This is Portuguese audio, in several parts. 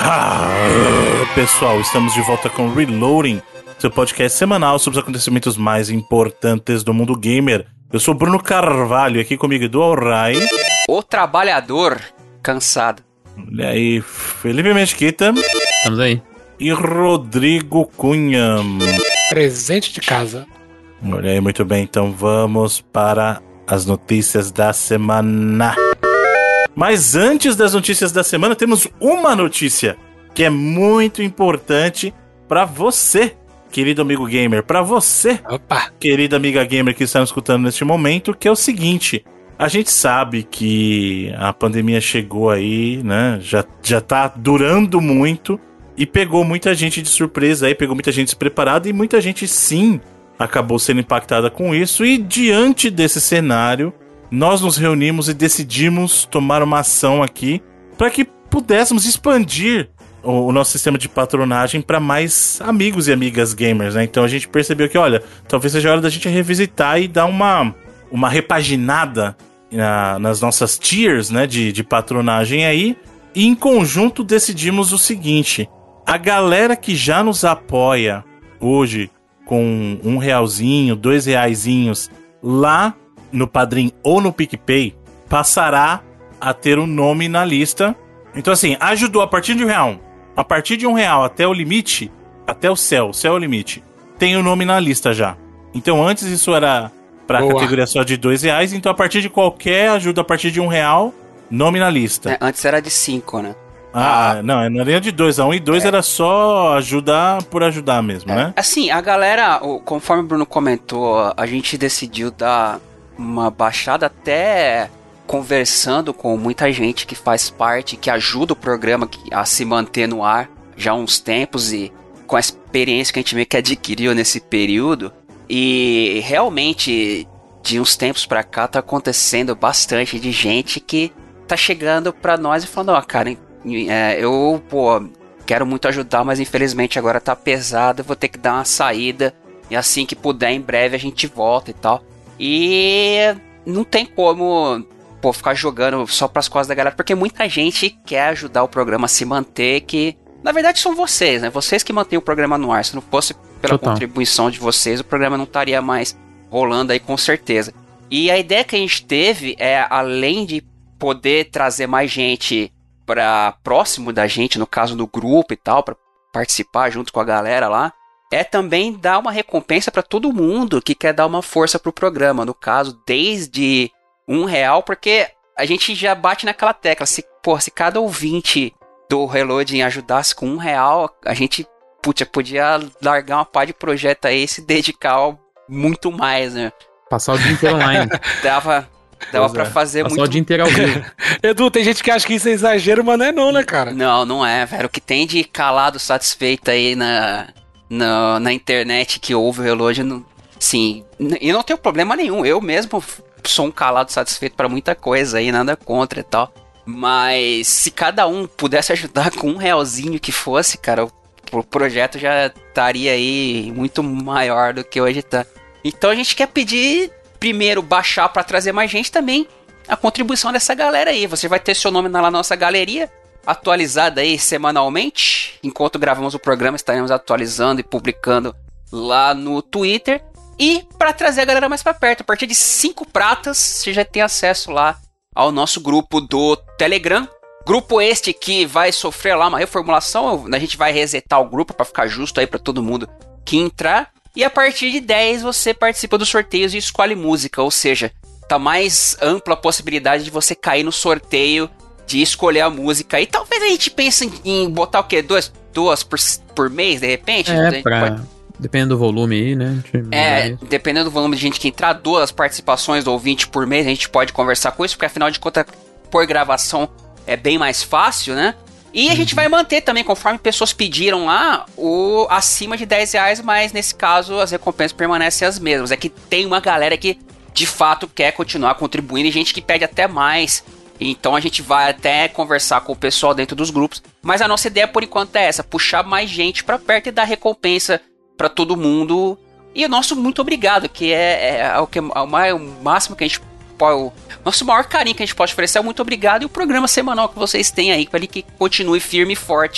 Pessoal, estamos de volta com Reloading, seu podcast semanal sobre os acontecimentos mais importantes do mundo gamer. Eu sou Bruno Carvalho, aqui comigo Edu Alray. O trabalhador cansado. Olha aí, Felipe Mesquita. Estamos aí. E Rodrigo Cunha. Presente de casa. Olha aí, muito bem, então vamos para as notícias da semana. Mas antes das notícias da semana, temos uma notícia que é muito importante para você, querido amigo gamer, para você, querida amiga gamer que está nos escutando neste momento, que é o seguinte: a gente sabe que a pandemia chegou aí, né? Já tá durando muito e pegou muita gente de surpresa aí, pegou muita gente despreparada e muita gente sim acabou sendo impactada com isso. E diante desse cenário, nós nos reunimos e decidimos tomar uma ação aqui para que pudéssemos expandir o nosso sistema de patronagem para mais amigos e amigas gamers, né? Então a gente percebeu que, olha, talvez seja a hora da gente revisitar e dar uma repaginada nas nossas tiers, né, de patronagem aí. E em conjunto decidimos o seguinte: a galera que já nos apoia hoje com R$1, R$2 lá no Padrim ou no PicPay, passará a ter um nome na lista. Então assim, ajudou a partir de R$1. A partir de R$1 até o limite, até o céu é o limite, tem o nome na lista já. Então antes isso era pra categoria só de R$2, então a partir de qualquer ajuda a partir de R$1, nome na lista. Antes era de 5, né? Não era de 2, a 1 e 2 era só ajudar por ajudar mesmo, né? Assim, a galera, conforme o Bruno comentou, a gente decidiu dar uma baixada até conversando com muita gente que faz parte, que ajuda o programa a se manter no ar já há uns tempos e com a experiência que a gente meio que adquiriu nesse período. E realmente, de uns tempos pra cá, tá acontecendo bastante de gente que tá chegando pra nós e falando: cara, eu quero muito ajudar, mas infelizmente agora tá pesado, eu vou ter que dar uma saída e assim que puder, em breve a gente volta e tal. E não tem como ficar jogando só pras costas da galera, porque muita gente quer ajudar o programa a se manter, que na verdade são vocês, né? Vocês que mantêm o programa no ar. Se não fosse pela contribuição de vocês, o programa não estaria mais rolando aí, com certeza. E a ideia que a gente teve é, além de poder trazer mais gente pra próximo da gente, no caso do grupo e tal, pra participar junto com a galera lá, é também dar uma recompensa pra todo mundo que quer dar uma força pro programa. No caso, desde R$1, porque a gente já bate naquela tecla. Se cada ouvinte do Reloading ajudasse com R$1, a gente podia largar uma pá de projeto aí e se dedicar muito mais, né? Passar o dia inteiro online. Dava pra fazer Passar muito. O dia inteiro ao vivo. Edu, tem gente que acha que isso é exagero, mas não é né, cara? Não é, velho. O que tem de calado satisfeito aí na internet que ouve o Reloading, sim. E não tenho problema nenhum. Eu mesmo sou um calado satisfeito pra muita coisa aí, nada contra e tal. Mas se cada um pudesse ajudar com R$1 que fosse, cara, o projeto já estaria aí muito maior do que hoje tá. Então a gente quer pedir, primeiro, baixar pra trazer mais gente, também a contribuição dessa galera aí. Você vai ter seu nome na nossa galeria, atualizada aí semanalmente. Enquanto gravamos o programa, estaremos atualizando e publicando lá no Twitter. E para trazer a galera mais para perto, a partir de 5 pratas, você já tem acesso lá ao nosso grupo do Telegram. Grupo este que vai sofrer lá uma reformulação. A gente vai resetar o grupo para ficar justo aí para todo mundo que entrar. E a partir de 10 você participa dos sorteios e escolhe música. Ou seja, tá mais ampla a possibilidade de você cair no sorteio de escolher a música. E talvez a gente pense em botar o quê? Duas por mês, de repente? Dependendo do volume aí, né? Dependendo do volume de gente que entrar, 2 participações do ouvinte por mês, a gente pode conversar com isso, porque afinal de contas, por gravação é bem mais fácil, né? E a gente vai manter também, conforme pessoas pediram lá, o acima de R$10, mas nesse caso as recompensas permanecem as mesmas. É que tem uma galera que de fato quer continuar contribuindo e gente que pede até mais. Então a gente vai até conversar com o pessoal dentro dos grupos. Mas a nossa ideia por enquanto é essa, puxar mais gente pra perto e dar recompensa pra todo mundo. E o nosso muito obrigado, que é o máximo que a gente pode... O nosso maior carinho que a gente pode oferecer é o muito obrigado e o programa semanal que vocês têm aí, para ele que continue firme e forte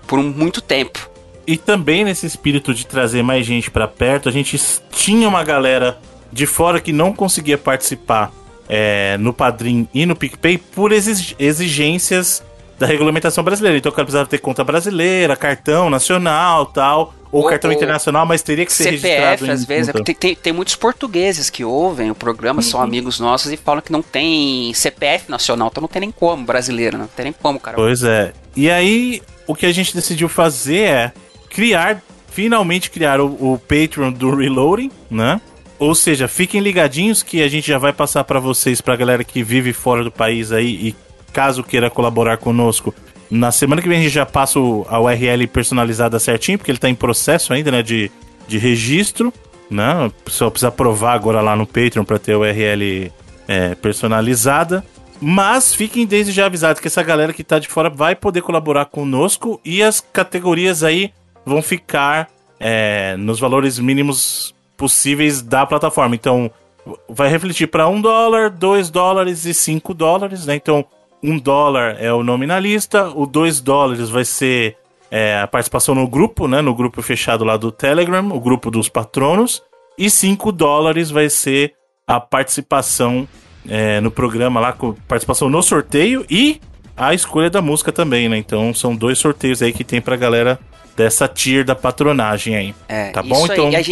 por muito tempo. E também nesse espírito de trazer mais gente pra perto, a gente tinha uma galera de fora que não conseguia participar no Padrim e no PicPay por exigências da regulamentação brasileira. Então o cara precisava ter conta brasileira, cartão nacional, tal, ou cartão internacional, mas teria que ser registrado CPF, às vezes. Tem muitos portugueses que ouvem o programa, são amigos nossos e falam que não tem CPF nacional, então não tem nem como brasileiro, não tem nem como, cara. Pois é. E aí, o que a gente decidiu fazer é finalmente criar o Patreon do Reloading, né? Ou seja, fiquem ligadinhos que a gente já vai passar pra vocês, pra galera que vive fora do país aí e caso queira colaborar conosco. Na semana que vem a gente já passa a URL personalizada certinho, porque ele tá em processo ainda, né, de registro, né? Só precisa aprovar agora lá no Patreon pra ter a URL personalizada. Mas fiquem desde já avisados que essa galera que tá de fora vai poder colaborar conosco e as categorias aí vão ficar nos valores mínimos possíveis da plataforma. Então, vai refletir para $1, $2 e $5, né? Então, $1 é o nominalista, o $2 vai ser a participação no grupo, né? No grupo fechado lá do Telegram, o grupo dos patronos, e $5 vai ser a participação no programa lá, com participação no sorteio e a escolha da música também, né? Então, são 2 sorteios aí que tem pra galera dessa tier da patronagem aí. Tá bom? Então, aí,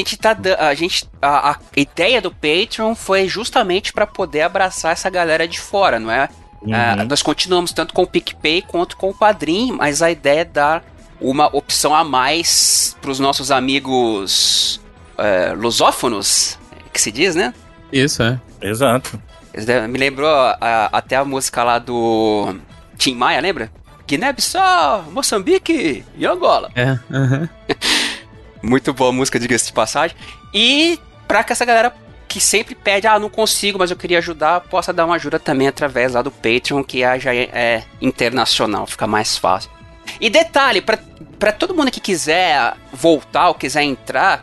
a ideia do Patreon foi justamente para poder abraçar essa galera de fora, não é? Nós continuamos tanto com o PicPay quanto com o Padrim, mas a ideia é dar uma opção a mais para os nossos amigos lusófonos, que se diz, né? Isso, Exato. Me lembrou até a música lá do Tim Maia, lembra? Guiné-Bissau, Moçambique e Angola. Muito boa música, diga-se de passagem. E pra que essa galera que sempre pede, não consigo, mas eu queria ajudar, possa dar uma ajuda também através lá do Patreon, que já é internacional, fica mais fácil. E detalhe, pra todo mundo que quiser voltar ou quiser entrar,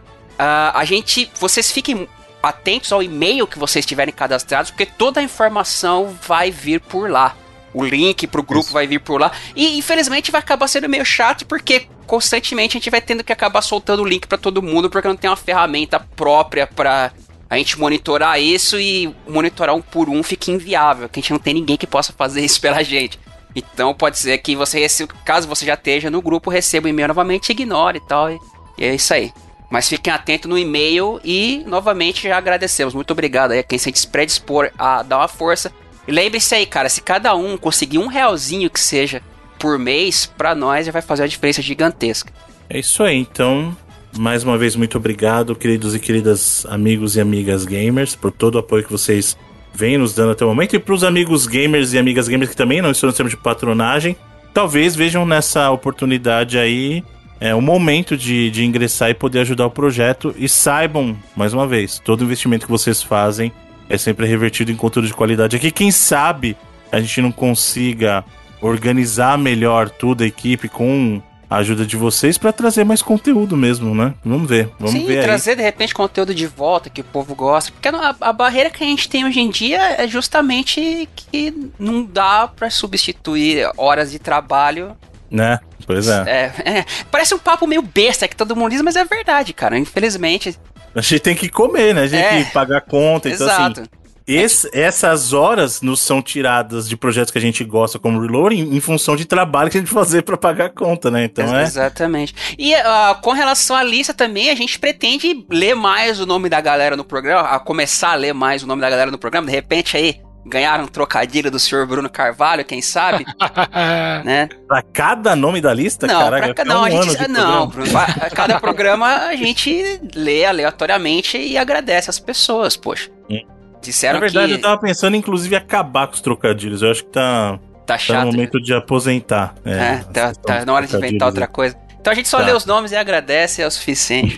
vocês fiquem atentos ao e-mail que vocês tiverem cadastrados, porque toda a informação vai vir por lá. O link pro grupo vai vir por lá. E, infelizmente, vai acabar sendo meio chato, porque constantemente a gente vai tendo que acabar soltando o link pra todo mundo, porque não tem uma ferramenta própria pra a gente monitorar isso, e monitorar um por um fica inviável, que a gente não tem ninguém que possa fazer isso pela gente. Então, pode ser que caso você já esteja no grupo, receba o e-mail novamente, ignore e tal, e é isso aí. Mas fiquem atentos no e-mail e, novamente, já agradecemos. Muito obrigado aí a quem se predispor a dar uma força. E lembre-se aí, cara, se cada um conseguir R$1 que seja por mês, pra nós já vai fazer uma diferença gigantesca. É isso aí, então, mais uma vez, muito obrigado, queridos e queridas amigos e amigas gamers, por todo o apoio que vocês vêm nos dando até o momento. E pros amigos gamers e amigas gamers que também não estão no sistema de patronagem, talvez vejam nessa oportunidade aí um momento de ingressar e poder ajudar o projeto. E saibam, mais uma vez, todo investimento que vocês fazem é sempre revertido em conteúdo de qualidade. Aqui, quem sabe a gente não consiga organizar melhor toda a equipe com a ajuda de vocês pra trazer mais conteúdo mesmo, né? Vamos ver, Sim, ver trazer aí. De repente conteúdo de volta que o povo gosta, porque a barreira que a gente tem hoje em dia é justamente que não dá pra substituir horas de trabalho, né? Pois é. Parece um papo meio besta que todo mundo diz, mas é verdade, cara, infelizmente. A gente tem que comer, né? A gente tem que pagar conta. Exato. Então, assim, essas horas nos são tiradas de projetos que a gente gosta, como Reloading, em função de trabalho que a gente fazer pra pagar a conta, né? Então Exatamente. E com relação à lista também, a gente pretende ler mais o nome da galera no programa, começar a ler mais o nome da galera no programa. De repente aí, ganharam um trocadilho do senhor Bruno Carvalho, quem sabe? Né? Pra cada nome da lista? Não, caraca, Bruno, cada programa a gente lê aleatoriamente e agradece as pessoas, poxa. Disseram. Na verdade, eu tava pensando, inclusive, em acabar com os trocadilhos. Eu acho que tá chato. No momento de aposentar. Tá na hora de inventar outra coisa. Então a gente só lê os nomes e agradece, é o suficiente.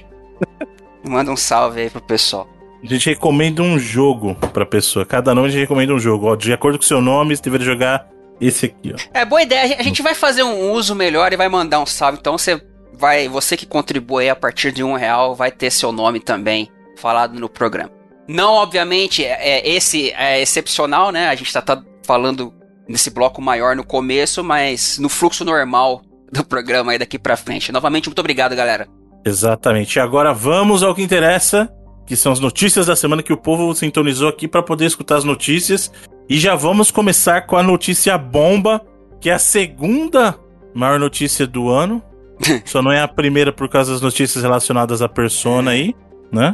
Manda um salve aí pro pessoal. A gente recomenda um jogo pra pessoa. Cada nome a gente recomenda um jogo. Ó, de acordo com o seu nome, você deveria jogar esse aqui, ó. Boa ideia. A gente vai fazer um uso melhor e vai mandar um salve. Então você que contribui a partir de R$1 vai ter seu nome também falado no programa. Não, obviamente, esse é excepcional, né? A gente tá falando nesse bloco maior no começo, mas no fluxo normal do programa aí daqui pra frente. Novamente, muito obrigado, galera. Exatamente. E agora vamos ao que interessa, que são as notícias da semana, que o povo sintonizou aqui para poder escutar as notícias. E já vamos começar com a notícia bomba, que é a segunda maior notícia do ano. Só não é a primeira por causa das notícias relacionadas à Persona aí, né?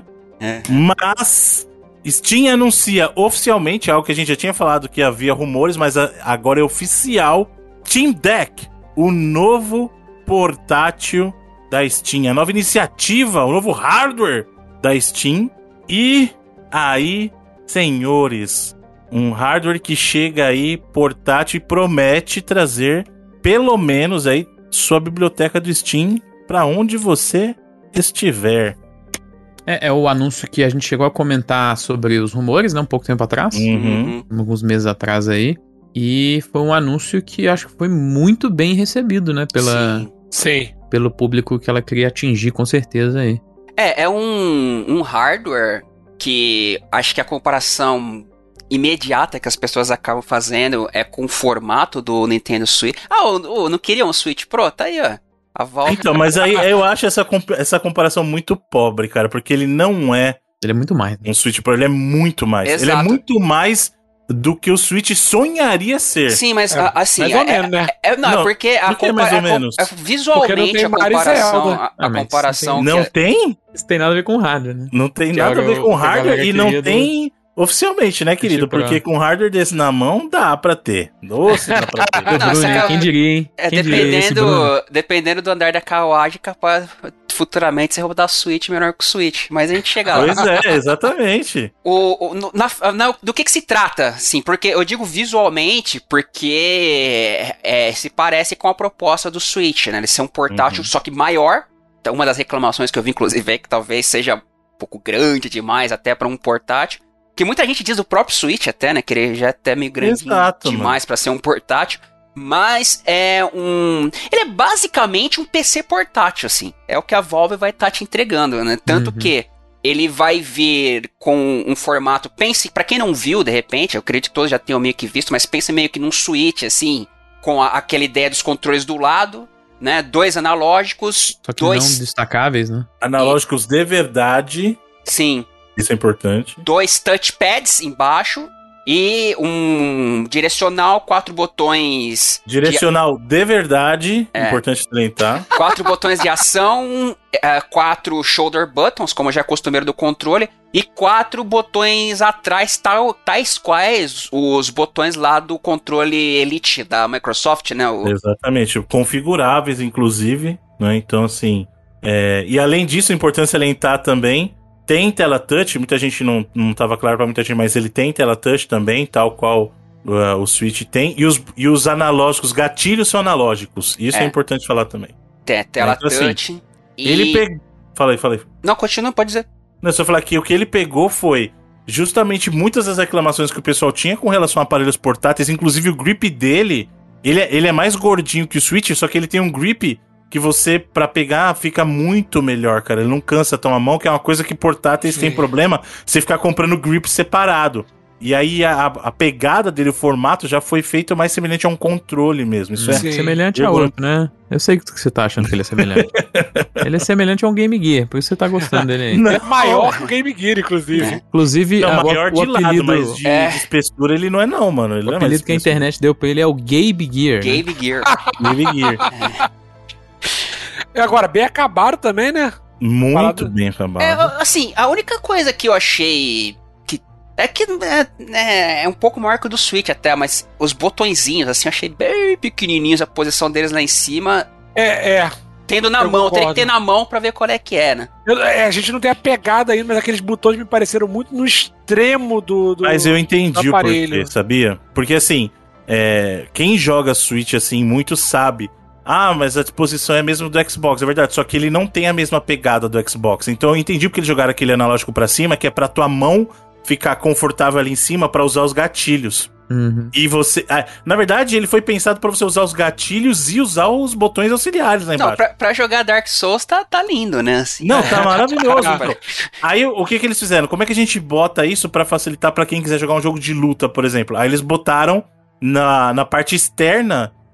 Mas Steam anuncia oficialmente algo que a gente já tinha falado que havia rumores, mas agora é oficial. Steam Deck, o novo portátil da Steam, a nova iniciativa, o novo hardware da Steam. E aí, senhores, um hardware que chega aí portátil e promete trazer pelo menos aí sua biblioteca do Steam para onde você estiver. É o anúncio que a gente chegou a comentar sobre os rumores, né? Um pouco tempo atrás. Alguns meses atrás aí. E foi um anúncio que acho que foi muito bem recebido, né? Sim. Pelo público que ela queria atingir, com certeza aí. É um hardware que acho que a comparação imediata que as pessoas acabam fazendo é com o formato do Nintendo Switch. Não queria um Switch Pro? Tá aí, ó. A Valve... Então, mas aí eu acho essa comparação muito pobre, cara, porque ele não é... Ele é muito mais. Um Switch Pro, ele é muito mais. Exato. Ele é muito mais do que o Switch sonharia ser. Sim, mas assim... Mais ou menos, né? Não, porque por que mais ou menos? Visualmente a comparação... A mas comparação... Não tem? Isso tem nada a ver com hardware, né? Não tem Que nada a ver com a hardware galera e não queria tem oficialmente, né, querido? Pra- Porque com hardware desse na mão dá pra ter. Nossa, dá pra ter. Não, Bruno, essa é- quem diria, hein? Quem diria esse Bruno? dependendo do andar da carruagem, capaz futuramente você rodar Switch melhor que o Switch. Mas a gente chega lá. Pois é, exatamente. Do que se trata, sim? Porque eu digo visualmente porque se parece com a proposta do Switch, né? Ele ser um portátil só que maior. Então, uma das reclamações que eu vi, inclusive, é que talvez seja um pouco grande demais até para um portátil. Que muita gente diz do próprio Switch até, né? Que ele já é até meio grandinho demais para ser um portátil. Mas ele é basicamente um PC portátil, assim. É o que a Valve vai estar te entregando, né? Tanto que ele vai vir com um formato... Pense, pra quem não viu, de repente, eu acredito que todos já tenham meio que visto, mas pense meio que num Switch, assim, com aquela ideia dos controles do lado, né? 2 analógicos, Só que não destacáveis, né? Analógicos de verdade. Sim. Isso é importante. 2 touchpads embaixo e um direcional, 4 botões... Direcional de verdade, importante salientar. 4 botões de ação, 4 shoulder buttons, como já é costumeiro do controle, e 4 botões atrás, tais quais os botões lá do controle Elite da Microsoft, né? Exatamente, configuráveis, inclusive, né? Então, assim... E além disso, é importante salientar também... Tem tela touch, muita gente não estava claro para muita gente, mas ele tem tela touch também, tal qual o Switch tem. E os analógicos, gatilhos são analógicos. Isso é importante falar também. Tem tela então, touch. Assim, ele pegou... Falei. Não, continua, pode dizer. Não, só falar que o que ele pegou foi justamente muitas das reclamações que o pessoal tinha com relação a aparelhos portáteis, inclusive o grip dele, ele é mais gordinho que o Switch, só que ele tem um grip... que você, pra pegar, fica muito melhor, cara. Ele não cansa tão a mão, que é uma coisa que portáteis tem problema, você ficar comprando grip separado. E aí a pegada dele, o formato, já foi feito mais semelhante a um controle mesmo. Isso semelhante a outro, né? Eu sei que você tá achando que ele é semelhante. Ele é semelhante a um Game Gear, por isso você tá gostando dele aí. Não. É maior que o Game Gear, inclusive. Inclusive, maior de apelido, lado, mas de espessura ele não é não, mano. Ele o apelido que a internet deu pra ele é o Gabe Gear. Gabe Gear. Gabe Gear. E agora, bem acabado também, né? Muito bem acabado. Assim, a única coisa que eu achei que é um pouco maior que o do Switch até, mas os botõezinhos, assim, eu achei bem pequenininhos a posição deles lá em cima. Tendo na mão, teria que ter na mão pra ver qual é que é, né? A gente não tem a pegada ainda, mas aqueles botões me pareceram muito no extremo do Mas eu entendi o aparelho. porquê, sabia? Porque assim, quem joga Switch assim, muito sabe. Mas a disposição é a mesma do Xbox, é verdade, só que ele não tem a mesma pegada do Xbox. Então eu entendi porque eles jogaram aquele analógico pra cima, que é pra tua mão ficar confortável ali em cima pra usar os gatilhos. E você... na verdade, ele foi pensado pra você usar os gatilhos e usar os botões auxiliares lá embaixo. Não, pra jogar Dark Souls tá lindo, né? Assim, não, tá maravilhoso. Então. Aí o que eles fizeram? Como é que a gente bota isso pra facilitar pra quem quiser jogar um jogo de luta, por exemplo? Aí eles botaram na parte externa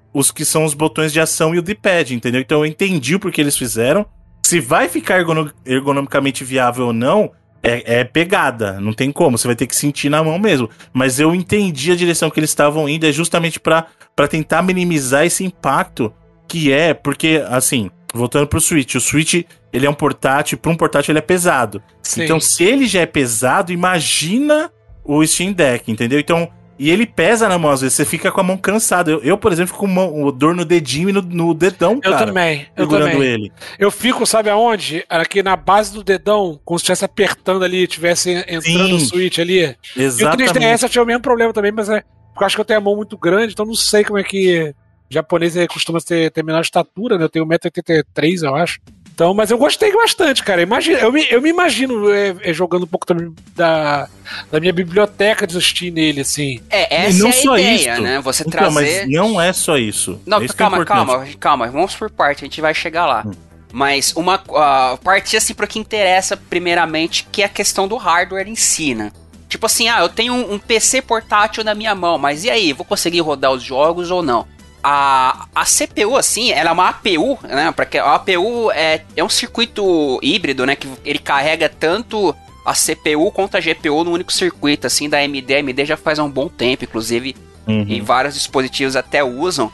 os que são os botões de ação e o D-pad, entendeu? Então eu entendi o porquê eles fizeram. Se vai ficar ergonomicamente viável ou não, é pegada, não tem como, você vai ter que sentir na mão mesmo. Mas eu entendi a direção que eles estavam indo, é justamente pra tentar minimizar esse impacto que porque, assim, voltando pro Switch, o Switch, ele é um portátil, pra um portátil ele é pesado. Sim. Então, se ele já é pesado, imagina o Steam Deck, entendeu? Então, e ele pesa na mão, às vezes você fica com a mão cansada. Eu por exemplo, fico com dor no dedinho e no dedão, cara. Eu também. Segurando ele. Eu fico, sabe aonde? Aqui na base do dedão, como se estivesse apertando ali, estivesse entrando no Switch ali. Exatamente. E o 3DS eu tinha o mesmo problema também, mas porque eu acho que eu tenho a mão muito grande, então não sei como é que japonês costuma ter menor estatura, né? Eu tenho 1,83m, eu acho. Então, mas eu gostei bastante, cara. Eu me imagino jogando um pouco também da minha biblioteca de Steam nele, assim. Essa não é a só ideia, isso, né? Você então, trazer... Mas não é só isso. Não, calma. Vamos por parte, a gente vai chegar lá. Mas partir assim pro que interessa primeiramente, que é a questão do hardware em si, né? Tipo assim, eu tenho um PC portátil na minha mão, mas e aí? Vou conseguir rodar os jogos ou não? A CPU, assim, ela é uma APU, né? Porque a APU é um circuito híbrido, né? Que ele carrega tanto a CPU quanto a GPU no único circuito, assim, da AMD. A AMD já faz um bom tempo, inclusive, e vários dispositivos até usam.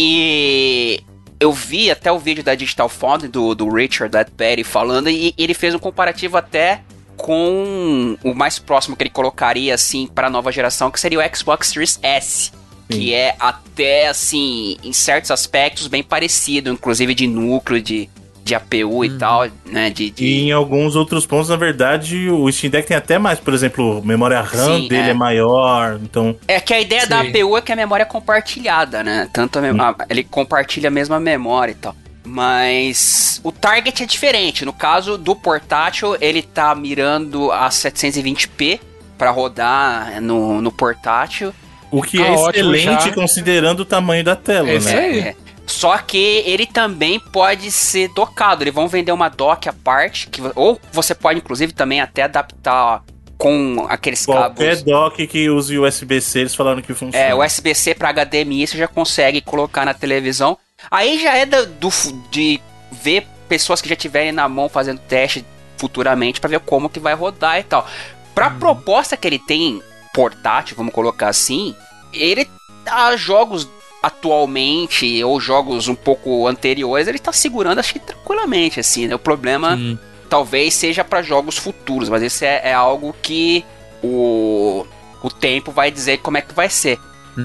E eu vi até o vídeo da Digital Foundry, do Richard Atberry falando, e ele fez um comparativo até com o mais próximo que ele colocaria, assim, para a nova geração, que seria o Xbox Series S. Que é até, assim, em certos aspectos bem parecido, inclusive de núcleo, de APU e tal, né? E em alguns outros pontos, na verdade, o Steam Deck tem até mais, por exemplo, memória RAM dele é maior, então... É que a ideia da APU é que a memória é compartilhada, né? Tanto ele compartilha a mesma memória e tal. Mas o target é diferente. No caso do portátil, ele tá mirando a 720p para rodar no portátil. O que é excelente considerando o tamanho da tela, né? Só que ele também pode ser docado. Eles vão vender uma dock à parte, ou você pode, inclusive, também até adaptar com aqueles cabos. Qualquer dock que use USB-C, eles falaram que funciona. USB-C para HDMI, você já consegue colocar na televisão. Aí já é de ver pessoas que já tiverem na mão fazendo teste futuramente para ver como que vai rodar e tal. Pra proposta que ele tem portátil, vamos colocar assim, ele tá jogos atualmente ou jogos um pouco anteriores, ele tá segurando acho que tranquilamente, assim, né? O problema talvez seja para jogos futuros, mas esse é algo que o tempo vai dizer como é que vai ser.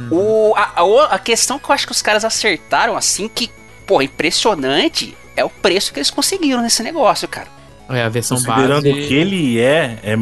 A questão que eu acho que os caras acertaram, assim, que, impressionante, é o preço que eles conseguiram nesse negócio, cara. A versão considerando base, que ele é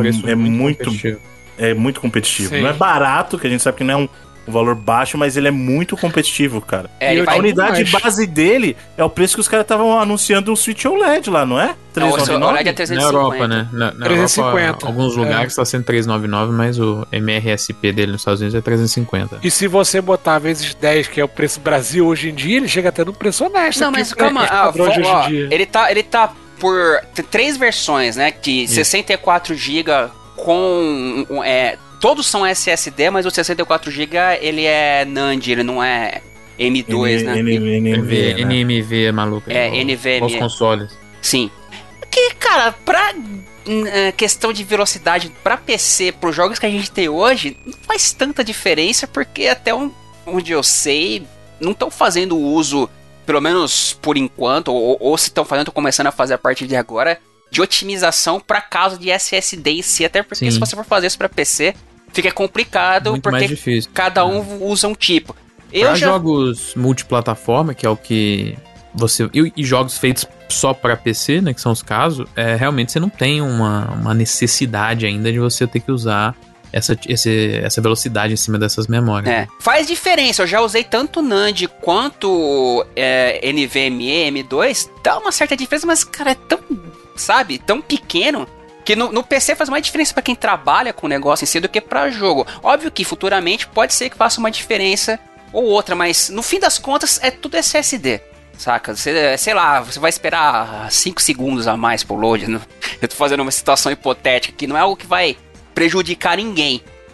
muito competitivo. Sim. Não é barato, que a gente sabe que não é um valor baixo, mas ele é muito competitivo, cara. A unidade base dele é o preço que os caras estavam anunciando o Switch OLED lá, não é? 399? O OLED é 350. Na Europa, né? Na 350. Europa, alguns lugares está sendo 399, mas o MRSP dele nos Estados Unidos é 350. E se você botar vezes 10, que é o preço Brasil hoje em dia, ele chega até no preço honesto. Não, mas calma, ele tá por 3 versões, né? De 64 GB com... todos são SSD, mas o 64GB ele é NAND, ele não é M2, né? NVMe, maluco. NVMe. Os consoles. Sim. Que, cara, pra questão de velocidade pra PC, pros jogos que a gente tem hoje, não faz tanta diferença, porque até onde eu sei, não estão fazendo uso, pelo menos por enquanto, ou se estão fazendo, estão começando a fazer a partir de agora, de otimização para caso de SSD em si, até porque se você for fazer isso para PC, fica complicado, muito porque mais difícil. Cada um usa um tipo. Jogos multiplataforma, que é o que você... E jogos feitos só para PC, né, que são os casos, realmente você não tem uma necessidade ainda de você ter que usar essa velocidade em cima dessas memórias. Faz diferença, eu já usei tanto NAND quanto NVMe, M2, dá uma certa diferença, mas, cara, é tão pequeno, que no PC faz mais diferença pra quem trabalha com o negócio em si do que pra jogo. Óbvio que futuramente pode ser que faça uma diferença ou outra, mas no fim das contas é tudo SSD, saca? Sei lá, você vai esperar 5 segundos a mais pro load. Eu tô fazendo uma situação hipotética que não é algo que vai prejudicar ninguém.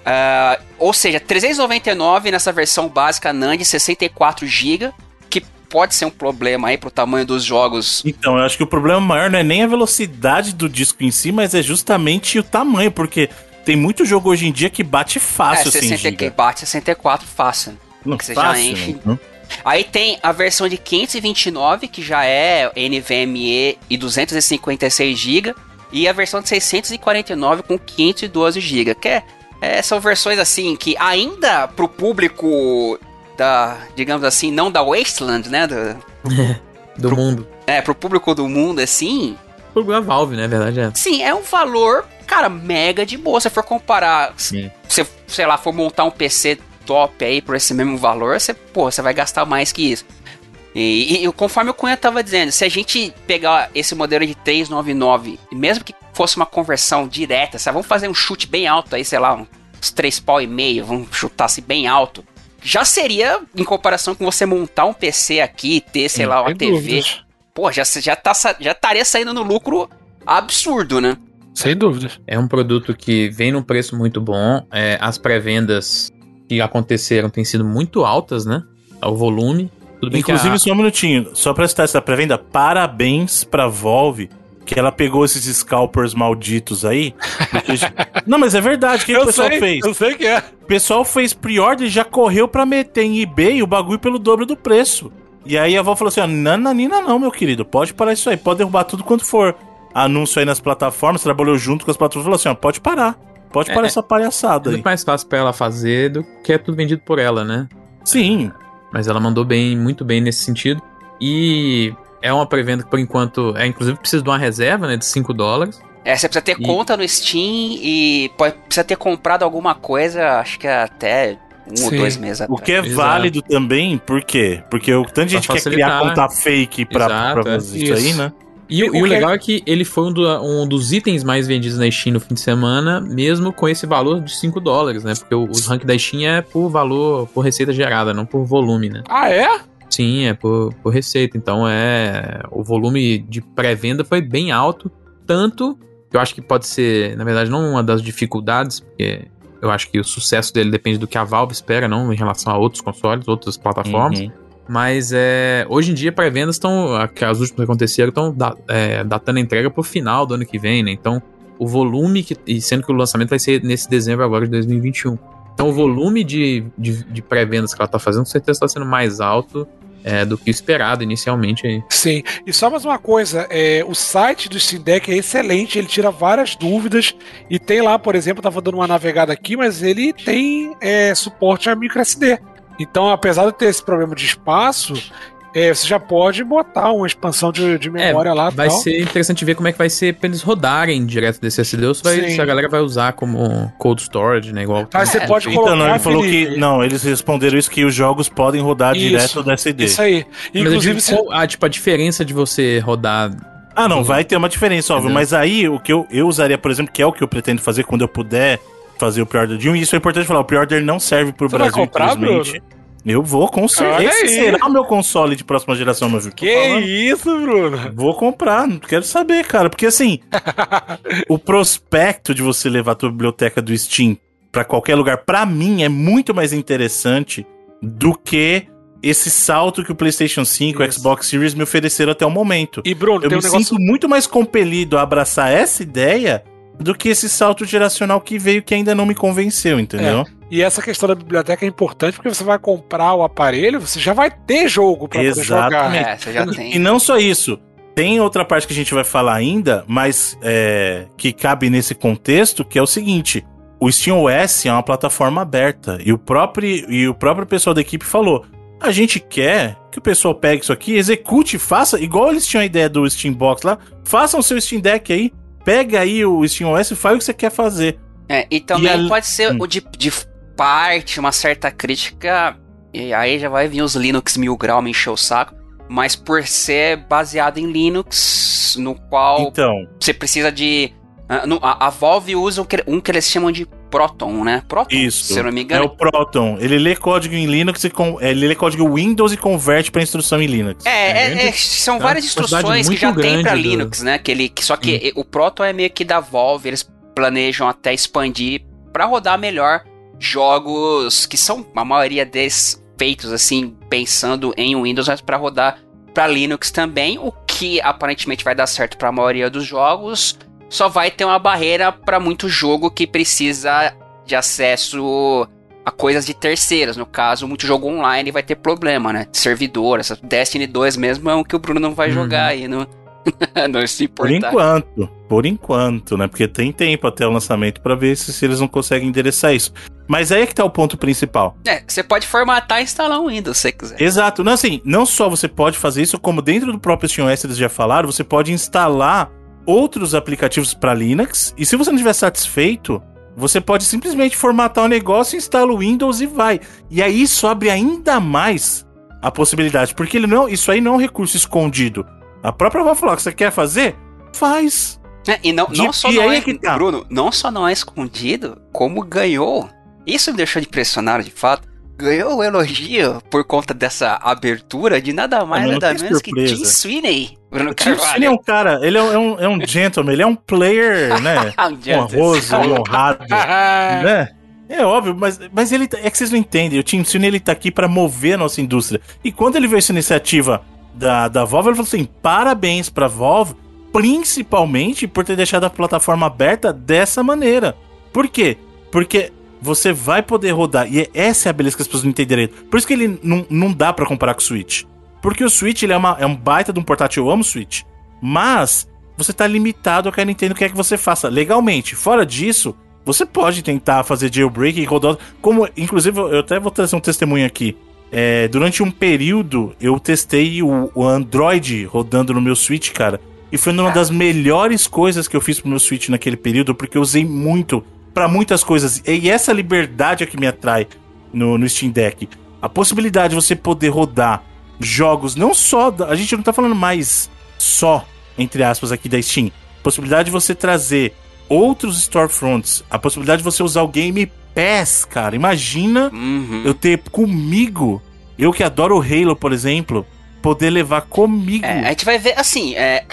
Ou seja, 399 nessa versão básica NAND, 64 GB, que pode ser um problema aí pro tamanho dos jogos. Então, eu acho que o problema maior não é nem a velocidade do disco em si, mas é justamente o tamanho, porque tem muito jogo hoje em dia que bate fácil 100 GB. Bate 64 fácil. Não, que você fácil, já enche. Né? Aí tem a versão de 529, que já é NVMe e 256 GB, e a versão de 649 com 512 GB, que são versões assim que ainda pro público da, digamos assim, não da Wasteland, né? Do mundo. Pro público do mundo, assim. O público da Valve, né? A verdade é. Sim, é um valor, cara, mega de boa. Se for comparar, se sei lá, for montar um PC top aí por esse mesmo valor, você vai gastar mais que isso. E conforme o Cunha tava dizendo, se a gente pegar esse modelo de 399, mesmo que fosse uma conversão direta, sabe, vamos fazer um chute bem alto aí, sei lá, uns 3,5 pau, vamos chutar assim bem alto, já seria, em comparação com você montar um PC aqui, ter, sei lá, uma TV, dúvidas. pô, já estaria saindo no lucro absurdo, né? Sem dúvidas. É um produto que vem num preço muito bom, as pré-vendas que aconteceram têm sido muito altas, né? O volume. Tudo bem. Inclusive, só um minutinho, só pra citar essa pré-venda, parabéns pra Valve, que ela pegou esses scalpers malditos aí. Não, mas é verdade, o que o pessoal fez? Eu sei que é. O pessoal fez pre-order e já correu pra meter em eBay o bagulho pelo dobro do preço. E aí a Valve falou assim, ó, nananina não, meu querido, pode parar isso aí, pode derrubar tudo quanto for anúncio aí nas plataformas, trabalhou junto com as plataformas, falou assim, ó, pode parar essa palhaçada aí. É aí. muito mais fácil pra ela fazer do que é tudo vendido por ela, né? Sim. Mas ela mandou muito bem nesse sentido. E é uma pré-venda que, por enquanto, inclusive precisa de uma reserva, né, de $5. Você precisa ter conta no Steam e precisa ter comprado alguma coisa, acho que até 1 ou 2 meses atrás. O que é válido também, por quê? Porque o tanto de gente quer criar conta fake pra fazer isso aí, né? E o legal é que ele foi um dos itens mais vendidos na Steam no fim de semana, mesmo com esse valor de $5, né? Porque o rank da Steam é por valor, por receita gerada, não por volume, né? Ah, é? Sim, é por receita. Então o volume de pré-venda foi bem alto, tanto que eu acho que pode ser, na verdade, não uma das dificuldades, porque eu acho que o sucesso dele depende do que a Valve espera, não em relação a outros consoles, outras plataformas. Uhum. Mas hoje em dia pré-vendas que as últimas que aconteceram estão datando a entrega pro final do ano que vem, né? Então o volume, e sendo que o lançamento vai ser nesse dezembro agora de 2021. Então o volume de pré-vendas que ela tá fazendo com certeza está sendo mais alto do que o esperado inicialmente aí. Sim, e só mais uma coisa, o site do Steam Deck é excelente, ele tira várias dúvidas e tem lá, por exemplo, eu tava dando uma navegada aqui, mas ele tem suporte a microSD. Então, apesar de ter esse problema de espaço, você já pode botar uma expansão de memória lá. Vai ser interessante ver como é que vai ser pra eles rodarem direto desse SSD ou se a galera vai usar como cold storage, né? Igual. Mas você pode colocar. Então, não, ele falou que. Não, eles responderam isso, que os jogos podem rodar direto do SSD. Isso aí. Inclusive, a diferença de você rodar. Ah, não, vai ter uma diferença, óbvio. Mas aí, o que eu usaria, por exemplo, que é o que eu pretendo fazer quando eu puder fazer o pre-order de um, e isso é importante falar, o pre-order não serve pro Brasil, vai comprar, infelizmente. Bruno? Eu vou, com certeza. Esse será o meu console de próxima geração, meu filho. Que isso, Bruno? Vou comprar, não quero saber, cara. Porque assim, o prospecto de você levar a tua biblioteca do Steam pra qualquer lugar, pra mim, é muito mais interessante do que esse salto que o PlayStation 5 e o Xbox Series me ofereceram até o momento. E, Bruno, eu me sinto muito mais compelido a abraçar essa ideia do que esse salto geracional que veio que ainda não me convenceu, entendeu? E essa questão da biblioteca é importante porque você vai comprar o aparelho, você já vai ter jogo pra poder jogar. Você já tem. E não só isso, tem outra parte que a gente vai falar ainda, mas que cabe nesse contexto, que é o seguinte: o SteamOS é uma plataforma aberta e o próprio pessoal da equipe falou: a gente quer que o pessoal pegue isso aqui, execute, faça, igual eles tinham a ideia do Steambox lá, façam o seu Steam Deck aí, pega aí o SteamOS e faz o que você quer fazer. E também pode ser de parte, uma certa crítica, e aí já vai vir os Linux 1000 graus me encher o saco, mas por ser baseado em Linux, no qual você precisa de... A Valve usa um que eles chamam de Proton, né? Proton, isso, se eu não me engano. É o Proton. Ele lê código em Linux, ele lê código Windows e converte pra instrução em Linux. São várias instruções que já tem pra Linux, né? Só que o Proton é meio que da Valve, eles planejam até expandir pra rodar melhor jogos que são, a maioria deles, feitos assim, pensando em Windows, mas para rodar para Linux também, o que aparentemente vai dar certo para a maioria dos jogos. Só vai ter uma barreira para muito jogo que precisa de acesso a coisas de terceiros. No caso, muito jogo online vai ter problema, né? Servidor, essa Destiny 2 mesmo é um que o Bruno não vai jogar aí no se importar. Por enquanto, né? Porque tem tempo até o lançamento pra ver se eles não conseguem endereçar isso. Mas aí é que tá o ponto principal. Você pode formatar e instalar um Windows, se você quiser. Exato. Não, assim, não só você pode fazer isso, como dentro do próprio SteamOS eles já falaram, você pode instalar outros aplicativos pra Linux, e se você não estiver satisfeito, você pode simplesmente formatar o negócio, instala o Windows e vai. E aí isso abre ainda mais a possibilidade, porque isso aí não é um recurso escondido. A própria Valve falou que você quer fazer, faz. E não só não é, Bruno, não só não é escondido, como ganhou. Isso me deixou impressionado de fato. Ganhou o elogio por conta dessa abertura de nada mais nada menos que Tim Sweeney. O Tim Sweeney é um cara, ele é um gentleman, ele é um player, né? Honroso, honrado, né? É óbvio, mas ele é que vocês não entendem. O Tim Sweeney, ele tá aqui pra mover a nossa indústria. E quando ele viu essa iniciativa da Valve, ele falou assim, parabéns pra Valve, principalmente por ter deixado a plataforma aberta dessa maneira. Por quê? Porque você vai poder rodar, e essa é a beleza que as pessoas não entenderem. Por isso que ele não dá pra comparar com o Switch. Porque o Switch ele é um baita de um portátil, eu amo o Switch. Mas você tá limitado ao que a Nintendo quer que você faça legalmente. Fora disso, você pode tentar fazer jailbreak e rodar. Como, inclusive, eu até vou trazer um testemunho aqui. Durante um período, eu testei o Android rodando no meu Switch, cara. E foi uma das melhores coisas que eu fiz pro meu Switch naquele período, porque eu usei muito pra muitas coisas. E essa liberdade é que me atrai no Steam Deck. A possibilidade de você poder rodar jogos, não só... A gente não tá falando mais só, entre aspas, aqui da Steam. A possibilidade de você trazer outros storefronts. A possibilidade de você usar o Game Pass, cara. Imagina eu ter comigo, eu que adoro o Halo, por exemplo, poder levar comigo. A gente vai ver, assim,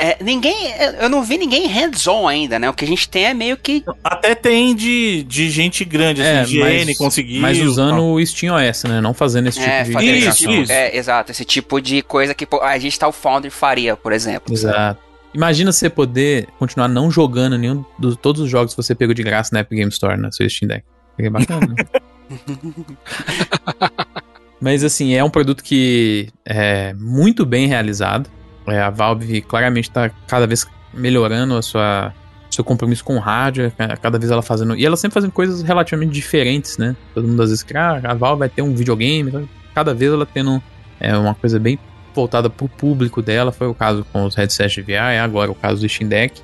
eu não vi ninguém hands-on ainda, né? O que a gente tem é meio que... Até tem de gente grande, assim, IGN conseguiu. Mas usando o SteamOS, né? Não fazendo esse tipo de... Isso. Exato, esse tipo de coisa que a gente tá o Foundry faria, por exemplo. Exato. Sabe? Imagina você poder continuar não jogando nenhum dos todos os jogos que você pegou de graça na Epic Game Store, no seu Steam Deck. É bacana, né? Mas assim, é um produto que é muito bem realizado. A Valve claramente está cada vez melhorando seu compromisso com o hardware, cada vez ela fazendo... E ela sempre fazendo coisas relativamente diferentes, né? Todo mundo às vezes crê, a Valve vai ter um videogame, cada vez ela tendo uma coisa bem voltada pro público dela. Foi o caso com os headsets de VR, agora o caso do Steam Deck.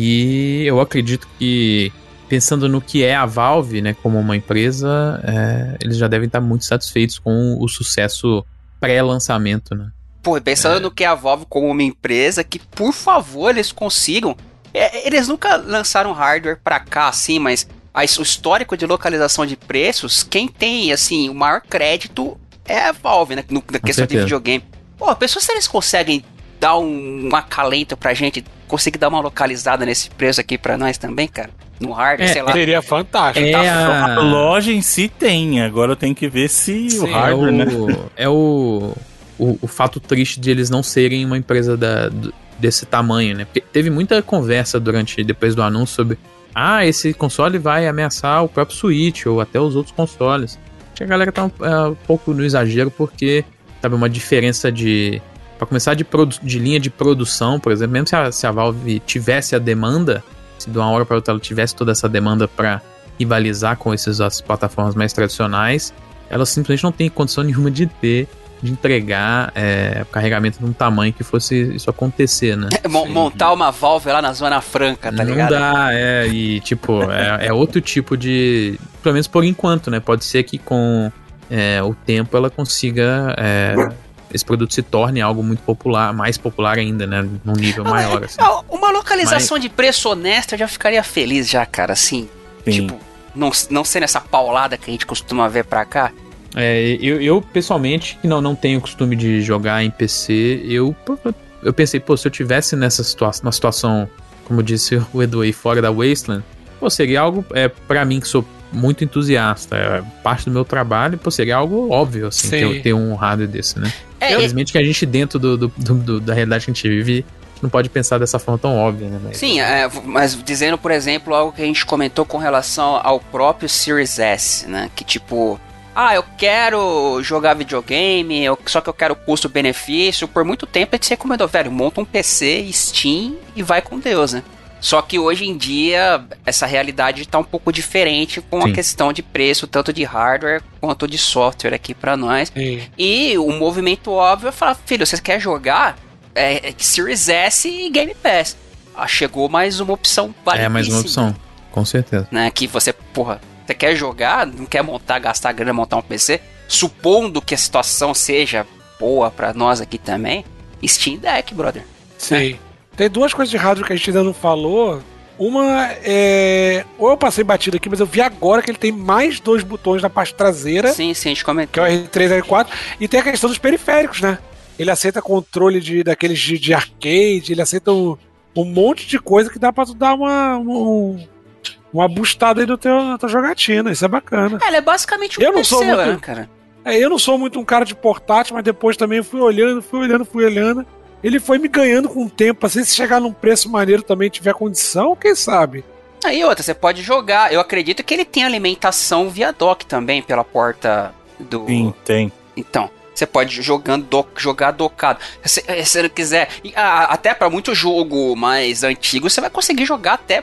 E eu acredito que, pensando no que é a Valve, né, como uma empresa, eles já devem estar muito satisfeitos com o sucesso pré-lançamento, né? Pô, pensando no que é a Valve como uma empresa, que por favor eles consigam. Eles nunca lançaram hardware pra cá, assim, mas o histórico de localização de preços, quem tem, assim, o maior crédito é a Valve, né, na questão de videogame. Pô, pessoas, se eles conseguem dar um acalento pra gente, conseguir dar uma localizada nesse preço aqui pra nós também, cara, no hardware, sei lá. Seria fantástico. A loja em si tem, agora tem que ver se o hardware, né? É o fato triste de eles não serem uma empresa desse tamanho, né? Porque teve muita conversa depois do anúncio sobre esse console vai ameaçar o próprio Switch ou até os outros consoles. Acho que a galera tá um pouco no exagero, porque sabe, uma diferença para começar de linha de produção, por exemplo, mesmo se a Valve tivesse a demanda, se de uma hora para outra ela tivesse toda essa demanda para rivalizar com as plataformas mais tradicionais, ela simplesmente não tem condição nenhuma de entregar carregamento de um tamanho que fosse isso acontecer, né? Montar uma Valve lá na Zona Franca, tá ligado? Não dá, e tipo, é outro tipo de... Pelo menos por enquanto, né? Pode ser que com o tempo ela consiga... esse produto se torne algo muito popular, mais popular ainda, né? Num nível maior, assim. Uma localização de preço honesta eu já ficaria feliz já, cara, assim. Sim. Tipo, não sendo essa paulada que a gente costuma ver pra cá. Eu pessoalmente, que não tenho costume de jogar em PC, eu pensei, se eu tivesse numa situação, como disse o Edu aí, fora da Wasteland, seria algo, pra mim que sou muito entusiasta. É parte do meu trabalho, pô, seria algo óbvio, assim, que eu ter um hardware desse, né? Infelizmente que a gente, dentro da realidade que a gente vive, não pode pensar dessa forma tão óbvia, né? Sim, mas dizendo, por exemplo, algo que a gente comentou com relação ao próprio Series S, né? Que tipo, eu quero jogar videogame, só que eu quero custo-benefício. Por muito tempo a gente recomendou, velho, monta um PC, Steam e vai com Deus, né? Só que hoje em dia, essa realidade tá um pouco diferente com a questão de preço, tanto de hardware quanto de software aqui pra nós. Sim. E o movimento óbvio é falar, filho, você quer jogar? Series S e Game Pass. Chegou mais uma opção validíssima. Mais uma opção, com certeza. Né, que você quer jogar, não quer gastar grana, montar um PC, supondo que a situação seja boa pra nós aqui também, Steam Deck, brother. Sim. Tem duas coisas de hardware que a gente ainda não falou. Uma é... Ou eu passei batido aqui, mas eu vi agora que ele tem mais 2 botões na parte traseira. Sim, a gente comentou. Que é o R3 e R4. E tem a questão dos periféricos, né? Ele aceita controle daqueles de arcade, ele aceita um monte de coisa que dá pra tu dar uma boostada aí na tua jogatina. Isso é bacana. Ele é basicamente um PC, né, cara? Eu não sou muito um cara de portátil, mas depois também fui olhando. Ele foi me ganhando com o tempo. Assim, se chegar num preço maneiro também tiver condição, quem sabe? Aí outra, você pode jogar. Eu acredito que ele tem alimentação via dock também, pela porta do... Sim, tem. Então, você pode jogar dockado. Se você não quiser... Até pra muito jogo mais antigo, você vai conseguir jogar até,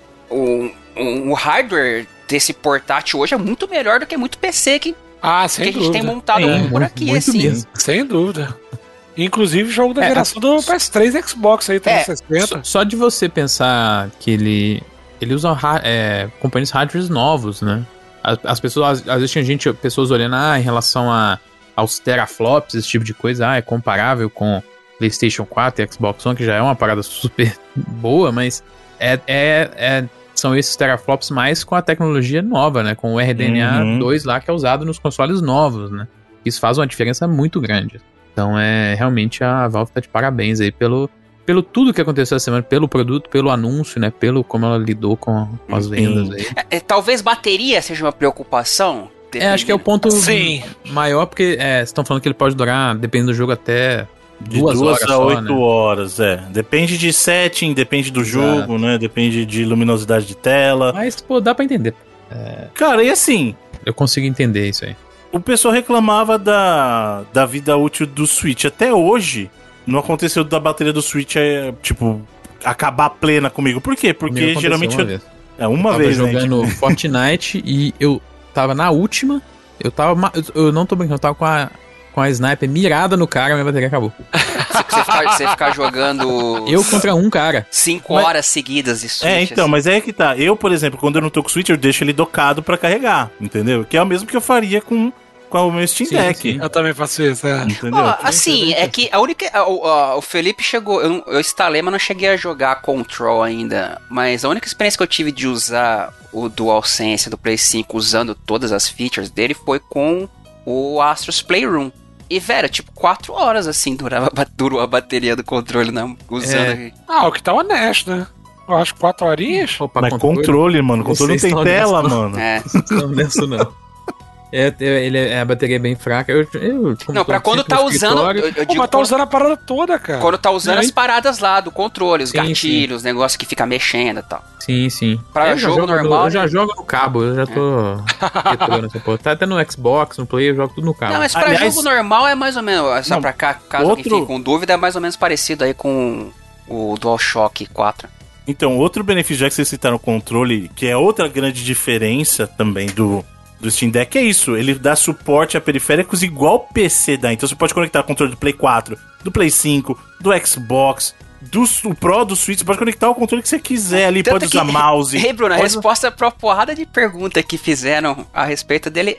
o hardware desse portátil hoje é muito melhor do que muito PC que a gente tem montado por aqui, muito assim. Mesmo. Sem dúvida. Inclusive jogo da geração do PS3 e Xbox aí, 360. Só de você pensar que ele usa componentes hardwares novos, né? As pessoas, às vezes tinha pessoas olhando em relação aos teraflops, esse tipo de coisa, é comparável com PlayStation 4 e Xbox One, que já é uma parada super boa, mas são esses teraflops mais com a tecnologia nova, né? Com o RDNA 2 lá, que é usado nos consoles novos, né? Isso faz uma diferença muito grande. Então realmente a Valve tá de parabéns aí pelo tudo que aconteceu essa semana, pelo produto, pelo anúncio, né? Pelo como ela lidou com as vendas aí. Talvez bateria seja uma preocupação. Acho que é o ponto maior, porque vocês estão falando que ele pode durar, dependendo do jogo, até de 2 a 8 horas, Depende de setting, depende do jogo, né? Depende de luminosidade de tela. Mas, dá pra entender. Cara, e assim... Eu consigo entender isso aí. O pessoal reclamava da vida útil do Switch. Até hoje, não aconteceu da bateria do Switch, acabar plena comigo. Por quê? Porque geralmente... Uma vez, né? Eu tava jogando Fortnite e eu tava na última, eu não tô brincando, eu tava com a sniper mirada no cara, minha bateria acabou. Você ficar jogando... Eu contra um cara. 5 horas seguidas de Switch. Então, mas é que tá. Eu, por exemplo, quando eu não tô com o Switch, eu deixo ele docado pra carregar, entendeu? Que é o mesmo que eu faria com o meu Steam Deck. Sim. Eu também faço isso, Entendeu? Assim, é que a única... O Felipe chegou... Eu instalei, mas não cheguei a jogar Control ainda. Mas a única experiência que eu tive de usar o DualSense do Play 5 usando todas as features dele foi com o Astro's Playroom. E, velho, 4 horas, assim, durou a bateria do controle, né? Usando... o que tá honesto, né? Eu acho 4 horinhas. Mas controle, mano. Controle não tem tela, mano. Não honesto, não. A bateria é bem fraca. Não, pra quando tá usando... Mas tá usando a parada toda, cara. Quando tá usando as paradas lá do controle, os gatilhos, os negócios que fica mexendo e tal. Sim. Pra jogo normal... Eu já jogo no cabo, eu já tô retrando essa porra. Tá até no Xbox, no Play, eu jogo tudo no cabo. Não, mas pra jogo normal é mais ou menos... Só pra cá, caso alguém fique com dúvida, é mais ou menos parecido aí com o DualShock 4. Então, outro benefício, já que vocês citaram o controle, que é outra grande diferença também do Steam Deck, é isso. Ele dá suporte a periféricos igual o PC dá. Então você pode conectar o controle do Play 4, do Play 5, do Xbox, do Pro, do Switch. Você pode conectar o controle que você quiser ali. Tanto pode usar mouse. Hey, Bruno, a resposta pra porrada de pergunta que fizeram a respeito dele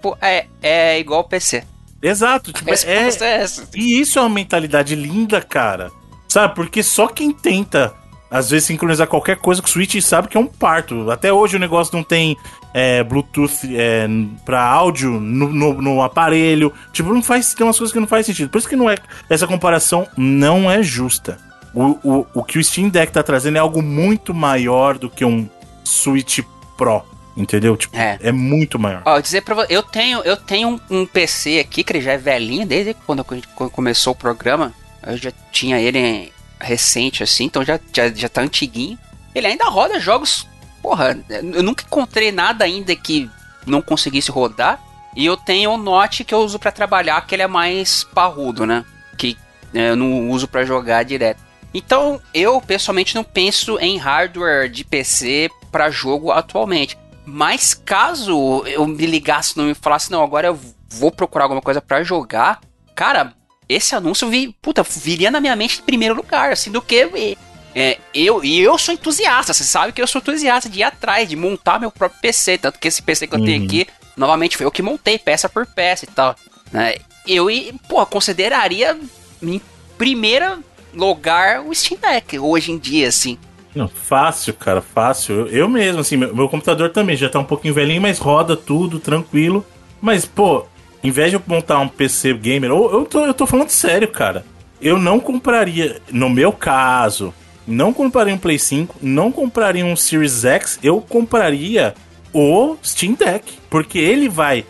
é igual o PC. Exato. A resposta é essa. E isso é uma mentalidade linda, cara. Sabe? Porque só quem tenta... Às vezes sincronizar qualquer coisa com o Switch sabe que é um parto. Até hoje o negócio não tem Bluetooth pra áudio no aparelho. Tem umas coisas que não faz sentido. Por isso que essa comparação não é justa. O que o Steam Deck tá trazendo é algo muito maior do que um Switch Pro. Entendeu? Tipo, é muito maior. Ó, dizer pra você, eu tenho um PC aqui que ele já é velhinho, desde quando começou o programa. Eu já tinha ele recente, assim, então já tá antiguinho. Ele ainda roda jogos. Porra, eu nunca encontrei nada ainda que não conseguisse rodar. E eu tenho o Note que eu uso pra trabalhar, que ele é mais parrudo, né? Que eu não uso pra jogar direto. Então, eu pessoalmente não penso em hardware de PC pra jogo atualmente. Mas caso eu me ligasse e falasse, não, agora eu vou procurar alguma coisa pra jogar, cara, esse anúncio viria na minha mente em primeiro lugar, assim, do que... eu sou entusiasta, você sabe que eu sou entusiasta de ir atrás, de montar meu próprio PC, tanto que esse PC que eu tenho aqui, novamente, foi eu que montei peça por peça e tal, né? Eu, consideraria em primeiro lugar o Steam Deck, hoje em dia, assim. Não, fácil, cara, fácil. Eu mesmo, assim, meu computador também já tá um pouquinho velhinho, mas roda tudo, tranquilo. Mas, pô, em vez de eu montar um PC gamer, eu tô falando sério, cara. Eu não compraria, no meu caso, não compraria um Play 5, não compraria um Series X, eu compraria o Steam Deck. Porque ele vai,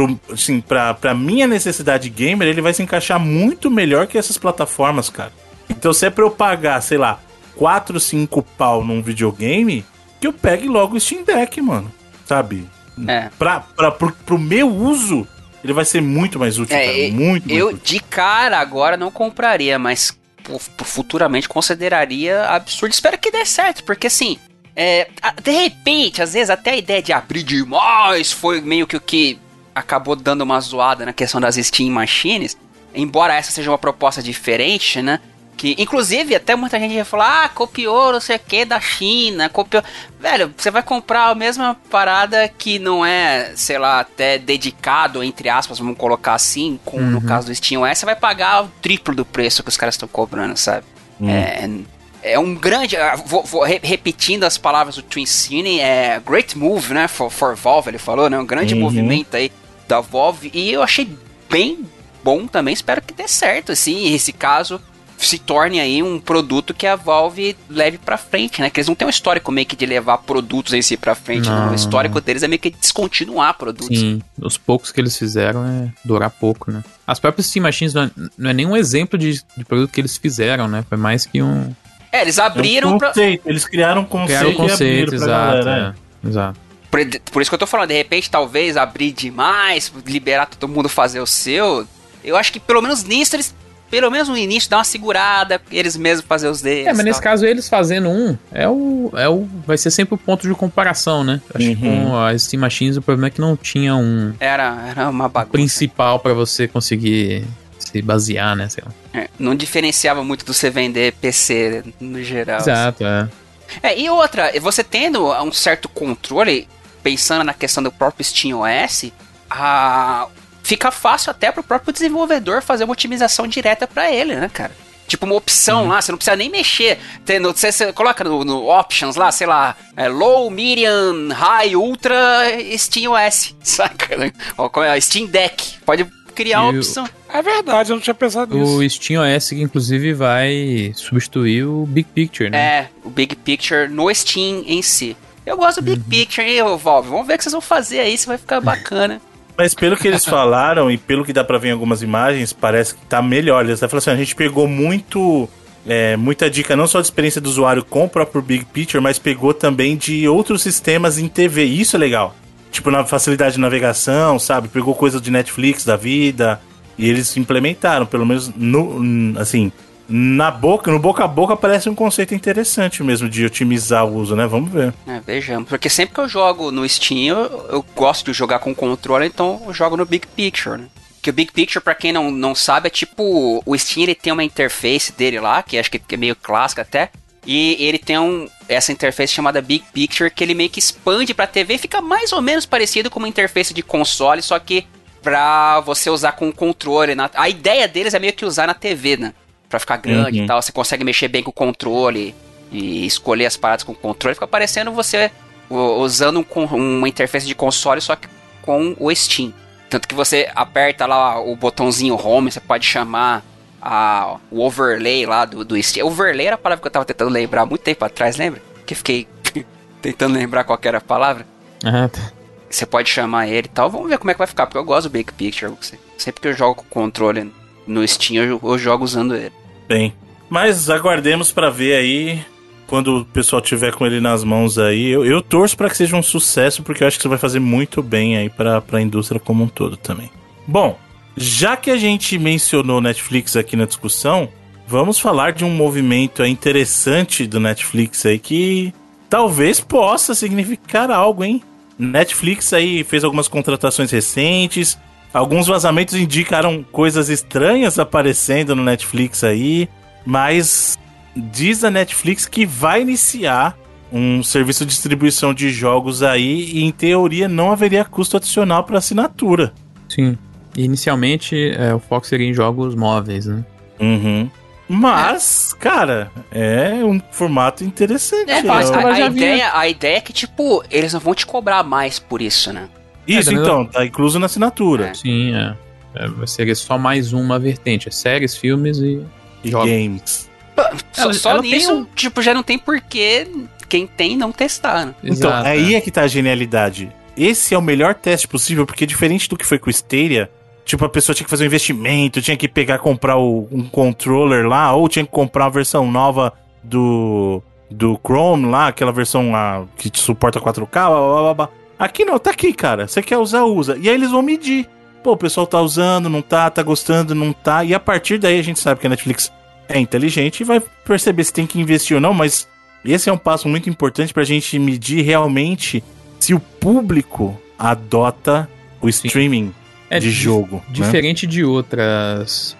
pra minha necessidade gamer, ele vai se encaixar muito melhor que essas plataformas, cara. Então, se é pra eu pagar, sei lá, 4, 5 pau num videogame, que eu pegue logo o Steam Deck, mano. Sabe? Pro meu uso, ele vai ser muito mais útil, cara. Muito mais útil. De cara, agora não compraria, mas futuramente consideraria absurdo. Espero que dê certo, porque assim, de repente, às vezes, até a ideia de abrir demais foi meio que o que acabou dando uma zoada na questão das Steam Machines. Embora essa seja uma proposta diferente, né? Que, inclusive, até muita gente vai falar, copiou não sei o que da China, copiou... Velho, você vai comprar a mesma parada que não é, sei lá, até dedicado, entre aspas, vamos colocar assim, no caso do SteamOS, você vai pagar o triplo do preço que os caras estão cobrando, sabe? É um grande... repetindo as palavras do Twin Cine, great move, né, for Valve, ele falou, né? Um grande movimento aí da Valve, e eu achei bem bom também, espero que dê certo, assim, esse caso... se torne aí um produto que a Valve leve pra frente, né? Que eles não têm um histórico meio que de levar produtos em si pra frente, não. O histórico deles é meio que descontinuar produtos. Sim, os poucos que eles fizeram durar pouco, né? As próprias Steam Machines não é nenhum exemplo de produto que eles fizeram, né? Foi mais que um... eles abriram conceito. Eles criaram um conceito, exato. Exato. Por isso que eu tô falando, de repente, talvez abrir demais, liberar todo mundo fazer o seu... Eu acho que pelo menos nisso eles... Pelo menos no início dá uma segurada, eles mesmos fazer os deles. Mas nesse caso, eles fazendo vai ser sempre o ponto de comparação, né? Acho que com as Steam Machines o problema é que não tinha um... Era uma bagunça. Principal pra você conseguir se basear, né? Sei lá. Não diferenciava muito do você vender PC no geral. Exato, E outra, você tendo um certo controle, pensando na questão do próprio SteamOS, fica fácil até pro próprio desenvolvedor fazer uma otimização direta pra ele, né, cara? Tipo uma opção lá, você não precisa nem mexer. Você coloca no Options lá, sei lá, Low, Medium, High, Ultra, SteamOS, saca? Steam Deck. Pode criar uma opção. É verdade, eu não tinha pensado nisso. O SteamOS, que inclusive vai substituir o Big Picture, né? O Big Picture no Steam em si. Eu gosto do Big Picture, e Valve, vamos ver o que vocês vão fazer aí, se vai ficar bacana. Mas pelo que eles falaram e pelo que dá pra ver em algumas imagens, parece que tá melhor. Eles até falaram assim, a gente pegou muita dica, não só de experiência do usuário com o próprio Big Picture, mas pegou também de outros sistemas em TV. Isso é legal. Tipo, na facilidade de navegação, sabe? Pegou coisa de Netflix da vida e eles implementaram, pelo menos no boca a boca parece um conceito interessante mesmo de otimizar o uso, né? Vamos ver. Vejamos. Porque sempre que eu jogo no Steam, eu gosto de jogar com controle, então eu jogo no Big Picture, né? Que o Big Picture, pra quem não sabe, é tipo... O Steam, ele tem uma interface dele lá, que acho que é meio clássica até, e ele tem essa interface chamada Big Picture, que ele meio que expande pra TV e fica mais ou menos parecido com uma interface de console, só que pra você usar com o controle. A ideia deles é meio que usar na TV, né? Pra ficar grande e tal, você consegue mexer bem com o controle e escolher as paradas com o controle, fica parecendo você usando uma interface de console, só que com o Steam. Tanto que você aperta lá o botãozinho Home, você pode chamar o overlay lá do Steam. Overlay era a palavra que eu tava tentando lembrar há muito tempo atrás, lembra? Que eu fiquei tentando lembrar qual que era a palavra. Você pode chamar ele e tal. Vamos ver como é que vai ficar, porque eu gosto do Big Picture. Sempre que eu jogo com o controle no Steam, eu jogo usando ele. Bem, mas aguardemos pra ver aí, quando o pessoal tiver com ele nas mãos aí. Eu torço pra que seja um sucesso, porque eu acho que você vai fazer muito bem aí pra indústria como um todo também. Bom, já que a gente mencionou Netflix aqui na discussão, vamos falar de um movimento interessante do Netflix aí que talvez possa significar algo, hein? Netflix aí fez algumas contratações recentes, alguns vazamentos indicaram coisas estranhas aparecendo no Netflix aí, mas diz a Netflix que vai iniciar um serviço de distribuição de jogos aí e, em teoria, não haveria custo adicional para assinatura. Sim. Inicialmente, o foco seria em jogos móveis, né? Uhum. Mas, cara, é um formato interessante. A ideia é que, tipo, eles não vão te cobrar mais por isso, né? Isso, então, tá incluso na assinatura. Sim, seria só mais uma vertente. Séries, filmes e jogos. Games. Só nisso, tipo, já não tem porquê quem tem não testar, né? Então, aí é que tá a genialidade. Esse é o melhor teste possível, porque diferente do que foi com o Stadia, tipo, a pessoa tinha que fazer um investimento, tinha que comprar um controller lá, ou tinha que comprar uma versão nova do Chrome lá, aquela versão lá que suporta 4K, blá, blá, blá. Aqui não, tá aqui, cara. Você quer usar, usa. E aí eles vão medir. Pô, o pessoal tá usando, não tá gostando, não tá. E a partir daí a gente sabe que a Netflix é inteligente e vai perceber se tem que investir ou não, mas esse é um passo muito importante pra gente medir realmente se o público adota o streaming de jogo. Diferente de outras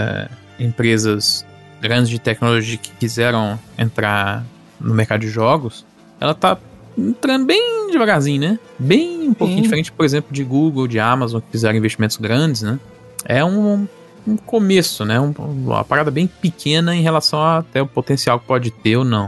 empresas grandes de tecnologia que quiseram entrar no mercado de jogos, ela tá entrando bem devagarzinho, né? Bem um pouquinho diferente, por exemplo, de Google, de Amazon, que fizeram investimentos grandes, né? É um começo, né? Uma parada bem pequena em relação até o potencial que pode ter ou não.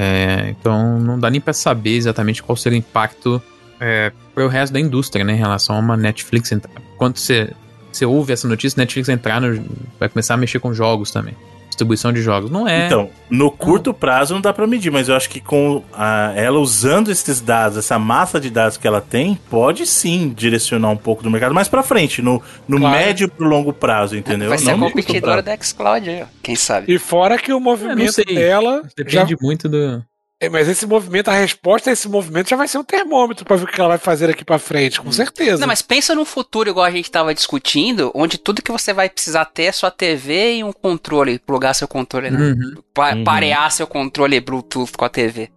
Então não dá nem pra saber exatamente qual seria o impacto para o resto da indústria, né? Em relação a uma Netflix entrar. Quando você ouve essa notícia, Netflix entrar, vai começar a mexer com jogos também. Distribuição de jogos, não é... Então, no curto prazo não dá pra medir, mas eu acho que com ela usando esses dados, essa massa de dados que ela tem, pode sim direcionar um pouco do mercado mais pra frente, no médio pro longo prazo, entendeu? Vai ser a competidora da xCloud aí, ó, quem sabe. E fora que o movimento dela... Depende muito do... Mas esse movimento, a resposta a esse movimento já vai ser um termômetro pra ver o que ela vai fazer aqui pra frente, com certeza. Não, mas pensa num futuro igual a gente tava discutindo, onde tudo que você vai precisar ter é sua TV e um controle, plugar seu controle, né? Parear seu controle Bluetooth com a TV.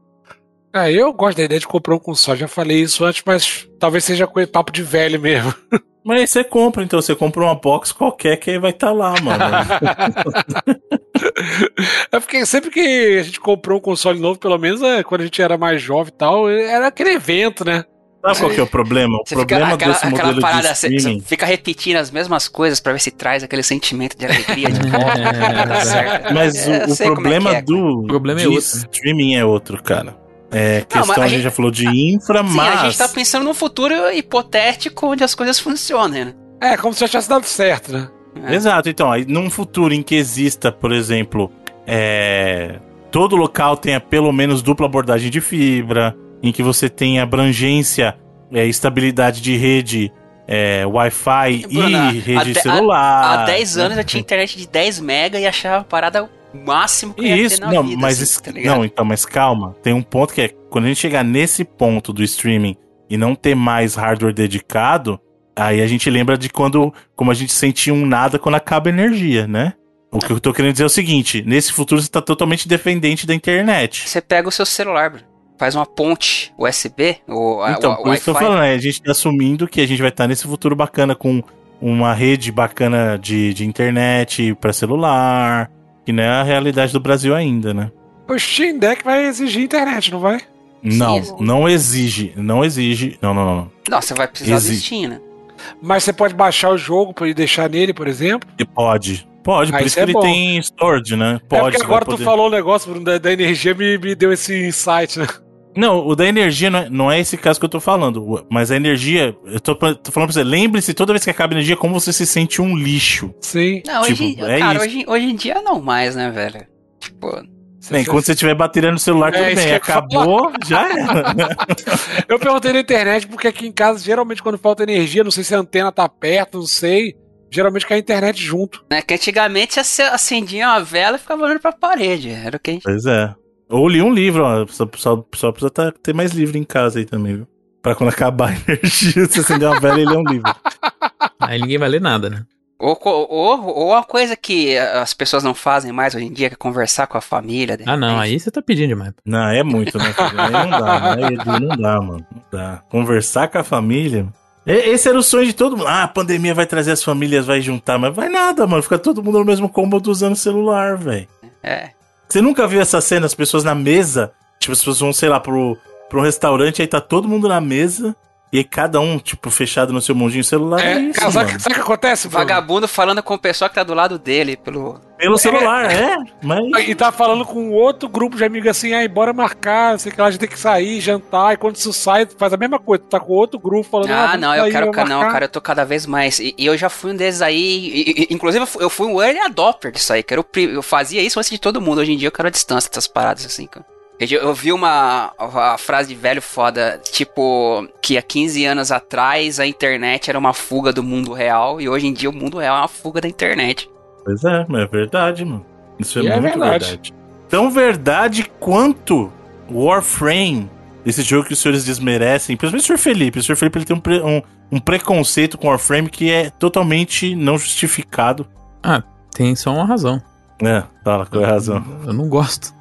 Eu gosto da ideia de comprar um console, já falei isso antes, mas talvez seja com papo de velho mesmo. Mas você compra, então, você compra uma box qualquer que aí vai estar lá, mano. É porque sempre que a gente comprou um console novo, pelo menos quando a gente era mais jovem e tal, era aquele evento, né? Sabe qual que é o problema? O problema desse modelo de streaming... Você fica repetindo as mesmas coisas pra ver se traz aquele sentimento de alegria de volta. Mas o problema do streaming é outro, cara. A gente já falou de infra, mas... a gente tá pensando num futuro hipotético onde as coisas funcionem, né? Como se já tivesse dado certo, né? Exato, então, aí num futuro em que exista, por exemplo, todo local tenha pelo menos dupla abordagem de fibra, em que você tenha abrangência, estabilidade de rede, Wi-Fi e rede celular. Há 10 anos eu tinha internet de 10 mega e achava a parada máximo que ia ter na vida. Mas calma, tem um ponto que é, quando a gente chegar nesse ponto do streaming e não ter mais hardware dedicado, aí a gente lembra de como a gente sentia um nada quando acaba a energia, né? O que eu tô querendo dizer é o seguinte, nesse futuro você tá totalmente dependente da internet. Você pega o seu celular, Bruno, faz uma ponte USB, por isso que eu tô falando, a gente tá assumindo que a gente vai estar nesse futuro bacana com uma rede bacana de internet pra celular, que não é a realidade do Brasil ainda, né? O Steam Deck vai exigir internet, não vai? Não exige. Não, você vai precisar do Steam, né? Mas você pode baixar o jogo e deixar nele, por exemplo? Pode, por isso que ele tem storage, né? Porque agora tu falou um negócio, Bruno, da energia, me deu esse insight, né? Não, o da energia não é esse caso que eu tô falando, mas a energia, eu tô falando pra você, lembre-se, toda vez que acaba a energia, como você se sente um lixo. Sim. Não, hoje em dia não mais, né, velho? Tipo, Enquanto você tiver bateria no celular, tudo bem. Acabou, já era. Eu perguntei na internet, porque aqui em casa, geralmente, quando falta energia, não sei se a antena tá perto, não sei. Geralmente cai a internet junto. É que antigamente acendia uma vela e ficava olhando pra parede. Era o que a gente... Pois é. Ou li um livro, ó. Só precisa ter mais livro em casa aí também, viu? Pra quando acabar a energia, você acender uma vela e ler um livro. Aí ninguém vai ler nada, né? Ou uma coisa que as pessoas não fazem mais hoje em dia, que é conversar com a família. Ah, não, aí você tá pedindo demais. Não, é muito, né? Aí não dá, né? Não dá, mano. Não dá. Conversar com a família... Esse era o sonho de todo mundo. Ah, a pandemia vai trazer as famílias, vai juntar. Mas vai nada, mano. Fica todo mundo no mesmo cômodo usando celular, velho. É. Você nunca viu essa cena? As pessoas na mesa... Tipo, as pessoas vão, sei lá, pra um restaurante, aí tá todo mundo na mesa... E aí cada um, tipo, fechado no seu mundinho celular. É isso, cara, sabe o que acontece? Vagabundo falando com o pessoal que tá do lado dele pelo celular, mas... E tá falando com outro grupo de amigos assim, bora marcar, sei que lá, a gente tem que sair, jantar, e quando isso sai, faz a mesma coisa, tá com outro grupo falando... não, eu quero cara, eu tô cada vez mais, e eu já fui um desses aí, inclusive eu fui um early adopter disso aí, que eu fazia isso antes de todo mundo, hoje em dia eu quero a distância dessas paradas assim, cara. Eu vi uma frase de velho foda, tipo, que há 15 anos atrás a internet era uma fuga do mundo real e hoje em dia o mundo real é uma fuga da internet. Pois é, mas é verdade, mano. Isso é muito verdade. Tão verdade quanto Warframe, esse jogo que os senhores desmerecem, principalmente o Sr. Felipe. O Sr. Felipe ele tem um preconceito com Warframe que é totalmente não justificado. Ah, tem só uma razão. Fala, qual é a razão? Eu não gosto.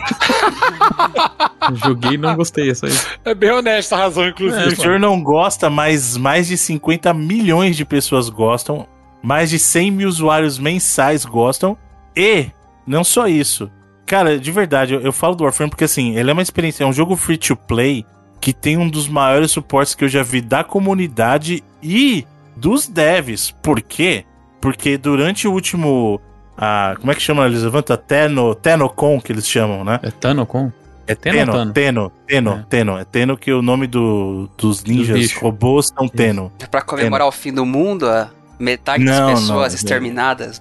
Joguei e não gostei, é só isso. É bem honesta a razão, inclusive. O senhor não gosta, mas mais de 50 milhões de pessoas gostam, mais de 100 mil usuários mensais gostam, e não só isso. Cara, de verdade, eu falo do Warframe porque assim, ele é uma experiência, é um jogo free to play que tem um dos maiores suportes que eu já vi da comunidade e dos devs. Por quê? Porque durante o último... como é que chama? Eles levantam TennoCon, que eles chamam, né? É TennoCon? É Tenno. É Tenno que o nome dos ninjas robôs são Tenno. É pra comemorar o fim do mundo, a metade das pessoas exterminadas.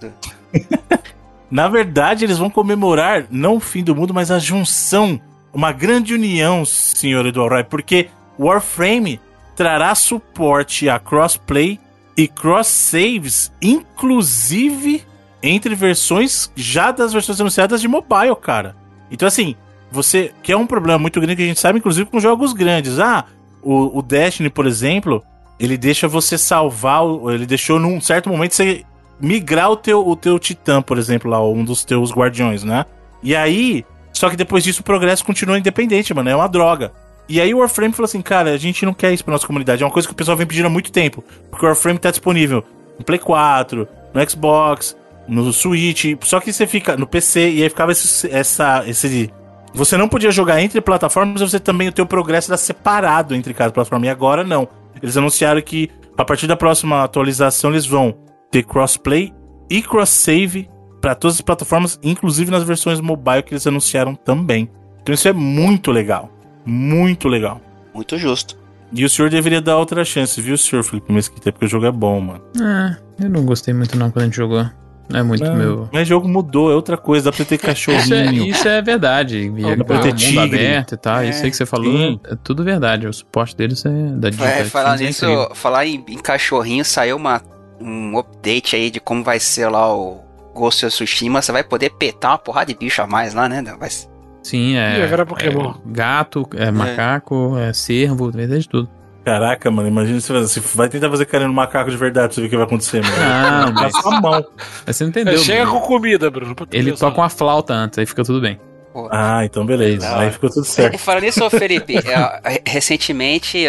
Na verdade, eles vão comemorar não o fim do mundo, mas a junção, uma grande união, senhor Eduardo, porque Warframe trará suporte a crossplay e cross-saves, inclusive... entre versões já das versões anunciadas de mobile, cara. Então, assim, que é um problema muito grande que a gente sabe, inclusive com jogos grandes. O Destiny, por exemplo, ele deixa você salvar, ele deixou num certo momento você migrar o teu titã, por exemplo, lá, um dos teus guardiões, né? E aí, só que depois disso o progresso continua independente, mano, é uma droga. E aí o Warframe falou assim, cara, a gente não quer isso pra nossa comunidade, é uma coisa que o pessoal vem pedindo há muito tempo, porque o Warframe tá disponível no Play 4, no Xbox... no Switch, só que você fica no PC e aí ficava esse você não podia jogar entre plataformas, você também, o teu progresso era separado entre cada plataforma, e agora não. Eles anunciaram que a partir da próxima atualização eles vão ter crossplay e cross-save para todas as plataformas, inclusive nas versões mobile que eles anunciaram também. Então isso é muito legal. Muito legal. Muito justo. E o senhor deveria dar outra chance, viu, senhor Felipe Mesquita? Porque o jogo é bom, mano. Eu não gostei muito não quando a gente jogou. Não é muito meu... Mas o jogo mudou, é outra coisa. Dá pra ter cachorrinho. Isso é verdade. Dá pra ter mundo tigre. Aberto e tal. Isso aí que você falou é tudo verdade. O suporte deles é da digital. Falar em cachorrinho, saiu um update aí de como vai ser lá o Ghost of Tsushima. Você vai poder petar uma porrada de bicho a mais lá, né? Sim, agora Pokémon. Gato, macaco, cervo, vai ter de tudo. Caraca, mano, imagina você vai tentar fazer carinho no macaco de verdade pra você ver o que vai acontecer, mano. Não, mas... sua mão. Mas você não entendeu. Chega com comida, Bruno. Ele toca uma flauta antes, aí fica tudo bem. Então beleza. Aí ficou tudo certo. Falando nisso, Felipe, recentemente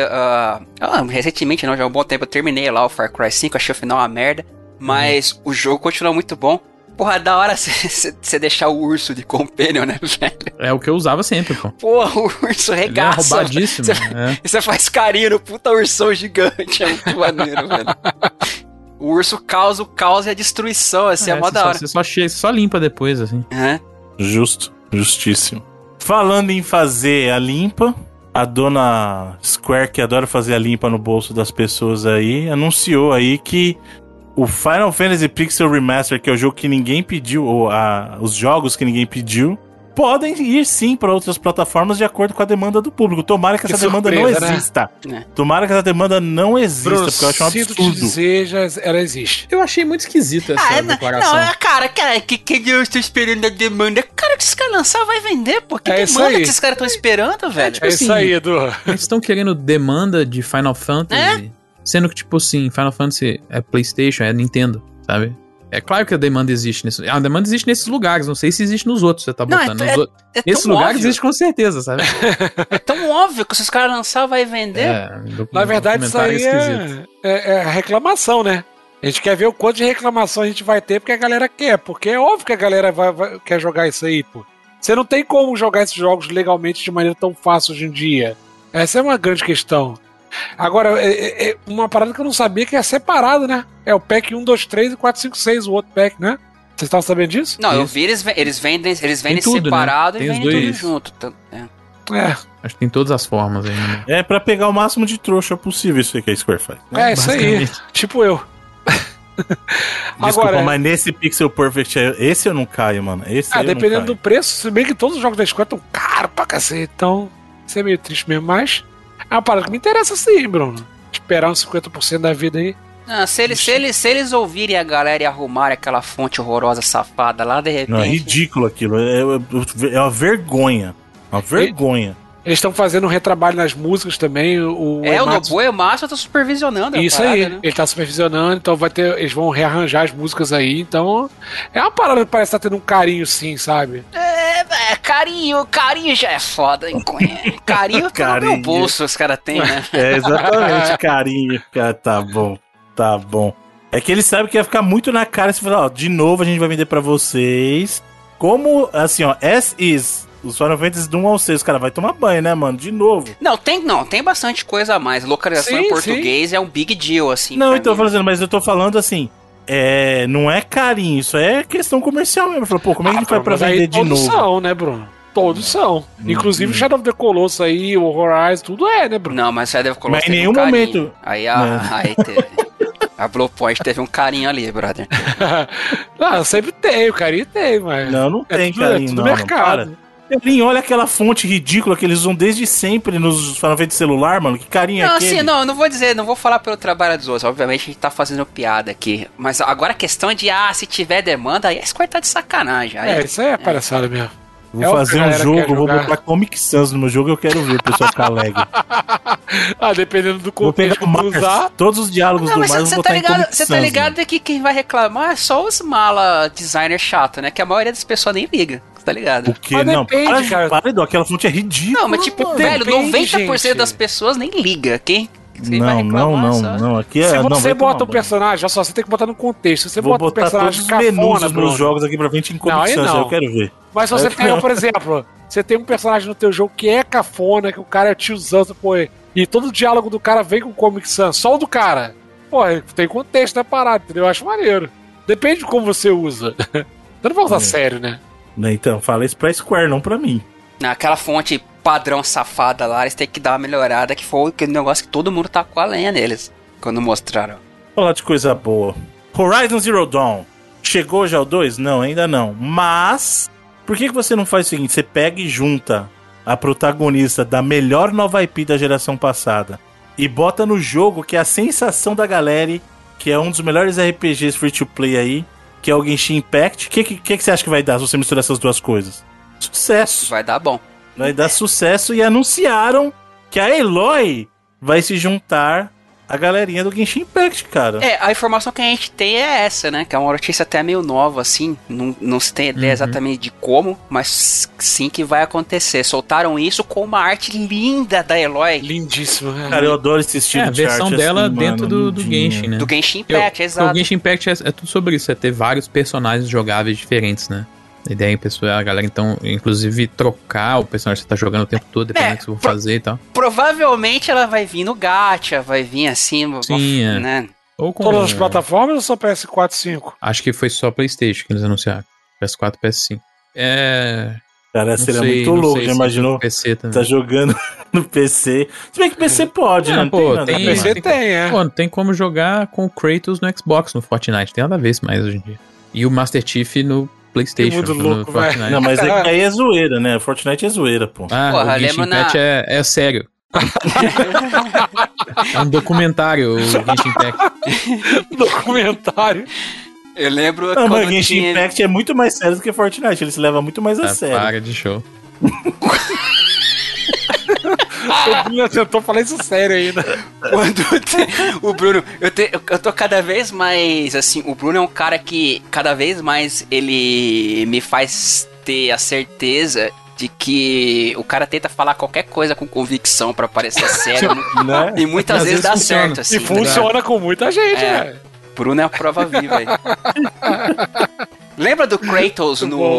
não, já há um bom tempo eu terminei lá o Far Cry 5, achei o final uma merda, mas o jogo continua muito bom. Porra, da hora você deixar o urso de companion, né, velho? É o que eu usava sempre, pô. Porra, o urso regaça. Ele é roubadíssimo. Você faz carinho no puta ursão gigante, é muito maneiro, velho. O urso causa o caos e a destruição, assim, é mó da hora. Você só limpa depois, assim. Justíssimo. Falando em fazer a limpa, a dona Square, que adora fazer a limpa no bolso das pessoas aí, anunciou aí que o Final Fantasy Pixel Remaster, que é o jogo que ninguém pediu, ou os jogos que ninguém pediu, podem ir sim para outras plataformas de acordo com a demanda do público. Tomara que essa demanda não exista. Né? Tomara que essa demanda não exista, Bruno, porque eu acho um absurdo. Te dizer, ela existe. Eu achei muito esquisito essa declaração. Não, cara, que eu estou esperando a demanda. Cara, que esses caras lançar vai vender, pô. Que demanda que esses caras estão esperando, velho? Tipo isso aí, Edu. Eles estão querendo demanda de Final Fantasy, sendo que, tipo assim, Final Fantasy é PlayStation, é Nintendo, sabe? É claro que a demanda existe nisso. A demanda existe nesses lugares, não sei se existe nos outros, você tá botando. Nesses lugares existe com certeza, sabe? É tão óbvio que se os caras lançar, vai vender. Na verdade, isso aí é reclamação, né? A gente quer ver o quanto de reclamação a gente vai ter, porque a galera quer. Porque é óbvio que a galera quer jogar isso aí, pô. Você não tem como jogar esses jogos legalmente de maneira tão fácil hoje em dia. Essa é uma grande questão. Agora, é uma parada que eu não sabia que é separado, né? É o pack 1, 2, 3 e 4, 5, 6, o outro pack, né? Vocês estavam sabendo disso? Não, eu vi eles vendem tudo, separado, né? E vendem tudo junto. Acho que tem todas as formas aí. Né? É pra pegar o máximo de trouxa possível isso aí que a Square faz. Né? É, isso aí. Tipo eu. Desculpa, agora, mas nesse Pixel Perfect, esse eu não caio, mano. Esse dependendo do preço, se bem que todos os jogos da Square estão caros pra cacete, então isso é meio triste mesmo, mas é uma parada que me interessa sim, Bruno. Esperar uns 50% da vida aí. Não, se eles ouvirem a galera e arrumarem aquela fonte horrorosa safada lá, de repente... Não, é ridículo aquilo, é uma vergonha. Uma vergonha. Eles estão fazendo um retrabalho nas músicas também. O Nobuo Uematsu tá supervisionando. Isso parada, aí, né? Ele tá supervisionando, então eles vão rearranjar as músicas aí, então é uma parada que parece estar tendo um carinho sim, sabe? Carinho já é foda, hein? Carinho tá no meu bolso, os caras têm, né? Exatamente, carinho. Cara, tá bom. É que eles sabem que ia ficar muito na cara se falar, de novo a gente vai vender pra vocês. Como, assim, as is... Os Final Fantasy do 1 ao 6, cara, vai tomar banho, né, mano? De novo. Tem bastante coisa a mais. Localização em português é um big deal, assim. Não, então, mas eu tô falando assim, não é carinho, isso é questão comercial mesmo. Falou, pô, como é que a gente vai pra vender de novo? Todos são, né, Bruno? Todos são. Inclusive o Shadow of the Colossus aí, o Horizon, tudo né, Bruno? Não, mas o Shadow of the Colossus em nenhum momento. Aí teve... A Bluepoint teve um carinho ali, brother. Não, sempre tem, o carinho tem, mas... Não tem carinho, tudo mercado. Olha aquela fonte ridícula que eles usam desde sempre nos Final Fantasy celular, mano. Que carinho é aquele? Não, não vou dizer, não vou falar pelo trabalho dos outros. Obviamente a gente tá fazendo piada aqui. Mas agora a questão é de, se tiver demanda, aí a Square tá de sacanagem. Isso aí é palhaçada mesmo. Vou fazer um jogo, vou botar Comic Sans no meu jogo, eu quero ver o pessoal ficar alegre. Dependendo do contexto que Mars, usar. Todos os diálogos do Mars vou botar em Comic Sans. Você tá ligado que quem vai reclamar é só os mala designer chato, né? Que a maioria das pessoas nem liga. Tá ligado? O quê? Não, depende, para, aquela fonte é ridícula. Não, mas tipo, mano, velho, depende, 90% gente. Das pessoas nem liga. Quem vai reclamar, não. Aqui se você bota um personagem, olha só, você tem que botar no contexto. Se você bota um personagem cafona, menus dos meus jogos aqui pra frente em Comic Sans, eu quero ver. Mas se você pega, por exemplo, você tem um personagem no teu jogo que é cafona, que o cara é tiozão, pô, e todo o diálogo do cara vem com o Comic Sans, só o do cara. Pô, tem contexto, né, parado, entendeu? Eu acho maneiro. Depende de como você usa. Você não vai usar sério, né? Então, fala isso pra Square, não pra mim. Naquela fonte padrão safada lá, eles têm que dar uma melhorada, que foi aquele negócio que todo mundo tacou a lenha neles, quando mostraram. Falar de coisa boa. Horizon Zero Dawn. Chegou já o 2? Não, ainda não. Mas, por que você não faz o seguinte? Você pega e junta a protagonista da melhor nova IP da geração passada e bota no jogo, que é a sensação da galera, que é um dos melhores RPGs free-to-play aí, que é o Genshin Impact. O que você acha que vai dar se você misturar essas duas coisas? Sucesso. Vai dar bom. Vai dar sucesso, e anunciaram que a Eloy vai se juntar à galerinha do Genshin Impact, cara. A informação que a gente tem é essa, né? Que é uma notícia até meio nova, assim. Não se tem ideia exatamente de como, mas sim que vai acontecer. Soltaram isso com uma arte linda da Eloy. Lindíssimo, né? Cara, eu adoro esse estilo de arte. A versão dela assim, dentro do Genshin, né? Do Genshin Impact, exato. O Genshin Impact é tudo sobre isso, é ter vários personagens jogáveis diferentes, né? A ideia, pessoal, é a galera, então, inclusive, trocar o personagem que você tá jogando o tempo todo, dependendo do que você for fazer e tal. Provavelmente ela vai vir no gacha, vai vir assim, sim, né? Ou com todas as plataformas ou só PS4 e 5? Acho que foi só PlayStation que eles anunciaram. PS4 e PS5. Cara, seria muito louco, já imaginou? PC tá jogando no PC. Se bem que PC pode, né? PC tem. Pô, não tem como jogar com o Kratos no Xbox, no Fortnite. Tem nada a ver isso mais hoje em dia. E o Master Chief no PlayStation. Que mundo louco, Fortnite. Não, mas aí é zoeira, né? Fortnite é zoeira, pô. O Genshin Impact é sério. É um documentário, o Genshin Impact. Documentário. Eu lembro Não, quando mas Genshin Impact é muito mais sério do que Fortnite. Ele se leva muito mais a sério. Para de show. O Bruno tentou falar isso sério ainda. O Bruno, eu tô cada vez mais, assim, o Bruno é um cara que cada vez mais ele me faz ter a certeza de que o cara tenta falar qualquer coisa com convicção pra parecer sério, né? E muitas vezes dá funciona. certo, assim. E funciona com muita gente, né? Bruno é a prova viva aí. Lembra do Kratos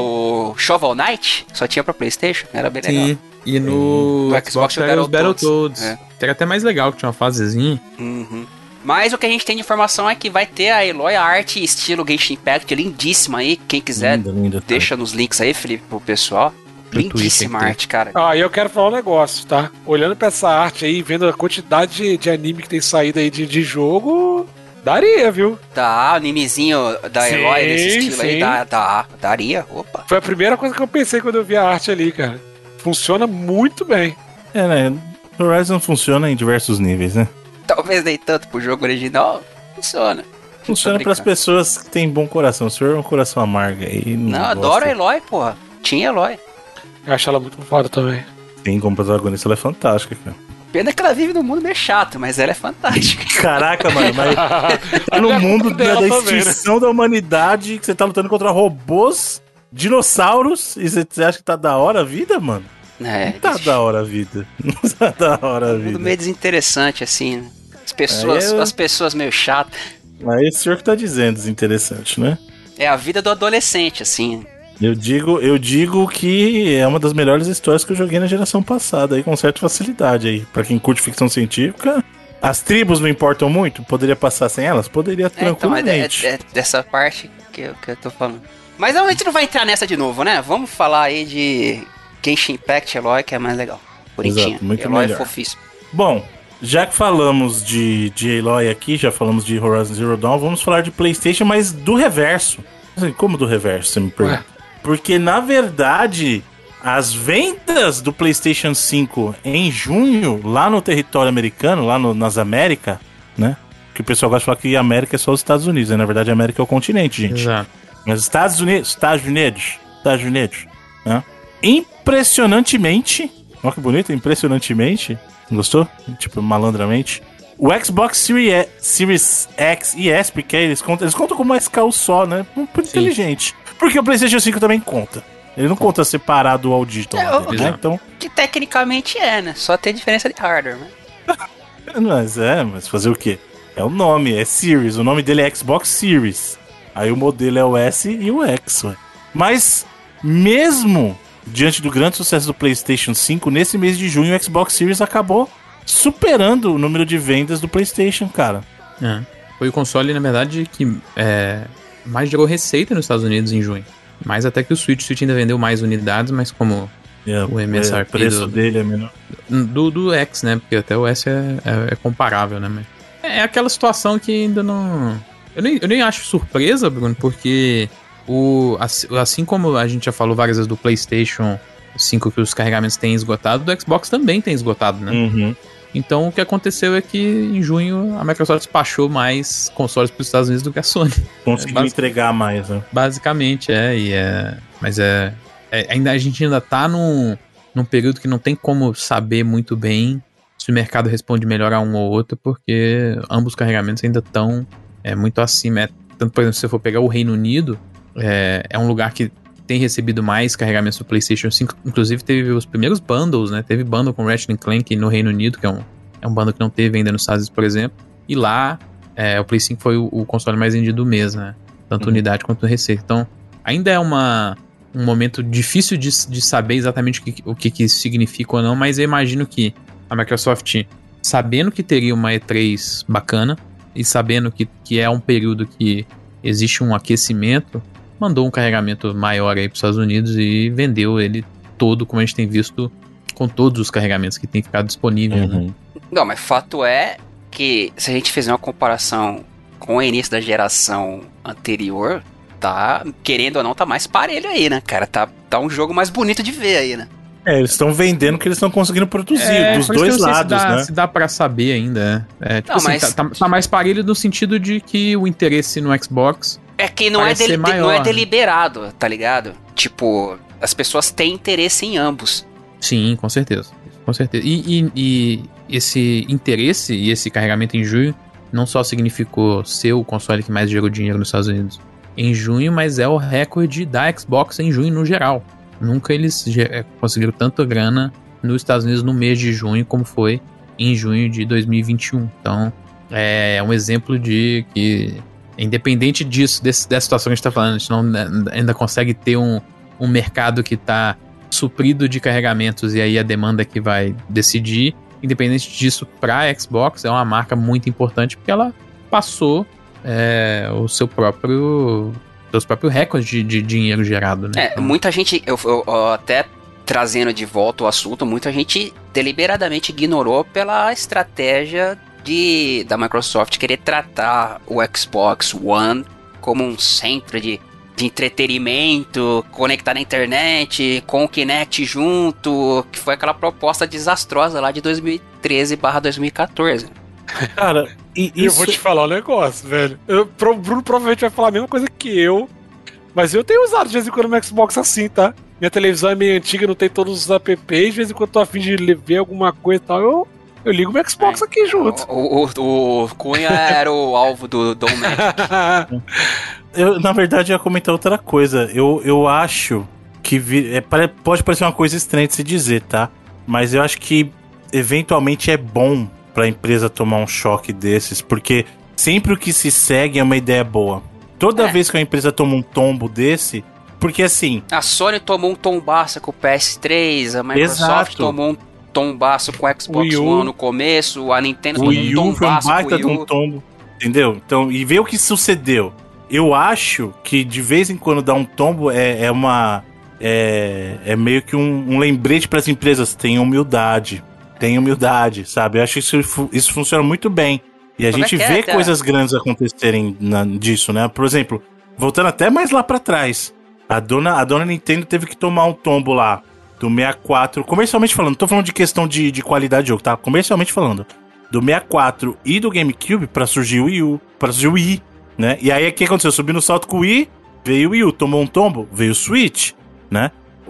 no Shovel Knight? Só tinha pra PlayStation? Era bem legal. Sim, e no Xbox era os Battletoads. É. Que era até mais legal, que tinha uma fasezinha. Uhum. Mas o que a gente tem de informação é que vai ter a Eloy, a arte estilo Genshin Impact, lindíssima aí. Quem quiser, Linda, deixa nos links aí, Felipe, pro pessoal. Lindíssima Twitter, arte, cara. Ah, e eu quero falar um negócio, tá? Olhando pra essa arte aí, vendo a quantidade de anime que tem saído aí de jogo, daria, viu? Tá, o animezinho da Sim, Eloy desse estilo sim. aí, daria. Opa. Foi a primeira coisa que eu pensei quando eu vi a arte ali, cara. Funciona muito bem. É, né? Horizon funciona em diversos níveis, né? Talvez nem tanto pro jogo original, funciona. Funciona pras pessoas que têm bom coração. O senhor é um coração amargo aí. Não, adoro a Eloy, porra. Tinha Eloy. Eu acho ela muito foda também. Sim, como protagonista ela é fantástica, cara. Pena que ela vive num mundo meio chato, mas ela é fantástica. Caraca, mano, mas tá no mundo da extinção da humanidade, que você tá lutando contra robôs, dinossauros, e você acha que tá da hora a vida, mano? É, Não tá da hora a vida. Não tá da hora a um mundo vida. meio desinteressante, assim. Né? As pessoas meio chatas. Aí é o senhor que tá dizendo desinteressante, né? É a vida do adolescente, assim. Eu digo que é uma das melhores histórias que eu joguei na geração passada, aí com certa facilidade aí. Pra quem curte ficção científica, as tribos não importam muito? Poderia passar sem elas? Poderia tranquilamente. Então, é dessa parte que eu tô falando. Mas a gente não vai entrar nessa de novo, né? Vamos falar aí de Genshin Impact Eloy, que é mais legal. Bonitinha. Exato, muito Eloy melhor. é fofíssimo. Bom, já que falamos de Aloy aqui, já falamos de Horizon Zero Dawn, vamos falar de PlayStation, mas do reverso. Assim, como do reverso, você me pergunta? Porque, na verdade, as vendas do PlayStation 5 em junho, lá no território americano, lá nas Américas, né? Que o pessoal gosta de falar que a América é só os Estados Unidos, né? Na verdade, a América é o continente, gente. Exato. Mas Estados Unidos, né? Impressionantemente, olha que bonito, impressionantemente, gostou? Tipo, malandramente. O Xbox Series X e S, porque eles contam como uma SKU só, né? Muito inteligente. Porque o PlayStation 5 também conta. Ele não conta separado ao digital, né? Então, que tecnicamente é, né? Só tem diferença de hardware, né? mas fazer o quê? É o nome, é Series. O nome dele é Xbox Series. Aí o modelo é o S e o X, ué. Mas, mesmo diante do grande sucesso do PlayStation 5, nesse mês de junho o Xbox Series acabou superando o número de vendas do PlayStation, cara. É. Foi o console, na verdade, que mais gerou receita nos Estados Unidos em junho. Mais até que o Switch. O Switch ainda vendeu mais unidades, mas como o MSRP o preço dele é menor. Do X, né? Porque até o S é comparável, né? Mas é aquela situação que ainda não... Eu nem acho surpresa, Bruno, porque assim como a gente já falou várias vezes do PlayStation 5 que os carregamentos têm esgotado, do Xbox também tem esgotado, né? Uhum. Então o que aconteceu é que em junho a Microsoft despachou mais consoles para os Estados Unidos do que a Sony. Conseguiu entregar mais, né? Basicamente, mas a gente ainda tá num período que não tem como saber muito bem se o mercado responde melhor a um ou outro, porque ambos os carregamentos ainda estão muito acima. Tanto, por exemplo, se você for pegar o Reino Unido, é um lugar que tem recebido mais carregamentos do PlayStation 5. Inclusive teve os primeiros bundles, né? Teve bundle com Ratchet & Clank no Reino Unido, que é um bundle que não teve ainda nos Estados Unidos, por exemplo. E lá, o Play 5 foi o console mais vendido do mês, né? Tanto unidade quanto receita. Então, ainda é um momento difícil de saber exatamente o que isso significa ou não, mas eu imagino que a Microsoft, sabendo que teria uma E3 bacana e sabendo que é um período que existe um aquecimento, mandou um carregamento maior aí para os Estados Unidos e vendeu ele todo, como a gente tem visto com todos os carregamentos que tem ficado disponível, né? Não, mas fato é que se a gente fizer uma comparação com o início da geração anterior, tá, querendo ou não, tá mais parelho aí, né, cara? Tá um jogo mais bonito de ver aí, né? Eles estão vendendo que eles estão conseguindo produzir, dos dois lados, né? Se dá pra saber ainda, tipo não, assim, mas... tá mais parelho no sentido de que o interesse no Xbox é que não é deliberado, tá ligado? Tipo, as pessoas têm interesse em ambos. Sim, com certeza. Com certeza. E esse interesse e esse carregamento em junho não só significou ser o console que mais gerou dinheiro nos Estados Unidos em junho, mas é o recorde da Xbox em junho no geral. Nunca eles conseguiram tanta grana nos Estados Unidos no mês de junho como foi em junho de 2021. Então, é um exemplo de que, independente disso, dessa situação que a gente está falando, a gente não, ainda consegue ter um mercado que está suprido de carregamentos e aí a demanda que vai decidir. Independente disso, para a Xbox é uma marca muito importante porque ela passou os seus próprios recordes de dinheiro gerado, né? Muita gente, eu até trazendo de volta o assunto, muita gente deliberadamente ignorou pela estratégia da Microsoft querer tratar o Xbox One como um centro de entretenimento, conectar na internet, com o Kinect junto, que foi aquela proposta desastrosa lá de 2013/2014. Cara, eu vou te falar um negócio, velho. O Bruno provavelmente vai falar a mesma coisa que eu, mas eu tenho usado de vez em quando no Xbox assim, tá? Minha televisão é meio antiga, não tem todos os apps, de vez em quando eu tô a fim de ver alguma coisa e tal, eu ligo o meu Xbox aqui junto. O Cunha era o alvo do Dom Magic. Eu, na verdade, ia comentar outra coisa. Eu acho que pode parecer uma coisa estranha de se dizer, tá? Mas eu acho que eventualmente é bom pra empresa tomar um choque desses, porque sempre o que se segue é uma ideia boa. Toda vez que a empresa toma um tombo desse, porque assim... A Sony tomou um tombaço com o PS3, a Microsoft tomou um tombaço com o Xbox One no começo, a Nintendo tomou um tombaço com o Wii U. Tombo, entendeu? Então, e vê o que sucedeu. Eu acho que de vez em quando dar um tombo é meio que um lembrete para as empresas. Tenham humildade, sabe? Eu acho que isso funciona muito bem. E a gente vê coisas grandes acontecerem disso, né? Por exemplo, voltando até mais lá para trás, a dona Nintendo teve que tomar um tombo lá do 64, comercialmente falando. Não tô falando de questão de qualidade de jogo, tá? Comercialmente falando. Do 64 e do GameCube para surgir o Wii U, para surgir o Wii, né? E aí o que aconteceu? Subiu no salto com o Wii, veio o Wii U, tomou um tombo, veio o Switch, né?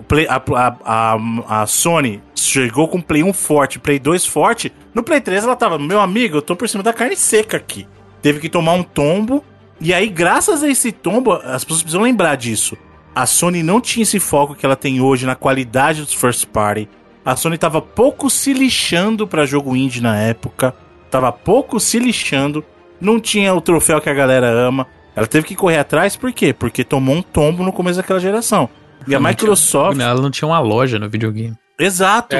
A Sony chegou com o Play 1 forte, Play 2 forte. No Play 3 ela tava, meu amigo, eu tô por cima da carne seca aqui. Teve que tomar um tombo. E aí, graças a esse tombo, as pessoas precisam lembrar disso. A Sony não tinha esse foco que ela tem hoje na qualidade dos first party. A Sony tava pouco se lixando pra jogo indie na época. Tava pouco se lixando. Não tinha o troféu que a galera ama. Ela teve que correr atrás, por quê? Porque tomou um tombo no começo daquela geração. E a Microsoft... Ela não tinha uma loja no videogame. Exato.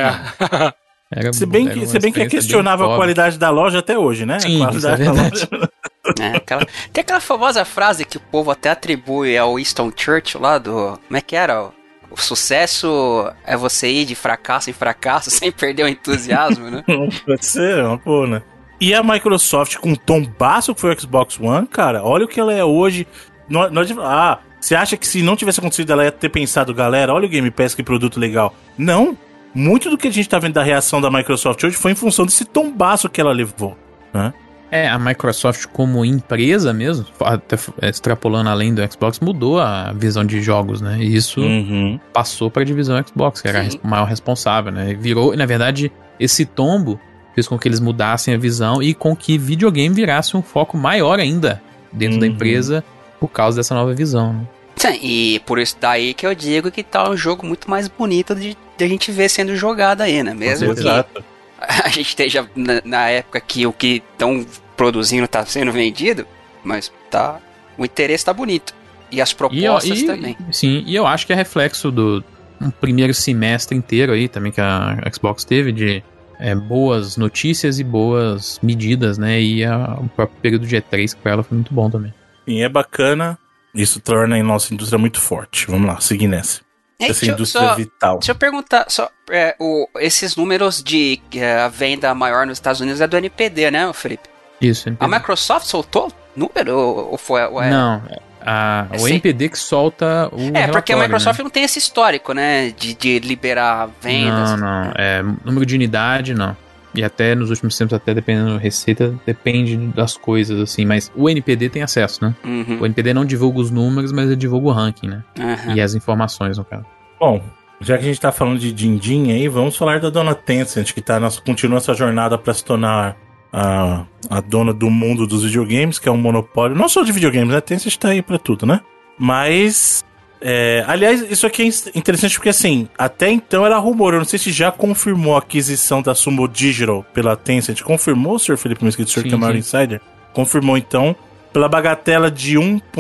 Se bem que é questionável a qualidade da loja até hoje, né? Sim, a qualidade da loja. Tem aquela famosa frase que o povo até atribui ao Winston Churchill lá do... Como é que era? O sucesso é você ir de fracasso em fracasso sem perder o entusiasmo, né? Pode ser, uma pô, né? E a Microsoft com o tombaço que foi o Xbox One, cara, olha o que ela é hoje. Você acha que se não tivesse acontecido ela ia ter pensado, galera, olha o Game Pass, que produto legal. Não. Muito do que a gente tá vendo da reação da Microsoft hoje foi em função desse tombaço que ela levou, né? A Microsoft como empresa mesmo, até extrapolando além do Xbox, mudou a visão de jogos, né? E isso passou pra divisão Xbox, que era a maior responsável, né? Virou, na verdade, esse tombo fez com que eles mudassem a visão e com que videogame virasse um foco maior ainda dentro da empresa por causa dessa nova visão, né? Sim, e por isso daí que eu digo que tá um jogo muito mais bonito de a gente ver sendo jogado aí, né? Mesmo que a gente esteja na época que o que estão produzindo tá sendo vendido, mas o interesse tá bonito. E as propostas também. Sim, e eu acho que é reflexo do um primeiro semestre inteiro aí também que a Xbox teve de boas notícias e boas medidas, né? E o próprio período de E3 pra ela foi muito bom também. Sim, é bacana. Isso torna a nossa indústria muito forte. Vamos lá, seguir nessa. Essa indústria vital. Deixa eu perguntar, esses números de a venda maior nos Estados Unidos é do NPD, né, Felipe? Isso, NPD. A Microsoft soltou número ou foi... Não, O NPD que solta o relatório, porque a Microsoft né? não tem esse histórico, né? De liberar vendas. Não. Número de unidade, não. E até nos últimos tempos, até dependendo da receita, depende das coisas, assim. Mas o NPD tem acesso, né? Uhum. O NPD não divulga os números, mas ele divulga o ranking, né? Uhum. E as informações, no caso. Bom, já que a gente tá falando de din-din aí, vamos falar da dona Tencent, que continua essa jornada para se tornar a dona do mundo dos videogames, que é um monopólio, não só de videogames, né? Tencent tá aí pra tudo, né? Mas, aliás, isso aqui é interessante porque, assim, até então era rumor, eu não sei se já confirmou a aquisição da Sumo Digital pela Tencent. Confirmou, Sr. Felipe Mesquita, que é o maior insider? Confirmou, então, pela bagatela de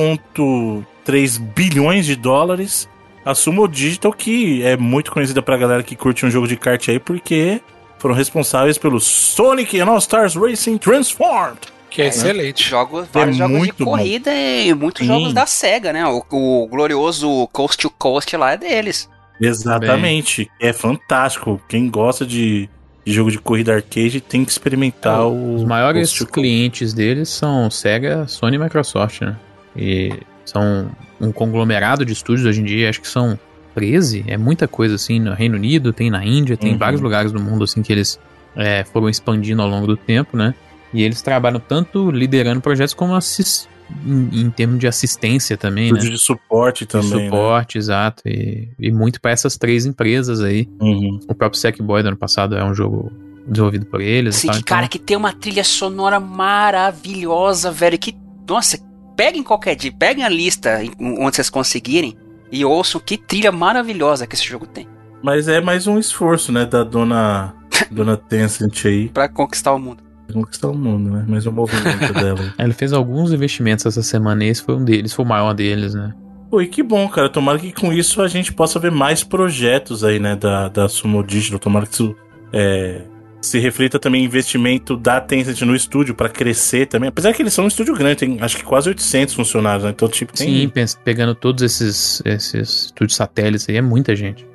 1,3 bilhões de dólares, a Sumo Digital, que é muito conhecida pra galera que curte um jogo de kart aí, porque foram responsáveis pelo Sonic and All Stars Racing Transformed. Que é excelente. Vários jogos de muito corrida e muitos jogos da SEGA, né? O glorioso Coast to Coast lá é deles. Exatamente. É fantástico. Quem gosta de jogo de corrida arcade tem que experimentar Os maiores clientes deles são Sega, Sony e Microsoft, né? E são um conglomerado de estúdios hoje em dia, acho que são 13, é muita coisa assim, no Reino Unido, tem na Índia, tem vários lugares do mundo assim que eles foram expandindo ao longo do tempo, né? E eles trabalham tanto liderando projetos como em termos de assistência também, né? De suporte também, de suporte, né? Exato. E muito para essas 3 empresas aí. O próprio Sackboy do ano passado é um jogo desenvolvido por eles. Sim, cara, que tem uma trilha sonora maravilhosa, velho, que, nossa, peguem qualquer dia, peguem a lista onde vocês conseguirem e ouçam que trilha maravilhosa que esse jogo tem. Mas é mais um esforço, né, da dona Tencent aí. Pra conquistar o mundo. Conquistar o mundo, né? Mas o movimento dela. Ele fez alguns investimentos essa semana e esse foi um deles, foi o maior deles, né? Pô, e que bom, cara. Tomara que com isso a gente possa ver mais projetos aí, né, da Sumo Digital. Tomara que isso se reflita também em investimento da Tencent no estúdio pra crescer também. Apesar que eles são um estúdio grande, tem acho que quase 800 funcionários, né? Então, tipo, tem... Sim, pegando todos esses estúdios satélites aí, é muita gente.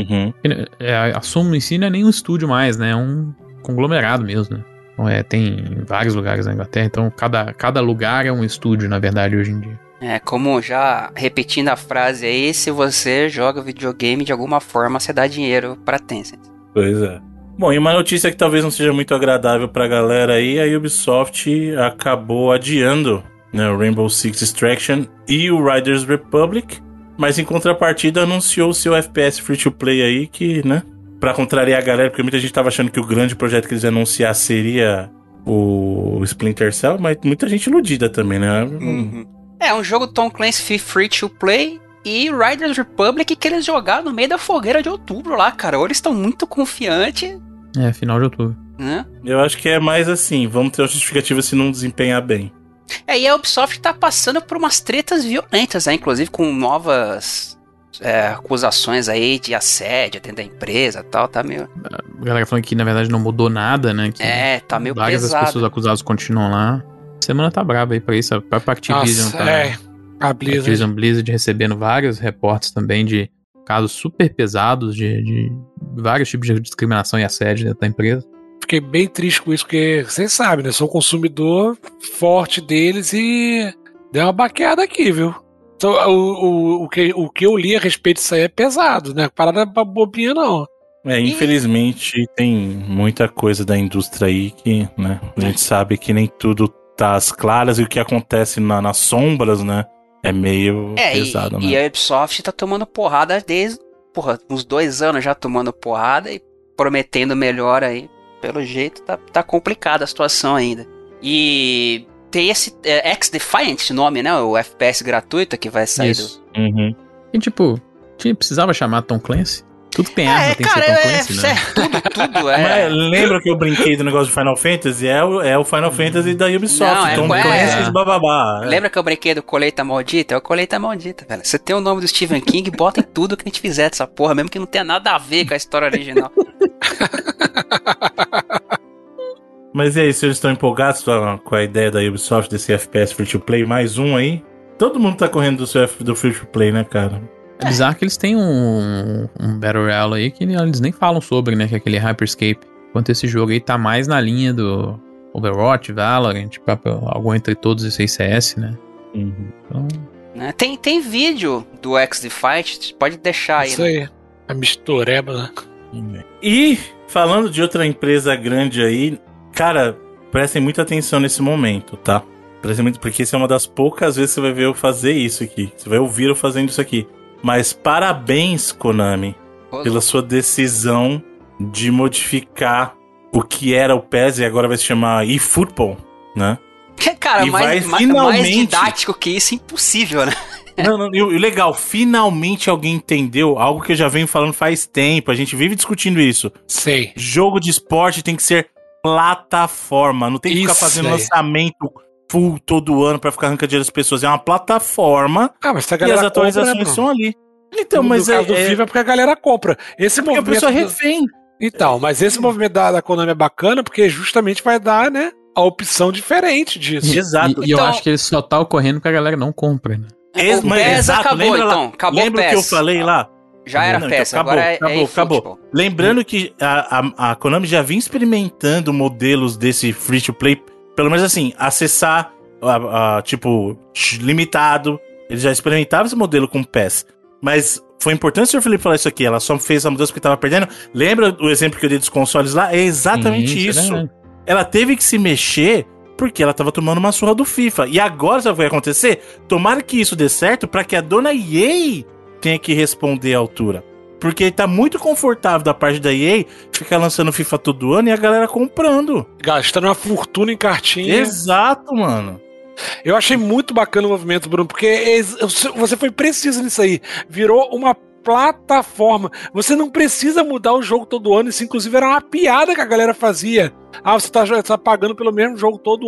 A Sumo em si não é nem um estúdio mais, né? É um conglomerado mesmo, né? Então, tem em vários lugares na Inglaterra, então cada lugar é um estúdio, na verdade, hoje em dia. Como já repetindo a frase aí, se você joga videogame de alguma forma, você dá dinheiro pra Tencent. Pois é. Bom, e uma notícia que talvez não seja muito agradável pra galera aí, a Ubisoft acabou adiando, né, o Rainbow Six Extraction e o Riders Republic, mas em contrapartida anunciou o seu FPS free-to-play aí, que, né, pra contrariar a galera, porque muita gente tava achando que o grande projeto que eles iam anunciar seria o Splinter Cell, mas muita gente iludida também, né? É um jogo Tom Clancy free-to-play e Riders Republic que eles jogaram no meio da fogueira de outubro lá, cara. Ou eles estão muito confiantes. Final de outubro. Né? Eu acho que é mais assim, vamos ter uma justificativa se não desempenhar bem. E a Ubisoft tá passando por umas tretas violentas, né? Inclusive com novas acusações aí de assédio dentro da empresa e tal, tá meio... A galera falando que na verdade não mudou nada, né? Que tá meio várias pesado. das pessoas acusadas continuam lá. A semana tá brava aí pra isso, a própria Activision A Blizzard recebendo vários reportes também de casos super pesados de vários tipos de discriminação e assédio dentro da empresa. Fiquei bem triste com isso, porque vocês sabem, né? Sou um consumidor forte deles e deu uma baqueada aqui, viu? Então, o que eu li a respeito disso aí é pesado, né? Parada pra bobinha, não. Infelizmente tem muita coisa da indústria aí que, né? A gente sabe que nem tudo tá às claras e o que acontece nas sombras, né? É meio pesado, né? E a Ubisoft tá tomando porrada desde, uns 2 anos já tomando porrada e prometendo melhor aí. Pelo jeito, tá complicada a situação ainda. E tem esse X-Defiant, esse nome, né? O FPS gratuito que vai sair do... E tipo, precisava chamar Tom Clancy? Tudo que tem arma tem que ser Tom Clancy, né? Tudo Mas lembra que eu brinquei do negócio de Final Fantasy? É o Final Fantasy da Ubisoft. Tom Clancy bababá. Lembra que eu brinquei do Colheita Maldita? É o Colheita Maldita, velho. Você tem o nome do Stephen King, bota em tudo que a gente fizer dessa porra, mesmo que não tenha nada a ver com a história original. Mas e aí, vocês estão empolgados com a ideia da Ubisoft desse FPS free-to-play? Mais um aí? Todo mundo tá correndo do free-to-play, né, cara? É bizarro que eles têm um Battle Royale aí que eles nem falam sobre, né? Que é aquele Hyperscape. Enquanto esse jogo aí tá mais na linha do Overwatch, Valorant, algo entre todos esses CS, né? Uhum. Então, Né? Tem vídeo do X-Fight, pode deixar aí. Isso aí. A mistureba, né? E, falando de outra empresa grande aí, cara, prestem muita atenção nesse momento, tá? Prestem muito, porque essa é uma das poucas vezes que você vai ver eu fazer isso aqui. Você vai ouvir eu fazendo isso aqui. Mas parabéns, Konami, pela sua decisão de modificar o que era o PES e agora vai se chamar eFootball, né? Cara, E mais didático que isso é impossível, né? Não, e o legal, finalmente alguém entendeu algo que eu já venho falando faz tempo, a gente vive discutindo isso. Sei. Jogo de esporte tem que ser plataforma, não tem que ficar fazendo lançamento full todo ano pra ficar arrancando dinheiro das pessoas, é uma plataforma mas se a e galera as atualizações compra, né, são ali. Então, no mas caso do FIFA é porque a galera compra. Esse porque movimento a pessoa é refém. Então, mas esse movimento da Konami é bacana porque justamente vai dar, né, a opção diferente disso. Exato. E eu acho que ele só tá ocorrendo porque a galera não compra, né? O PES acabou, lembra então. Acabou lembra o que eu falei lá? Já era PES, então, agora é acabou. Lembrando que a Konami já vinha experimentando modelos desse free-to-play, pelo menos assim, acessar, tipo, limitado. Eles já experimentavam esse modelo com PES. Mas foi importante o Sr. Felipe falar isso aqui, ela só fez a mudança porque tava perdendo. Lembra o exemplo que eu dei dos consoles lá? É exatamente isso. Ela teve que se mexer porque ela tava tomando uma surra do FIFA. E agora sabe o que vai acontecer? Tomara que isso dê certo pra que a dona EA tenha que responder à altura. Porque tá muito confortável da parte da EA ficar lançando FIFA todo ano e a galera comprando. Gastando uma fortuna em cartinha. Exato, mano. Eu achei muito bacana o movimento, Bruno, porque você foi preciso nisso aí. Virou uma plataforma. Você não precisa mudar o jogo todo ano. Isso, inclusive, era uma piada que a galera fazia. Você tá pagando pelo mesmo jogo todo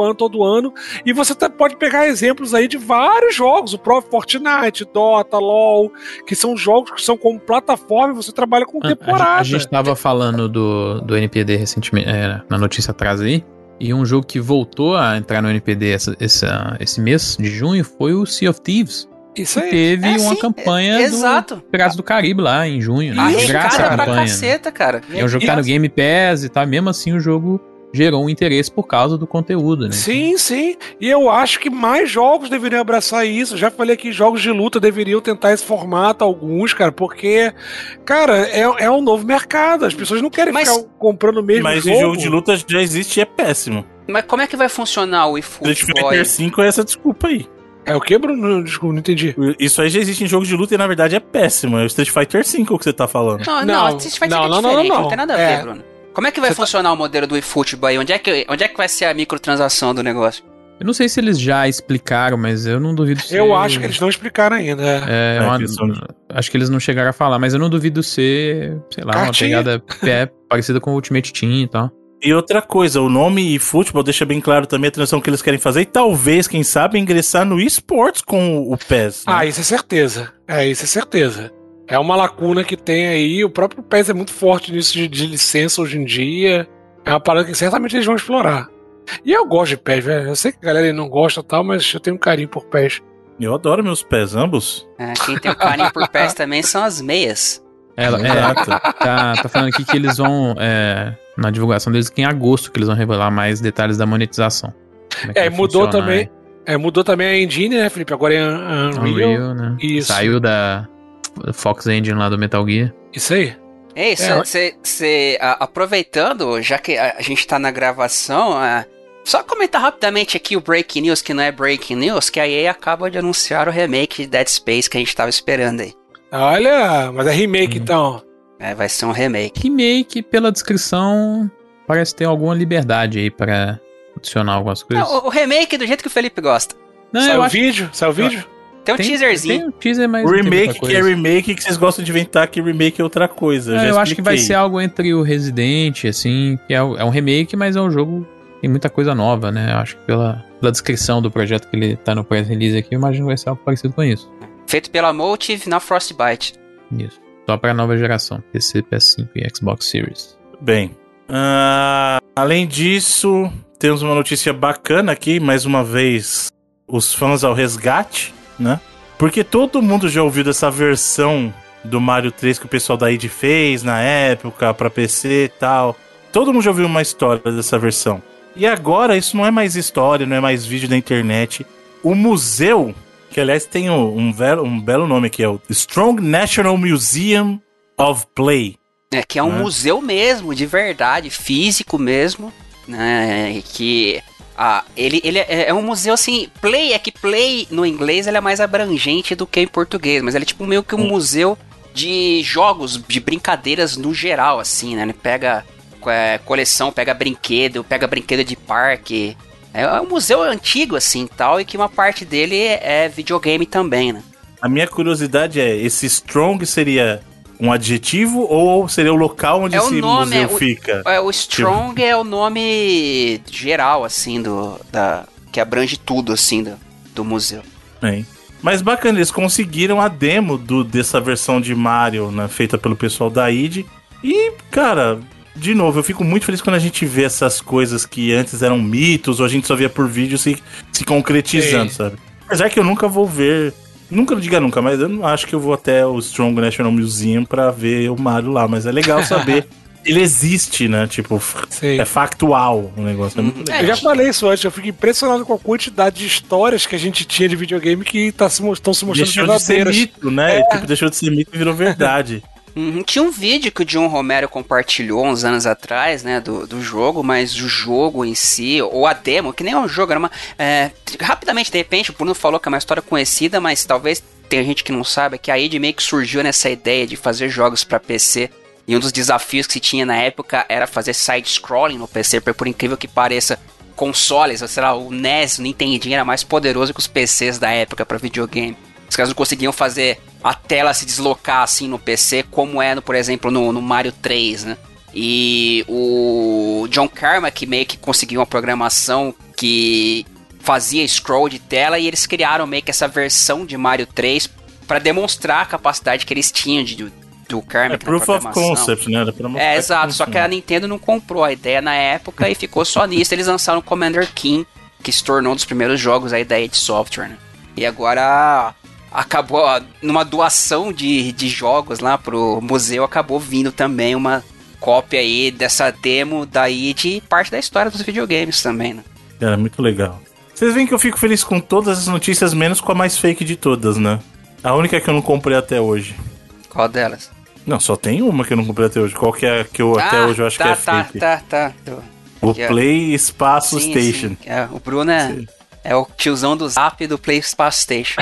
ano. E você pode pegar exemplos aí de vários jogos. O próprio Fortnite, Dota, LoL, que são jogos que são como plataforma e você trabalha com temporada. A gente tava falando do NPD recentemente, na notícia atrás aí. E um jogo que voltou a entrar no NPD esse mês de junho foi o Sea of Thieves. Isso aí. Teve uma campanha do Piratas do Caribe lá em junho, né? Arrecada pra caceta, cara. É um jogo que tá no Game Pass e tal, mesmo assim o jogo gerou um interesse por causa do conteúdo, né? Sim. E eu acho que mais jogos deveriam abraçar isso. Já falei que jogos de luta deveriam tentar esse formato, alguns, cara, porque, cara, é um novo mercado. As pessoas não querem ficar comprando o mesmo jogo. Mas o jogo de luta já existe e é péssimo. Mas como é que vai funcionar o eFootball? Street Fighter 5 é essa desculpa aí. É o que, Bruno? Desculpa, não entendi. Isso aí já existe em jogo de luta e na verdade é péssimo. É o Street Fighter 5 que você tá falando. Não, Street Fighter é diferente, não tem nada a ver, Bruno. Como é que vai funcionar o modelo do eFootball aí? Onde é que vai ser a microtransação do negócio? Eu não sei se eles já explicaram, mas eu não duvido ser... Eu acho que eles não explicaram ainda. Acho que eles não chegaram a falar, mas eu não duvido ser, sei lá, uma pegada parecida com o Ultimate Team e tal. E outra coisa, o nome eFootball deixa bem claro também a transição que eles querem fazer e talvez, quem sabe, ingressar no eSports com o PES. Né? Isso é certeza. Isso é certeza. É uma lacuna que tem aí. O próprio PES é muito forte nisso de licença hoje em dia. É uma parada que certamente eles vão explorar. E eu gosto de PES, velho. Eu sei que a galera não gosta e tal, mas eu tenho um carinho por PES. Eu adoro meus PES, ambos. Quem tem um carinho por PES também são as meias. Tá falando aqui que eles vão... na divulgação deles, que em agosto que eles vão revelar mais detalhes da monetização. Mudou também. Mudou também a engine, né, Felipe? Agora é Unreal, né? Isso. Saiu da Fox Engine lá do Metal Gear. Isso aí. É isso, aproveitando, já que a gente tá na gravação, só comentar rapidamente aqui o Breaking News, que não é Breaking News, que a EA acaba de anunciar o remake de Dead Space que a gente tava esperando aí. Olha, mas é remake então. Vai ser um remake. Remake, pela descrição, parece ter alguma liberdade aí pra adicionar algumas coisas. Não, o remake do jeito que o Felipe gosta. Saiu o vídeo? Tem um teaserzinho. Tem um teaser, mas o remake que é remake, que vocês gostam de inventar que remake é outra coisa. Eu acho que vai ser algo entre o Resident, assim, que é um remake, mas é um jogo que tem muita coisa nova, né? Eu acho que pela descrição do projeto que ele tá no press release aqui, eu imagino que vai ser algo parecido com isso. Feito pela Motive na Frostbite. Isso. Só pra nova geração, PC, PS5 e Xbox Series. Bem, além disso, temos uma notícia bacana aqui, mais uma vez, os fãs ao resgate, né? Porque todo mundo já ouviu dessa versão do Mario 3 que o pessoal da id fez na época, pra PC e tal. Todo mundo já ouviu uma história dessa versão. E agora, isso não é mais história, não é mais vídeo da internet. O museu Que, aliás, tem um belo nome aqui, é o Strong National Museum of Play. Que é um museu mesmo, de verdade, físico mesmo, né? Que ele é um museu assim. Play no inglês ele é mais abrangente do que em português, mas ele é tipo meio que um museu de jogos, de brincadeiras no geral, assim, né? Ele pega coleção, pega brinquedo de parque. É um museu antigo, assim, tal, e que uma parte dele é videogame também, né? A minha curiosidade é, esse Strong seria um adjetivo ou seria o local onde esse museu fica? O Strong é o nome geral, assim, que abrange tudo, assim, do museu. Mas bacana, eles conseguiram a demo dessa versão de Mario, né, feita pelo pessoal da id. E, cara, de novo, eu fico muito feliz quando a gente vê essas coisas que antes eram mitos ou a gente só via por vídeo se concretizando, sabe? Apesar que eu nunca vou ver... Nunca diga nunca, mas eu não acho que eu vou até o Strong National Museum pra ver o Mario lá. Mas é legal saber. Ele existe, né? Tipo, é factual o negócio. É muito legal. Eu já falei isso antes. Eu fico impressionado com a quantidade de histórias que a gente tinha de videogame que estão se mostrando verdadeiras. Deixou de ser mito, né? Tipo, deixou de ser mito e virou verdade. Tinha um vídeo que o John Romero compartilhou uns anos atrás, né, do jogo, mas o jogo em si, ou a demo, que nem é um jogo, era uma... rapidamente, de repente, o Bruno falou que é uma história conhecida, mas talvez tenha gente que não sabe, que a id meio que surgiu nessa ideia de fazer jogos pra PC, e um dos desafios que se tinha na época era fazer side-scrolling no PC, porque por incrível que pareça, consoles, sei lá, o NES, o Nintendinho era mais poderoso que os PCs da época pra videogame. Os caras não conseguiam fazer a tela se deslocar assim no PC, como é, por exemplo, no Mario 3, né? E o John Carmack meio que conseguiu uma programação que fazia scroll de tela, e eles criaram meio que essa versão de Mario 3 para demonstrar a capacidade que eles tinham do Carmack na proof of concept, né? Exato, só que a Nintendo não comprou a ideia na época e ficou só nisso. Eles lançaram o Commander King, que se tornou um dos primeiros jogos aí da id Software, né? E agora... acabou, numa doação de jogos lá pro museu, acabou vindo também uma cópia aí dessa demo daí de parte da história dos videogames também, né? Cara, muito legal. Vocês veem que eu fico feliz com todas as notícias, menos com a mais fake de todas, né? A única que eu não comprei até hoje. Qual delas? Não, só tem uma que eu não comprei até hoje. Qual que é que eu até hoje eu acho que é fake? O Play Espaço Station. Sim. O Bruno é o tiozão do Zap do Play Space Station.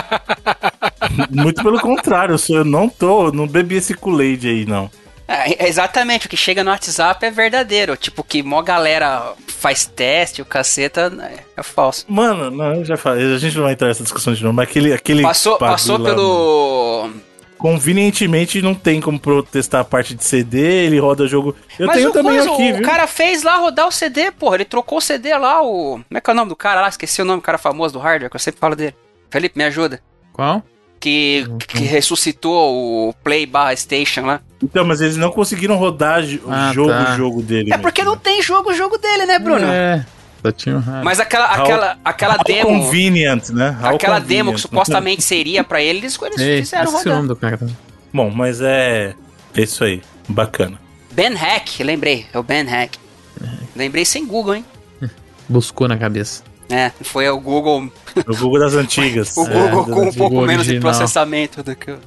Muito pelo contrário, eu não bebi esse Kool-Aid aí, não. Exatamente, o que chega no WhatsApp é verdadeiro. Tipo, que mó galera faz teste, o caceta é falso. Mano, não, já falei, a gente não vai entrar nessa discussão de novo, mas aquele passou pelo... Convenientemente não tem como protestar a parte de CD, ele roda o jogo. Eu tenho também aqui, viu? O cara fez lá rodar o CD, porra. Ele trocou o CD lá, Como é que é o nome do cara lá? Esqueci o nome do cara famoso do hardware, que eu sempre falo dele. Felipe, me ajuda. Qual? Que ressuscitou o Play/Station lá. Então, mas eles não conseguiram rodar o jogo dele. Porque não tem jogo dele, né, Bruno? Só tinha mas aquela demo... convenient, né? Aquela demo que supostamente seria pra eles fizeram rodar. O nome do cara. Bom, mas é isso aí. Bacana. Ben Hack, lembrei. É o Ben Hack. Lembrei sem Google, hein? Buscou na cabeça. Foi o Google... O Google das antigas. O Google com um pouco menos de original. processamento do que...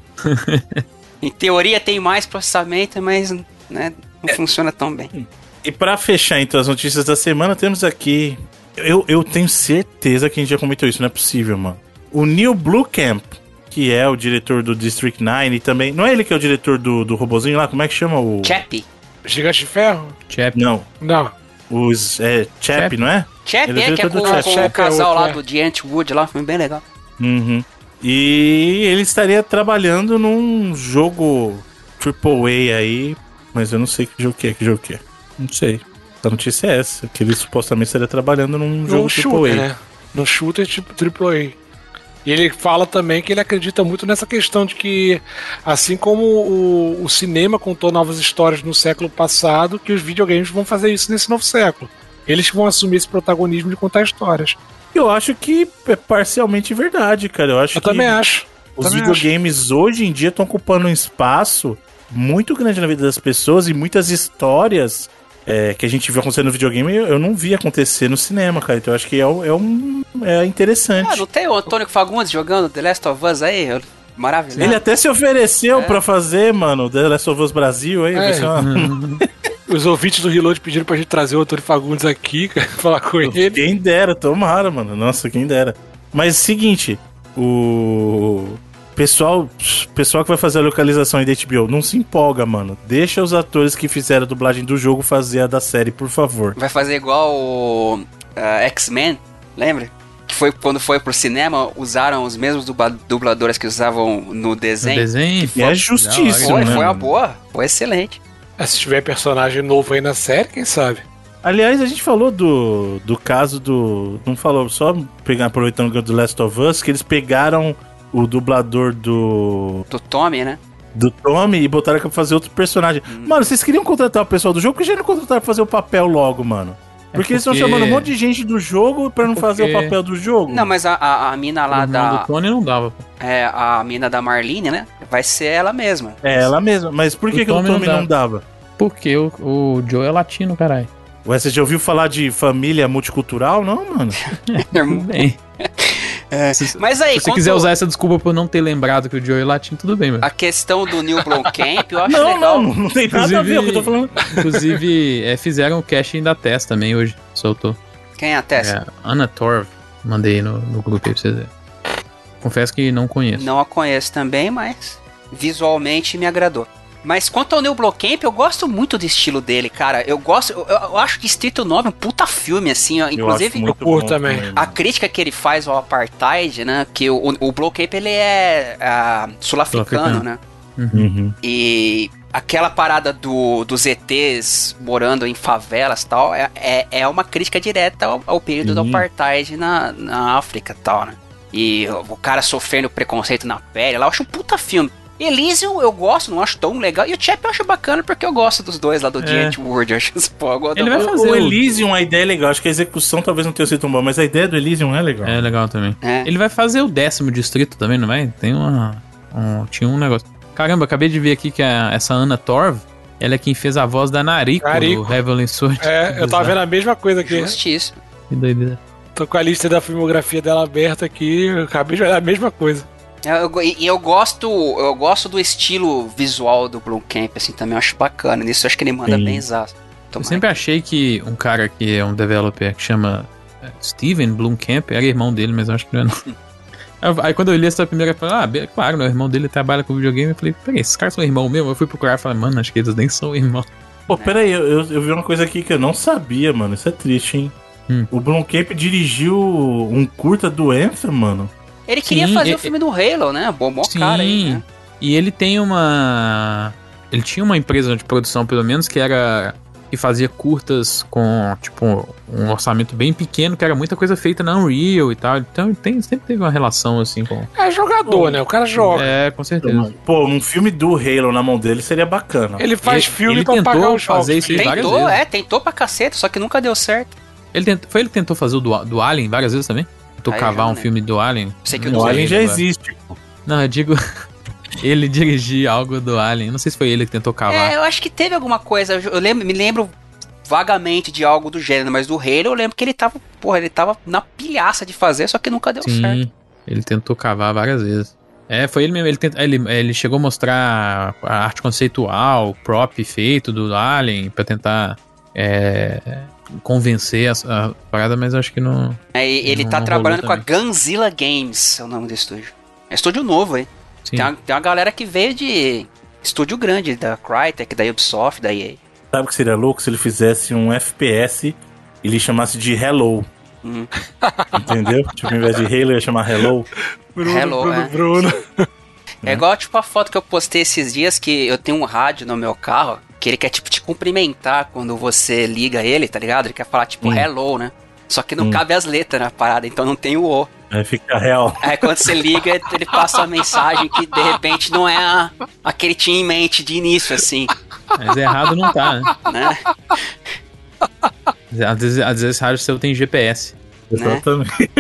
Em teoria tem mais processamento, mas né, não funciona tão bem. E pra fechar então as notícias da semana, temos aqui... Eu tenho certeza que a gente já comentou isso, não é possível, mano. O Neil Blomkamp, que é o diretor do District 9 e também... Não é ele que é o diretor do robozinho lá? Como é que chama o... Chappie. Gigante de Ferro? Chappie. Não. Chappie, não é? Chappie, que é com o casal lá do Giant Wood lá, foi bem legal. Uhum. E ele estaria trabalhando num jogo AAA aí, mas eu não sei que jogo que é. Não sei. A notícia é essa, que ele supostamente estaria trabalhando num jogo shooter, AAA. né? No shooter tipo AAA. E ele fala também que ele acredita muito nessa questão de que, assim como o cinema contou novas histórias no século passado, que os videogames vão fazer isso nesse novo século. Eles vão assumir esse protagonismo de contar histórias. Eu acho que é parcialmente verdade, cara. Eu também acho. Os videogames hoje em dia estão ocupando um espaço muito grande na vida das pessoas e muitas histórias que a gente viu acontecer no videogame eu não vi acontecer no cinema, cara. Então eu acho que é um é interessante. Não tem o Antônio Fagundes jogando The Last of Us aí? Maravilhoso. Ele até se ofereceu pra fazer, mano, The Last of Us Brasil aí. Os ouvintes do Reload pediram pra gente trazer o Antônio Fagundes aqui, cara, falar com ele. Quem dera, tomara, mano. Nossa, quem dera. Mas seguinte, o pessoal que vai fazer a localização aí da HBO, não se empolga, mano. Deixa os atores que fizeram a dublagem do jogo fazer a da série, por favor. Vai fazer igual o X-Men, lembra? Que foi quando foi pro cinema, usaram os mesmos dubladores que usavam no desenho. No desenho? E é justíssimo, né? Foi uma boa, foi excelente. Se tiver personagem novo aí na série, quem sabe? Aliás, a gente falou do caso do... Não falou, só aproveitando o do Last of Us, que eles pegaram o dublador do Tommy, né? Do Tommy e botaram pra fazer outro personagem. Mano, vocês queriam contratar o pessoal do jogo, por que já não contrataram pra fazer o papel logo, mano? Porque eles estão chamando um monte de gente do jogo pra não fazer o papel do jogo. Não, mas a mina lá do Tony não dava. A mina da Marlene, né? Vai ser ela mesma. É ela mesma. Mas por que o Tommy não dava? Porque o Joe é latino, caralho. Ué, você já ouviu falar de família multicultural? Não, mano. Tudo bem. Mas aí, se você quiser usar essa desculpa por não ter lembrado que o Joe é latino, tudo bem, mano. A questão do Neil Blomkamp, eu acho legal. Não tem nada a ver o que eu tô falando. Inclusive, fizeram o casting da Tess também hoje, soltou. Quem é a Tess? Anna Torv, mandei no grupo aí pra vocês verem. Confesso que não conheço. Não a conheço também, mas visualmente me agradou. Mas quanto ao Neil Blomkamp, eu gosto muito do estilo dele, cara. Eu acho que Distrito 9 é um puta filme, assim, ó. Inclusive, eu curto também. A crítica que ele faz ao Apartheid, né? Que o Blomkamp, ele é sul-africano, né? Uhum. E aquela parada dos ETs morando em favelas e tal, é uma crítica direta ao período do Apartheid na África e tal, né? E o cara sofrendo preconceito na pele, lá eu acho um puta filme. Elysium eu gosto, não acho tão legal. E o Chap eu acho bacana porque eu gosto dos dois lá do Giant World. Eu acho ele vai fazer o Elysium, a ideia é legal. Acho que a execução talvez não tenha sido tão boa, mas a ideia do Elysium é legal. É legal também. Ele vai fazer o 10º distrito também, não vai? Tem tinha um negócio. Caramba, acabei de ver aqui que essa Anna Torv, ela é quem fez a voz da Nariko do Heavenly Sword. Eu tava vendo a mesma coisa aqui. Justiça. Que doideira. Tô com a lista da filmografia dela aberta aqui, eu acabei de olhar a mesma coisa. Eu gosto do estilo visual do Blomkamp, assim, também eu acho bacana. Nisso eu acho que ele manda bem exato. Eu sempre achei que um cara que é um developer que chama Steven Blomkamp era irmão dele, mas eu acho que não é não. Aí quando eu li essa primeira, eu falei, claro, o irmão dele trabalha com videogame. Eu falei, peraí, esses caras são irmão mesmo? Eu fui procurar e falei, mano, acho que eles nem são irmãos. Pô, peraí, eu vi uma coisa aqui que eu não sabia, mano. Isso é triste, hein? O Blomkamp dirigiu um curta do Anthem, mano. Ele queria fazer o filme do Halo, né? Bom cara aí, né? E ele tem ele tinha uma empresa de produção, pelo menos, que fazia curtas com, tipo, um orçamento bem pequeno, que era muita coisa feita na Unreal e tal. Então sempre teve uma relação, assim, com... É jogador, né? O cara joga. É, com certeza. Pô, um filme do Halo na mão dele seria bacana. Ele faz filme pra pagar os jogos. Tentou pra caceta, só que nunca deu certo. Foi ele que tentou fazer o do Alien várias vezes também? Tentou cavar um filme do Alien? Sei que o Alien já existe. Não, eu digo... ele dirigir algo do Alien. Não sei se foi ele que tentou cavar. Eu acho que teve alguma coisa. Me lembro vagamente de algo do gênero, mas do Halo eu lembro que ele tava na pilhaça de fazer, só que nunca deu certo. Sim, ele tentou cavar várias vezes. Foi ele mesmo. Ele chegou a mostrar a arte conceitual, o prop feito do Alien, pra tentar... convencer a parada, mas acho que não... ele tá trabalhando com a Gunzilla Games, é o nome do estúdio. É estúdio novo, hein? Tem uma galera que veio de estúdio grande, da Crytek, da Ubisoft, da EA. Sabe o que seria louco se ele fizesse um FPS e ele chamasse de Hello? Entendeu? Tipo, ao invés de Halo, ia chamar Hello. Bruno. É igual, tipo, a foto que eu postei esses dias, que eu tenho um rádio no meu carro, que ele quer, tipo, te cumprimentar quando você liga ele, tá ligado? Ele quer falar, tipo, hello, né? Só que não cabe as letras na parada, então não tem o O. Aí fica real. Aí quando você liga, ele passa uma mensagem que, de repente, não é a que ele tinha em mente de início, assim. Mas errado não tá, né? Às vezes esse rádio seu tem GPS. Exatamente.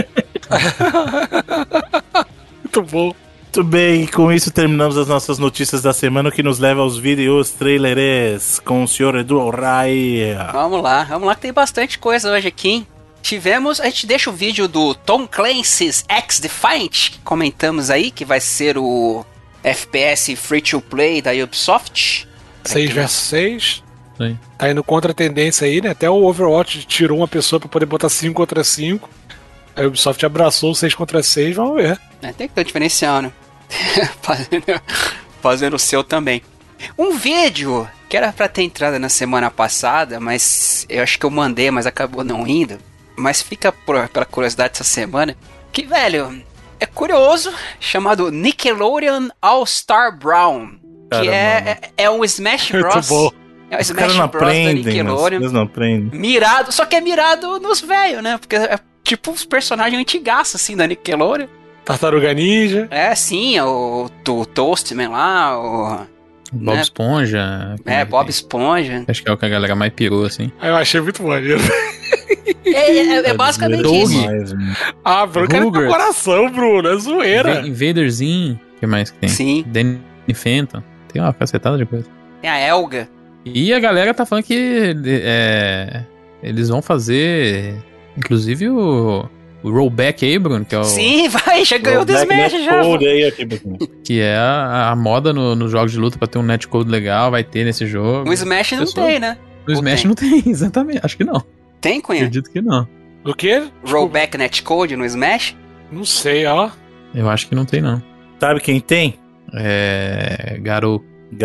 Muito bom. Muito bem, com isso terminamos as nossas notícias da semana, o que nos leva aos vídeos trailers com o senhor Edu Rai. Vamos lá que tem bastante coisa hoje aqui, hein? A gente deixa o vídeo do Tom Clancy's X-Defiant, que comentamos aí, que vai ser o FPS free-to-play da Ubisoft. 6 vs 6. Sim. Tá indo contra a tendência aí, né? Até o Overwatch tirou uma pessoa pra poder botar 5 contra 5. A Ubisoft abraçou o 6 contra 6, vamos ver. Tem que ter um diferencial, né? Fazendo o seu também. Um vídeo que era pra ter entrado na semana passada, mas eu acho que eu mandei, mas acabou não indo. Mas fica pela curiosidade dessa semana. Que, velho, é curioso, chamado Nickelodeon All-Star Brown. Que é um Smash Bros. Muito bom. É o Smash Bros da Nickelodeon. Eles não aprendem. Mirado, só que é mirado nos velhos, né? Porque é tipo os personagens antigaços, assim, da Nickelodeon. Tartaruga Ninja. É, sim, o Toastman lá, o... Bob né? Esponja. Bob Esponja. Acho que é o que a galera mais pirou, assim. Eu achei muito maneiro. É basicamente isso. Bruno, quero teu coração, Bruno. É zoeira. Invaderzinho. O que mais que tem? Sim. Danny Phantom. Tem uma cacetada de coisa. Tem a Elga. E a galera tá falando que eles vão fazer, inclusive, o rollback aí, Bruno, que é o... Sim, já ganhou do Smash já. Que é a moda nos jogos de luta pra ter um netcode legal, vai ter nesse jogo. O Smash não tem, né? O Smash não tem, exatamente. Acho que não. Tem, Cunha? Acredito que não. O quê? Rollback netcode no Smash? Não sei, ó. Eu acho que não tem, não. Sabe quem tem? Garou.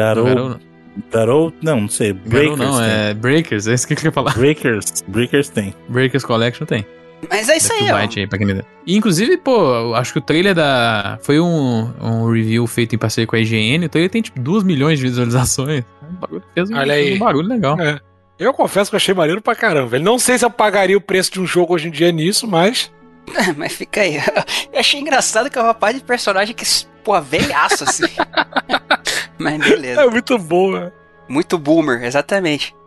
Não sei. Breakers não, é Breakers, é isso que eu queria falar. Breakers tem. Breakers Collection tem. Mas é isso aí, ó. Aí pra quem me dá. E, inclusive, pô, acho que o trailer foi um review feito em parceria com a IGN. O trailer tem, tipo, 2 milhões de visualizações. O bagulho fez um barulho legal. É. Eu confesso que eu achei maneiro pra caramba, velho. Não sei se eu pagaria o preço de um jogo hoje em dia nisso, mas... Mas fica aí. Eu achei engraçado que é um rapaz de personagem que, pô, velhaço, assim. Mas beleza. É muito boa. Muito boomer, exatamente.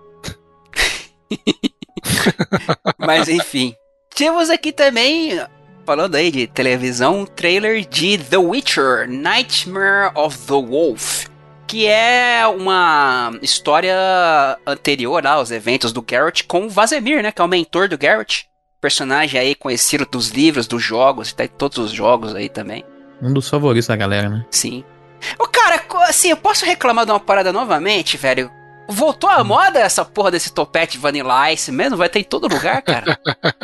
Mas enfim. Temos aqui também, falando aí de televisão, um trailer de The Witcher, Nightmare of the Wolf. Que é uma história anterior aos eventos do Geralt com o Vazemir, né? Que é o mentor do Geralt. Personagem aí conhecido dos livros, dos jogos, tá em todos os jogos aí também. Um dos favoritos da galera, né? Sim. Ô, cara, assim, eu posso reclamar de uma parada novamente, velho? Voltou à moda essa porra desse topete Vanilla Ice mesmo? Vai ter em todo lugar, cara.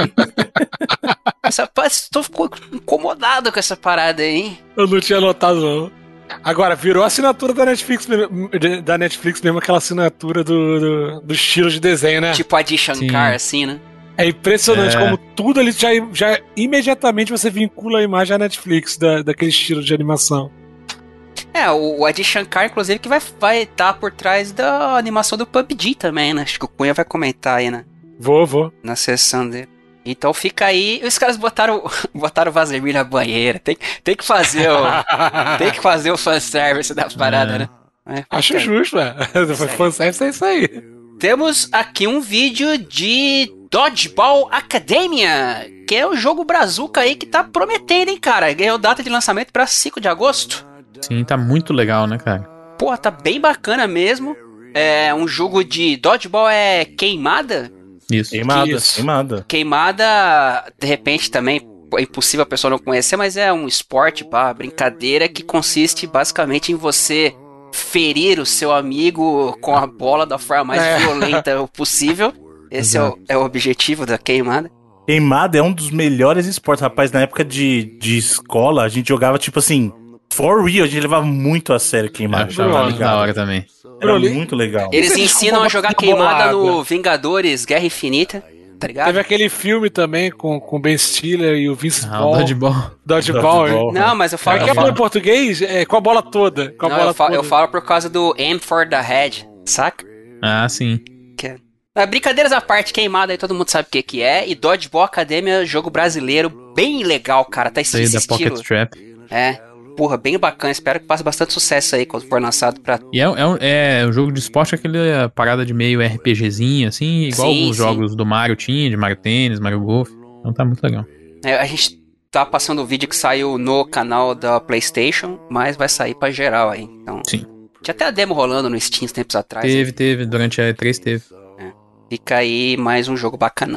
Tô incomodado com essa parada aí, hein? Eu não tinha notado, não. Agora, virou a assinatura da Netflix mesmo, aquela assinatura do estilo de desenho, né? Tipo a de Shankar, assim, né? É impressionante como tudo ali já imediatamente você vincula a imagem à Netflix daquele estilo de animação. O Adi Shankar, inclusive, que vai estar por trás da animação do PUBG também, né? Acho que o Cunha vai comentar aí, né? Vou. Na sessão dele. Então fica aí. Os caras botaram o Vazemir na banheira. Tem que fazer o fanservice da parada, né? Acho justo, velho. Fanservice é isso aí. Temos aqui um vídeo de Dodgeball Academia, que é o jogo brazuca aí que tá prometendo, hein, cara? Ganhou data de lançamento pra 5 de agosto. Sim, tá muito legal, né, cara? Pô, tá bem bacana mesmo. É um jogo de Dodgeball, queimada? Isso. Queimada, de repente também é impossível a pessoa não conhecer, mas é um esporte, brincadeira que consiste basicamente em você ferir o seu amigo com a bola da forma mais violenta possível. Esse é o objetivo da queimada. Queimada é um dos melhores esportes, rapaz. Na época de escola, a gente jogava tipo assim, for real, a gente levava muito a sério queimada. Da hora também. Era muito legal. Eles ensinam a jogar queimada no Vingadores Guerra Infinita, tá ligado? Teve aquele filme também com Ben Stiller e o Vince Vaughn. Dodgeball. Não, mas eu falo... É que é em português? É com a bola toda. Eu falo por causa do Aim for the Head, saca? Ah, sim. Brincadeiras à parte, queimada aí todo mundo sabe o que é. E Dodgeball Academia, jogo brasileiro, bem legal, cara. Tá esse da estilo. Pocket Trap. Porra, bem bacana. Espero que faça bastante sucesso aí quando for lançado pra... E é um jogo de esporte, aquele parada de meio RPGzinho, assim, igual os jogos do Mario tinha, de Mario Tênis, Mario Golf. Então tá muito legal. A gente tá passando o vídeo que saiu no canal da PlayStation, mas vai sair pra geral aí. Então, sim. Tinha até a demo rolando no Steam tempos atrás. Teve. Durante a E3 teve. Fica aí mais um jogo bacanudo.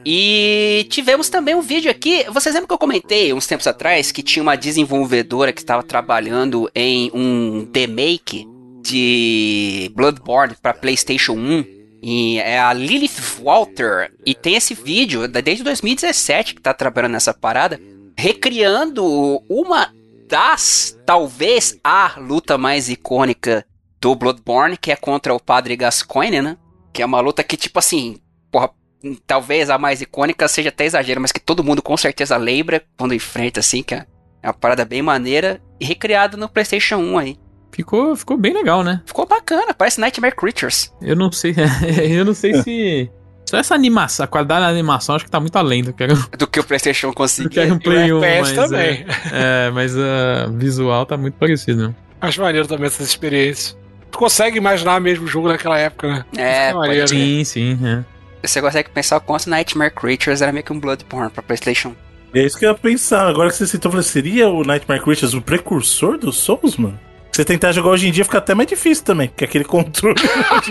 E tivemos também um vídeo aqui. Vocês lembram que eu comentei uns tempos atrás que tinha uma desenvolvedora que estava trabalhando em um remake de Bloodborne para PlayStation 1? E é a Lilith Walter. E tem esse vídeo desde 2017 que tá trabalhando nessa parada, recriando uma das, talvez a luta mais icônica do Bloodborne, que é contra o Padre Gascoigne, né? Que é uma luta que, tipo assim, porra, talvez a mais icônica seja até exagero, mas que todo mundo com certeza lembra quando enfrenta, assim, que é uma parada bem maneira e recriada no PlayStation 1 aí. Ficou bem legal, né? Ficou bacana, parece Nightmare Creatures. Eu não sei se... Só essa animação, a qualidade da animação acho que tá muito além do que o PlayStation conseguiu. Do que um Play 1, mas também. Mas o visual tá muito parecido, né? Acho maneiro também essa experiência. Tu consegue imaginar mesmo o jogo naquela época, né? É, maneiro, sim. Você consegue pensar o quanto Nightmare Creatures era meio que um Bloodborne pra PlayStation. É isso que eu ia pensar. Agora que você citou, seria o Nightmare Creatures o precursor dos Souls, mano? Se você tentar jogar hoje em dia, fica até mais difícil também, porque aquele controle hoje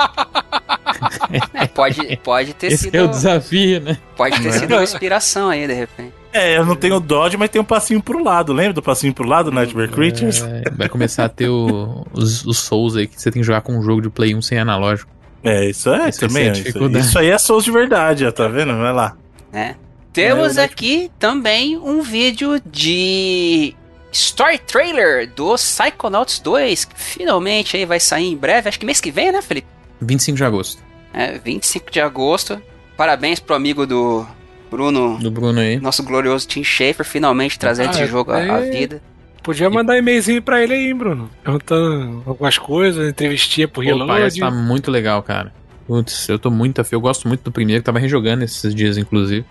em dia... pode ter Esse sido... é o desafio, né? Pode ter sido uma inspiração aí, de repente. Eu não tenho dodge, mas tem um passinho pro lado. Lembra do passinho pro lado, Nightmare Creatures? Vai começar a ter os Souls aí, que você tem que jogar com um jogo de Play 1 sem analógico. Isso também. Dificuldade. Isso aí é Souls de verdade, ó, tá vendo? Vai lá. Temos aqui também um vídeo de... Story Trailer do Psychonauts 2, que finalmente aí vai sair em breve, acho que mês que vem, né, Felipe? 25 de agosto. 25 de agosto. Parabéns pro amigo do Bruno. Do Bruno aí. Nosso glorioso Tim Schafer, finalmente trazendo esse jogo à vida. Podia mandar e-mailzinho pra ele aí, Bruno. Perguntando algumas coisas, entrevistinha pro Reload. Parece tá muito legal, cara. Putz, eu tô muito afim. Eu gosto muito do primeiro, que tava rejogando esses dias, inclusive.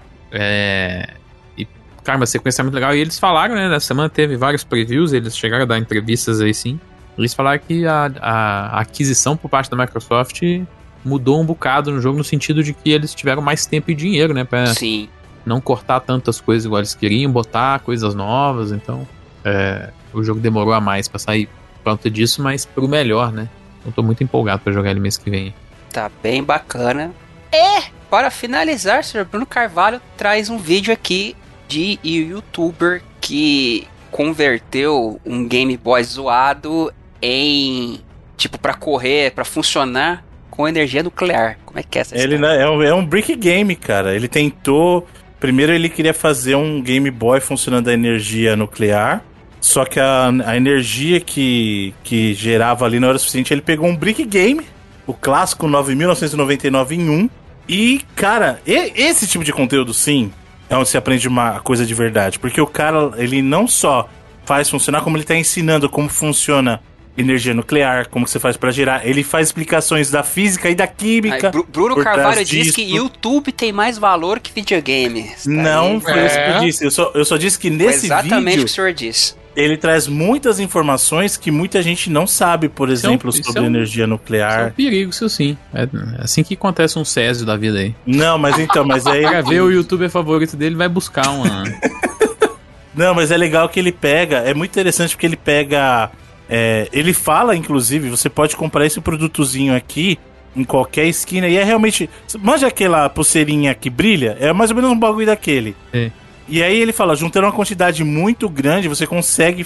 Cara, uma sequência muito legal. E eles falaram, né? Na semana teve vários previews, eles chegaram a dar entrevistas aí sim. Eles falaram que a aquisição por parte da Microsoft mudou um bocado no jogo, no sentido de que eles tiveram mais tempo e dinheiro, né? Pra não cortar tantas coisas igual eles queriam, botar coisas novas. Então, o jogo demorou a mais pra sair por conta disso, mas pro melhor, né? Eu tô muito empolgado pra jogar ele mês que vem. Tá bem bacana. E, para finalizar, o Sr. Bruno Carvalho traz um vídeo aqui de youtuber que converteu um Game Boy zoado em, tipo, pra correr, pra funcionar com energia nuclear. Como é que é essa história? Ele é um brick game, cara. Ele tentou... Primeiro ele queria fazer um Game Boy funcionando a energia nuclear, só que a energia que gerava ali não era suficiente. Ele pegou um brick game, o clássico 9.999 em 1, e, cara, esse tipo de conteúdo, sim, é onde você aprende uma coisa de verdade. Porque o cara, ele não só faz funcionar, como ele tá ensinando como funciona energia nuclear, como que você faz pra gerar. Ele faz explicações da física e da química. Bruno Carvalho diz que YouTube tem mais valor que videogame. Não foi isso que eu disse. Eu só disse que nesse vídeo... Exatamente o que o senhor disse. Ele traz muitas informações que muita gente não sabe, por exemplo, sobre energia nuclear. Isso é um perigo, isso sim. É assim que acontece um Césio da vida aí. Não, mas aí... Pra ver o youtuber favorito dele, vai buscar uma... Não, mas é legal que ele pega... É muito interessante porque ele pega... ele fala, inclusive, você pode comprar esse produtozinho aqui em qualquer esquina, e é realmente... Manja aquela pulseirinha que brilha? É mais ou menos um bagulho daquele. E aí ele fala, juntando uma quantidade muito grande, você consegue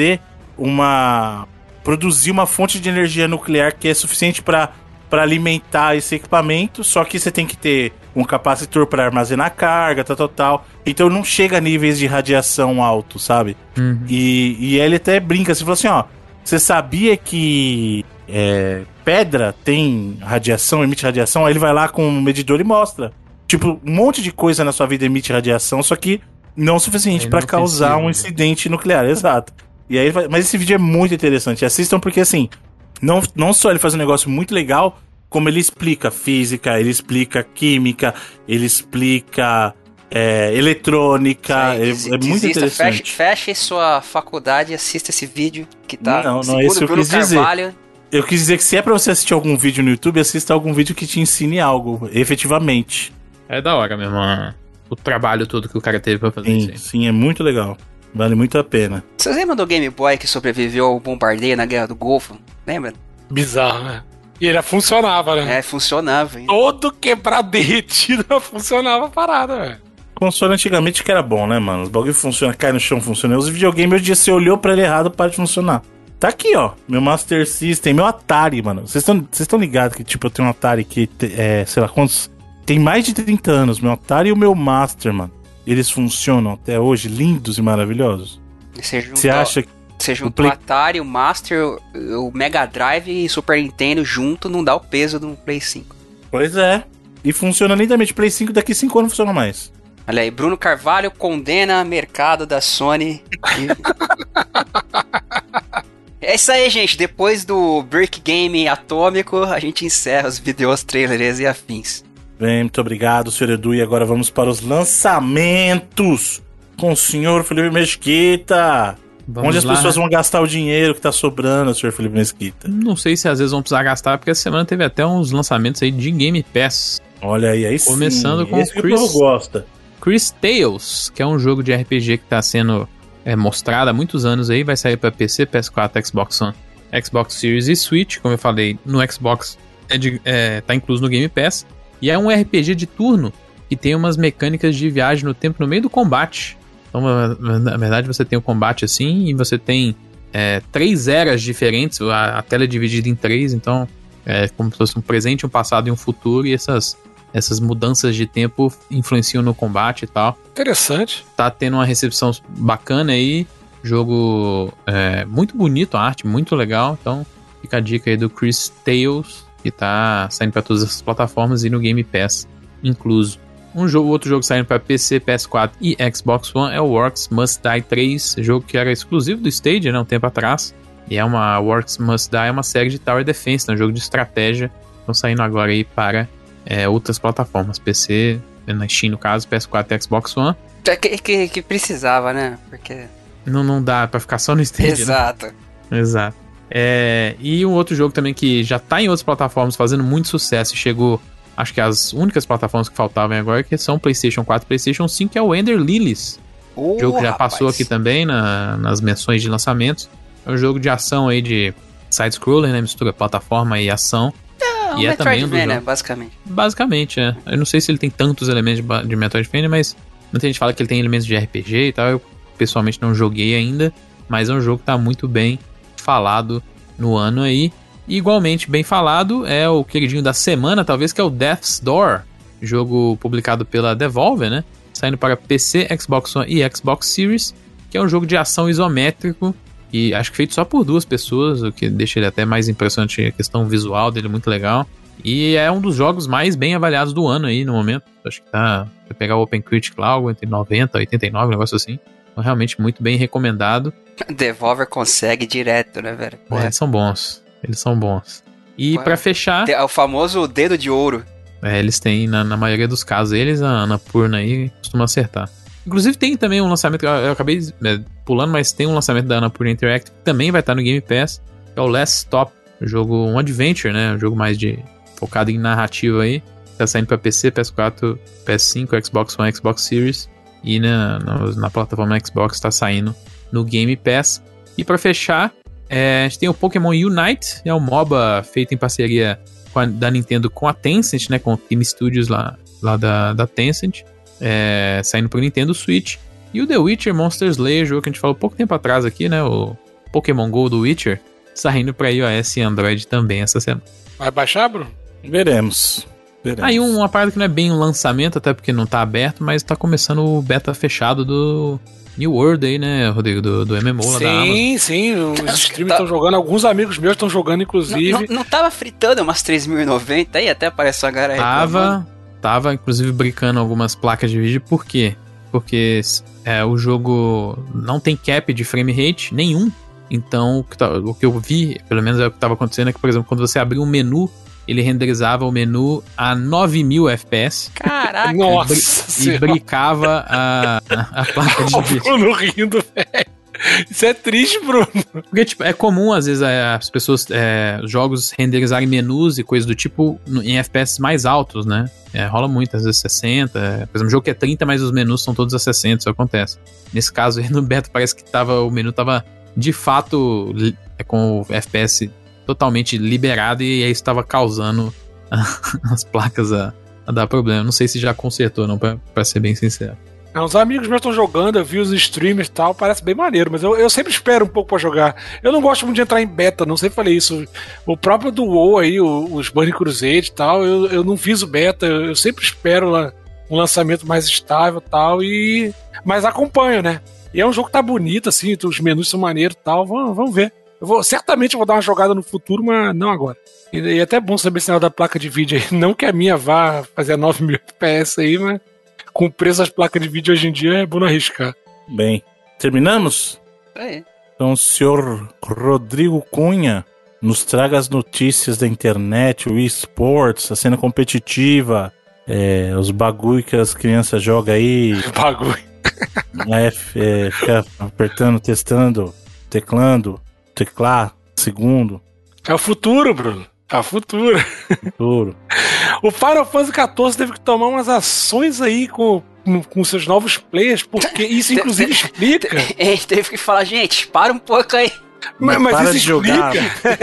produzir uma fonte de energia nuclear que é suficiente para alimentar esse equipamento, só que você tem que ter um capacitor para armazenar carga, tal. Então não chega a níveis de radiação alto, sabe? Uhum. E ele até brinca, você falou assim, ó, você sabia que pedra tem radiação, emite radiação? Aí ele vai lá com um medidor e mostra. Tipo, um monte de coisa na sua vida emite radiação, só que não o suficiente para causar um incidente nuclear, exato. E aí mas esse vídeo é muito interessante, assistam porque assim, não só ele faz um negócio muito legal, como ele explica física, ele explica química, ele explica eletrônica, é muito interessante. Feche sua faculdade e assista esse vídeo que tá não é isso que eu quis dizer. Eu quis dizer que se é pra você assistir algum vídeo no YouTube, assista algum vídeo que te ensine algo, efetivamente. É da hora mesmo, o trabalho todo que o cara teve pra fazer isso. Sim, é muito legal. Vale muito a pena. Vocês lembram do Game Boy que sobreviveu ao bombardeio na Guerra do Golfo? Lembra? Bizarro, né? E ele funcionava, né? Funcionava, hein? Todo quebrado, derretido, funcionava a parada, velho. Console antigamente que era bom, né, mano? Os bagulho funciona, cai no chão, funciona. Os videogames hoje em dia você olhou pra ele errado, para de funcionar. Tá aqui, ó, meu Master System, meu Atari, mano. Vocês estão ligados que, tipo, eu tenho um Atari que, sei lá quantos... Tem mais de 30 anos, meu Atari e o meu Master, mano. Eles funcionam até hoje, lindos e maravilhosos. Você acha que... Você junta o Atari, o Master, o Mega Drive e Super Nintendo junto, não dá o peso do Play 5. Pois é. E funciona lindamente. Play 5 daqui 5 anos não funciona mais. Olha aí, Bruno Carvalho condena mercado da Sony. É isso aí, gente. Depois do Brick Game Atômico, a gente encerra os vídeos, trailers e afins. Bem, muito obrigado, Sr. Edu. E agora vamos para os lançamentos com o Sr. Felipe Mesquita. Vamos onde as pessoas vão gastar o dinheiro que tá sobrando, Sr. Felipe Mesquita? Não sei se às vezes vão precisar gastar, porque essa semana teve até uns lançamentos aí de Game Pass. Olha aí sim. Começando com esse que o povo gosta. Chris Tales, que é um jogo de RPG que tá sendo mostrado há muitos anos aí, vai sair para PC, PS4, Xbox One, Xbox Series e Switch, como eu falei, no Xbox tá incluso no Game Pass, e é um RPG de turno que tem umas mecânicas de viagem no tempo no meio do combate. Então, na verdade, você tem o combate assim, e você tem 3 eras diferentes, a tela é dividida em 3, então é como se fosse um presente, um passado e um futuro, e essas mudanças de tempo influenciam no combate e tal. Interessante. Tá tendo uma recepção bacana aí. Jogo muito bonito, a arte muito legal. Então fica a dica aí do Chris Tales, que tá saindo para todas as plataformas e no Game Pass incluso. Outro jogo saindo para PC, PS4 e Xbox One é o Orcs Must Die 3, jogo que era exclusivo do Stadia, né, um tempo atrás. E Orcs Must Die é uma série de Tower Defense, né, um jogo de estratégia. Estão saindo agora aí para outras plataformas, PC, na Steam no caso, PS4 e Xbox One. Que precisava, né? Porque... Não dá pra ficar só no Stadia. Exato. Né? Exato. E um outro jogo também que já tá em outras plataformas fazendo muito sucesso e chegou, acho que as únicas plataformas que faltavam agora, que são PlayStation 4 e PlayStation 5, que é o Ender Lilies. Jogo que já passou aqui também nas menções de lançamentos. É um jogo de ação aí de side-scroller, né? Mistura plataforma e ação. E é também né? Basicamente. Basicamente, Eu não sei se ele tem tantos elementos de Metroidvania, mas muita gente fala que ele tem elementos de RPG e tal. Eu pessoalmente não joguei ainda, mas é um jogo que tá muito bem falado no ano aí. E igualmente bem falado é o queridinho da semana, talvez, que é o Death's Door, jogo publicado pela Devolver, né? Saindo para PC, Xbox One e Xbox Series, que é um jogo de ação isométrico. E acho que feito só por 2 pessoas, o que deixa ele até mais impressionante, a questão visual dele muito legal. E é um dos jogos mais bem avaliados do ano aí no momento. Acho que vai pegar o Open Critic lá, algo entre 90 e 89, um negócio assim. Então, realmente muito bem recomendado. Devolver consegue direto, né, velho? Eles são bons. E pra fechar... É o famoso dedo de ouro. Eles têm, na maioria dos casos, a Annapurna aí costuma acertar. Inclusive tem também um lançamento, eu acabei pulando, mas tem um lançamento da Annapurna Interactive que também vai estar no Game Pass, que é o Last Stop, um adventure, né, um jogo mais focado em narrativa aí, tá saindo para PC, PS4, PS5, Xbox One, Xbox Series, e na plataforma Xbox tá saindo no Game Pass. E para fechar, a gente tem o Pokémon Unite, é um MOBA feito em parceria da Nintendo com a Tencent, né, com o Team Studios lá da Tencent. Saindo pro Nintendo Switch. E o The Witcher Monster Slayer, jogo que a gente falou pouco tempo atrás aqui, né? O Pokémon GO do Witcher, saindo pra iOS e Android também essa semana. Vai baixar, Bruno? Veremos. Aí uma parada que não é bem um lançamento, até porque não tá aberto, mas tá começando o beta fechado do New World aí, né, Rodrigo? Do MMO lá da Amazon. Sim, os streamers estão jogando, alguns amigos meus estão jogando, inclusive. Não tava fritando umas 3.090 aí, até apareceu a galera reclamando. Tava, inclusive, brincando algumas placas de vídeo. Por quê? Porque o jogo não tem cap de frame rate nenhum. Então, o que eu vi, pelo menos é o que estava acontecendo, é que, por exemplo, quando você abriu um menu, ele renderizava o menu a 9.000 FPS. Caraca! Nossa! E brincava a placa de vídeo. Eu não rindo, velho. Isso é triste, Bruno. Porque, tipo, é comum, às vezes, as pessoas, os jogos renderizarem menus e coisas do tipo em FPS mais altos, né? Rola muito, às vezes 60. Por exemplo, um jogo que é 30, mas os menus são todos a 60, isso acontece. Nesse caso aí, no beta, parece que o menu tava, de fato, com o FPS totalmente liberado e aí estava causando as placas a dar problema. Não sei se já consertou, não, pra ser bem sincero. Os amigos meus estão jogando, eu vi os streamers e tal, parece bem maneiro, mas eu sempre espero um pouco pra jogar. Eu não gosto muito de entrar em beta, não sei se falei isso. O próprio do WoW aí, os Burning Crusade e tal, eu não fiz o beta, eu sempre espero lá um lançamento mais estável e tal, mas acompanho, né? E é um jogo que tá bonito, assim, os menus são maneiros e tal, vamos ver. Certamente eu vou dar uma jogada no futuro, mas não agora. E é até bom saber esse sinal da placa de vídeo aí, não que a minha vá fazer 9.000 FPS aí, mas com o preço das placas de vídeo hoje em dia é bom não arriscar. Bem, terminamos? É. Então o senhor Rodrigo Cunha nos traga as notícias da internet, o eSports, a cena competitiva, os bagulho que as crianças jogam aí. Bagulho. Fica apertando, testando, teclar, segundo. É o futuro, Bruno. É o futuro. O Final Fantasy XIV teve que tomar umas ações aí com seus novos players, porque isso inclusive explica. Teve que falar, gente, para um pouco aí. Mas isso jogar.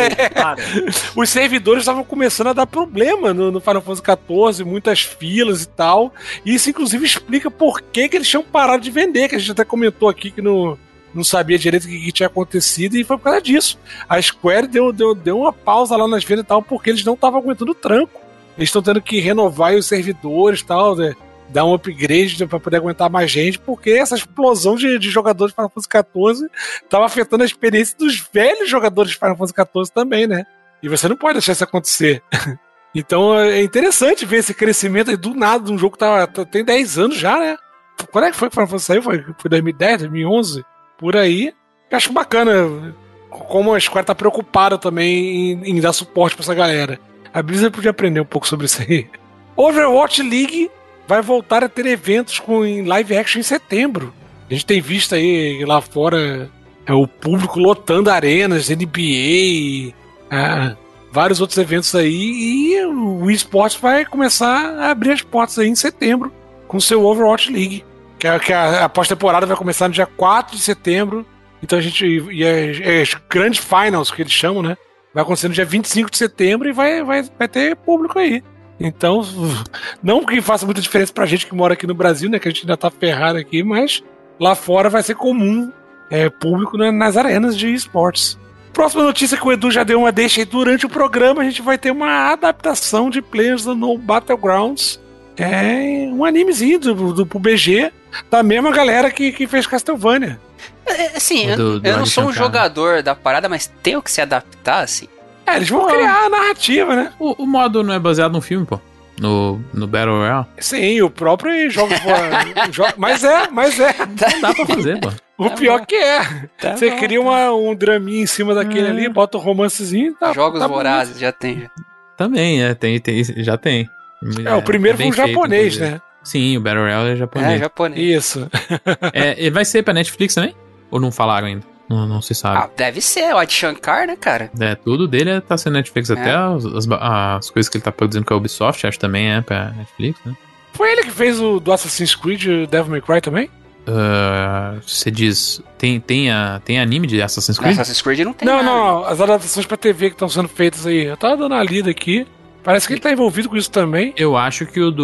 Os servidores estavam começando a dar problema no Final Fantasy XIV, muitas filas e tal. E isso inclusive explica por que eles tinham parado de vender, que a gente até comentou aqui que não sabia direito o que tinha acontecido, e foi por causa disso. A Square deu uma pausa lá nas vendas e tal, porque eles não estavam aguentando o tranco. Eles estão tendo que renovar os servidores e tal, né? Dar um upgrade para poder aguentar mais gente, porque essa explosão de jogadores de Final Fantasy XIV estava afetando a experiência dos velhos jogadores de Final Fantasy XIV também, né? E você não pode deixar isso acontecer. Então é interessante ver esse crescimento aí do nada de um jogo que tem 10 anos já, né? Quando é que foi que o Final Fantasy saiu? Foi 2010, 2011? Por aí. Eu acho bacana como a Square tá preocupada também em dar suporte pra essa galera. A Blizzard podia aprender um pouco sobre isso aí. Overwatch League vai voltar a ter eventos em live action em setembro. A gente tem visto aí lá fora o público lotando arenas, NBA, vários outros eventos aí, e o eSports vai começar a abrir as portas aí em setembro com o seu Overwatch League. Que a pós-temporada vai começar no dia 4 de setembro. Então a gente. E as grandes finals que eles chamam, né? Vai acontecer no dia 25 de setembro e vai ter público aí. Então, não que faça muita diferença pra gente que mora aqui no Brasil, né? Que a gente ainda tá ferrado aqui, mas lá fora vai ser comum público nas arenas de esportes. Próxima notícia que o Edu já deu uma deixa aí durante o programa, a gente vai ter uma adaptação de Players no Battlegrounds. Um animezinho do PUBG, da mesma galera que fez Castlevania. Assim, eu não sou um jogador da parada, mas tenho que se adaptar, assim. Eles vão criar a narrativa, né? O modo não é baseado no filme, pô? No Battle Royale? Sim, o próprio jogo. Mas é. Não dá pra fazer, pô. O pior que é. Você cria um draminha em cima daquele ali, bota um romancezinho. Jogos Vorazes, já tem. Também, já tem. O primeiro foi um japonês, né? Sim, o Battle Royale é japonês. Japonês. Isso. Vai ser pra Netflix também? Ou não falaram ainda? Não se sabe. Deve ser, o Ed Shankar, né, cara? Tudo dele tá sendo Netflix, até as coisas que ele tá produzindo com a Ubisoft, acho também pra Netflix, né? Foi ele que fez o do Assassin's Creed Devil May Cry também? Você diz, tem anime de Assassin's Creed? Assassin's Creed não tem Não, as adaptações pra TV que estão sendo feitas aí. Eu tava dando uma lida aqui. Parece que ele tá envolvido com isso também. Eu acho que o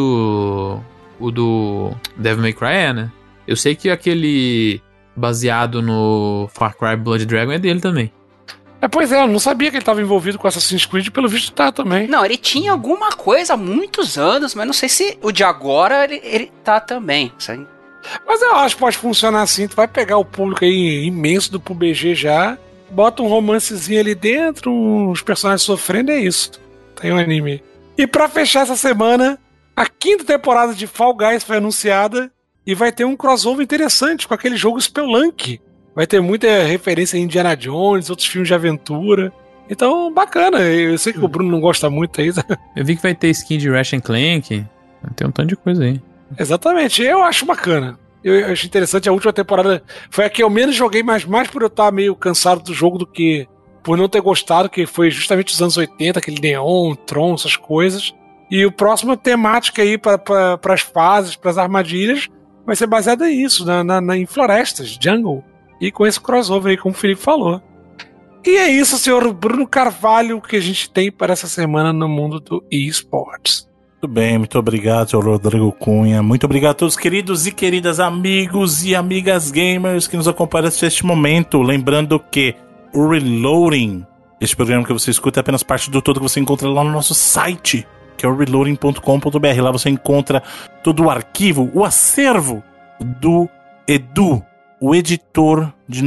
do Devil May Cry né? Eu sei que aquele baseado no Far Cry Blood Dragon é dele também. Pois é, eu não sabia que ele tava envolvido com Assassin's Creed, pelo visto tá também. Não, ele tinha alguma coisa há muitos anos, mas não sei se o de agora ele tá também, sabe? Mas eu acho que pode funcionar assim, tu vai pegar o público aí imenso do PUBG já, bota um romancezinho ali dentro, uns personagens sofrendo, é isso. Tem um anime. E pra fechar essa semana, a 5ª temporada de Fall Guys foi anunciada e vai ter um crossover interessante com aquele jogo Spelunk. Vai ter muita referência a Indiana Jones, outros filmes de aventura. Então, bacana. Eu sei que o Bruno não gosta muito aí. Eu vi que vai ter skin de Ratchet & Clank. Tem um tanto de coisa aí. Exatamente. Eu acho bacana. Eu acho interessante. A última temporada foi a que eu menos joguei, mas mais por eu estar meio cansado do jogo do que por não ter gostado, que foi justamente os anos 80, aquele neon, Tron, essas coisas. E o próximo temática aí para as fases, para as armadilhas, vai ser baseada nisso, em florestas, jungle. E com esse crossover aí, como o Felipe falou. E é isso, senhor Bruno Carvalho, que a gente tem para essa semana no mundo do eSports. Muito bem, muito obrigado, senhor Rodrigo Cunha. Muito obrigado a todos, queridos e queridas amigos e amigas gamers que nos acompanham neste momento. Lembrando que o Reloading, este programa que você escuta, é apenas parte do todo que você encontra lá no nosso site, que é o reloading.com.br. Lá você encontra todo o arquivo, o acervo do Edu, o editor de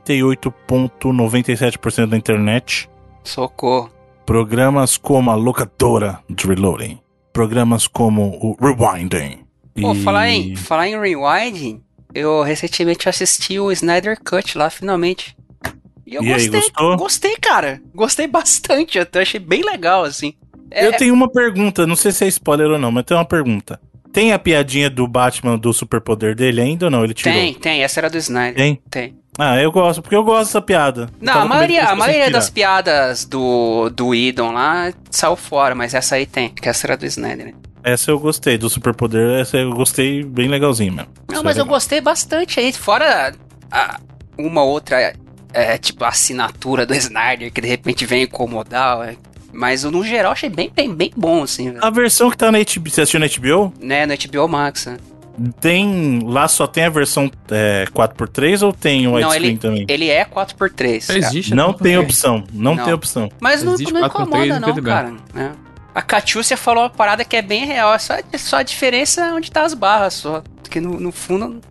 98,97% da internet. Socorro. Programas como a locadora de Reloading. Programas como o Rewinding. Pô, falar em Rewinding, eu recentemente assisti o Snyder Cut lá, finalmente. E eu gostei, aí, gostou? Gostei, cara. Gostei bastante, até achei bem legal, assim. Eu tenho uma pergunta, não sei se é spoiler ou não, mas tem uma pergunta. Tem a piadinha do Batman do superpoder dele ainda ou não? Ele tirou? Tem. Essa era do Snyder. Tem? Ah, eu gosto, porque eu gosto dessa piada. Não, a maioria das piadas do Idon lá saiu fora, mas essa aí tem, que essa era do Snyder. Essa eu gostei, do superpoder, essa eu gostei bem legalzinho mesmo. Não, mas eu gostei bastante aí, fora uma outra, tipo, assinatura do Snyder, que de repente vem incomodar, mas no geral achei bem bom, assim. A versão que tá na HBO, você assistiu na HBO? Né, no HBO Max, né? Lá só tem a versão 4x3 ou tem o widescreen também? Ele é 4x3. Existe? Não tem opção, não tem opção. Mas não incomoda não, cara. Né? A Catiúcia falou uma parada que é bem real, só a diferença é onde tá as barras só, porque no fundo...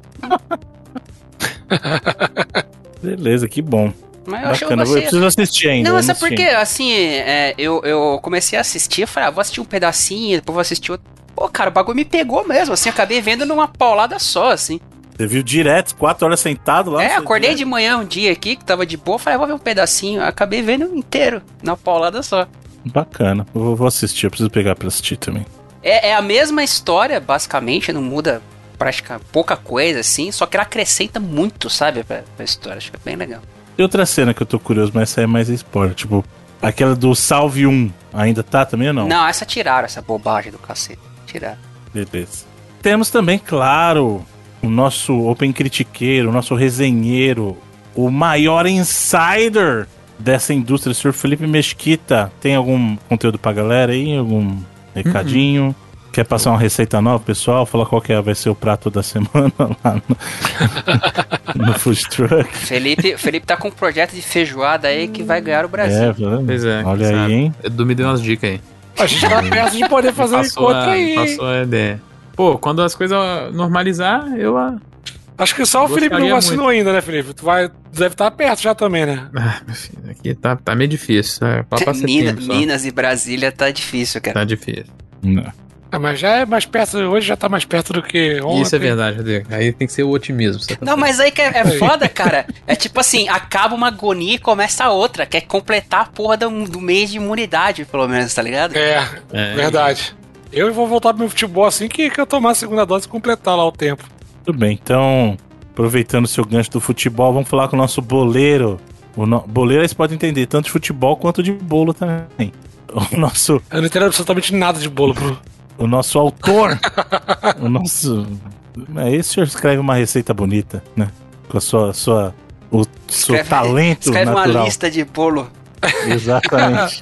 Beleza, que bom. Mas bacana, eu preciso assistir ainda. Não, sabe por quê? Assim, eu comecei a assistir, eu falei, vou assistir um pedacinho, depois vou assistir outro. Pô, cara, o bagulho me pegou mesmo, assim, acabei vendo numa paulada só, assim. Você viu direto, 4 horas sentado lá? Acordei de manhã um dia aqui, que tava de boa, falei, vou ver um pedacinho, acabei vendo inteiro, na paulada só. Bacana, eu vou assistir, eu preciso pegar pra assistir também. É a mesma história, basicamente, não muda praticamente pouca coisa, assim, só que ela acrescenta muito, sabe, pra história, acho que é bem legal. E outra cena que eu tô curioso, mas essa é mais spoiler, tipo, aquela do Salve 1, ainda tá também ou não? Não, essa tiraram, essa bobagem do cacete, tiraram. Beleza. Temos também, claro, o nosso Open Critiqueiro, o nosso resenheiro, o maior insider dessa indústria, o Sr. Felipe Mesquita. Tem algum conteúdo pra galera aí? Algum recadinho? Quer passar uma receita nova, pessoal? Falar qual que vai ser o prato da semana lá no Food Truck. Felipe tá com um projeto de feijoada aí que vai ganhar o Brasil. Pois é. Olha aí, hein? Edu me deu umas dicas aí. A gente tá perto de poder fazer um encontro aí. Passou a ideia. Pô, quando as coisas normalizar, eu... Acho que só o Felipe não vacinou ainda, né, Felipe? Tu deve estar perto já também, né? Ah, meu filho, aqui tá meio difícil. Pra Minas e Brasília tá difícil, cara. Tá difícil. Não. Mas já é mais perto, hoje já tá mais perto do que ontem. Isso é verdade, Rodrigo. Aí tem que ser o otimismo. Não, mas aí que é foda, cara. É tipo assim, acaba uma agonia e começa a outra, que é completar a porra do mês de imunidade, pelo menos, tá ligado? Verdade. Eu vou voltar pro meu futebol assim que eu tomar a segunda dose e completar lá o tempo. Tudo bem, então, aproveitando o seu gancho do futebol, vamos falar com o nosso boleiro. Boleiro vocês podem entender, tanto de futebol quanto de bolo também. O nosso... Eu não entendo absolutamente nada de bolo, Bruno. O nosso autor, o nosso... Esse senhor escreve uma receita bonita, né? Com o seu talento escreve natural. Uma lista de bolo. Exatamente.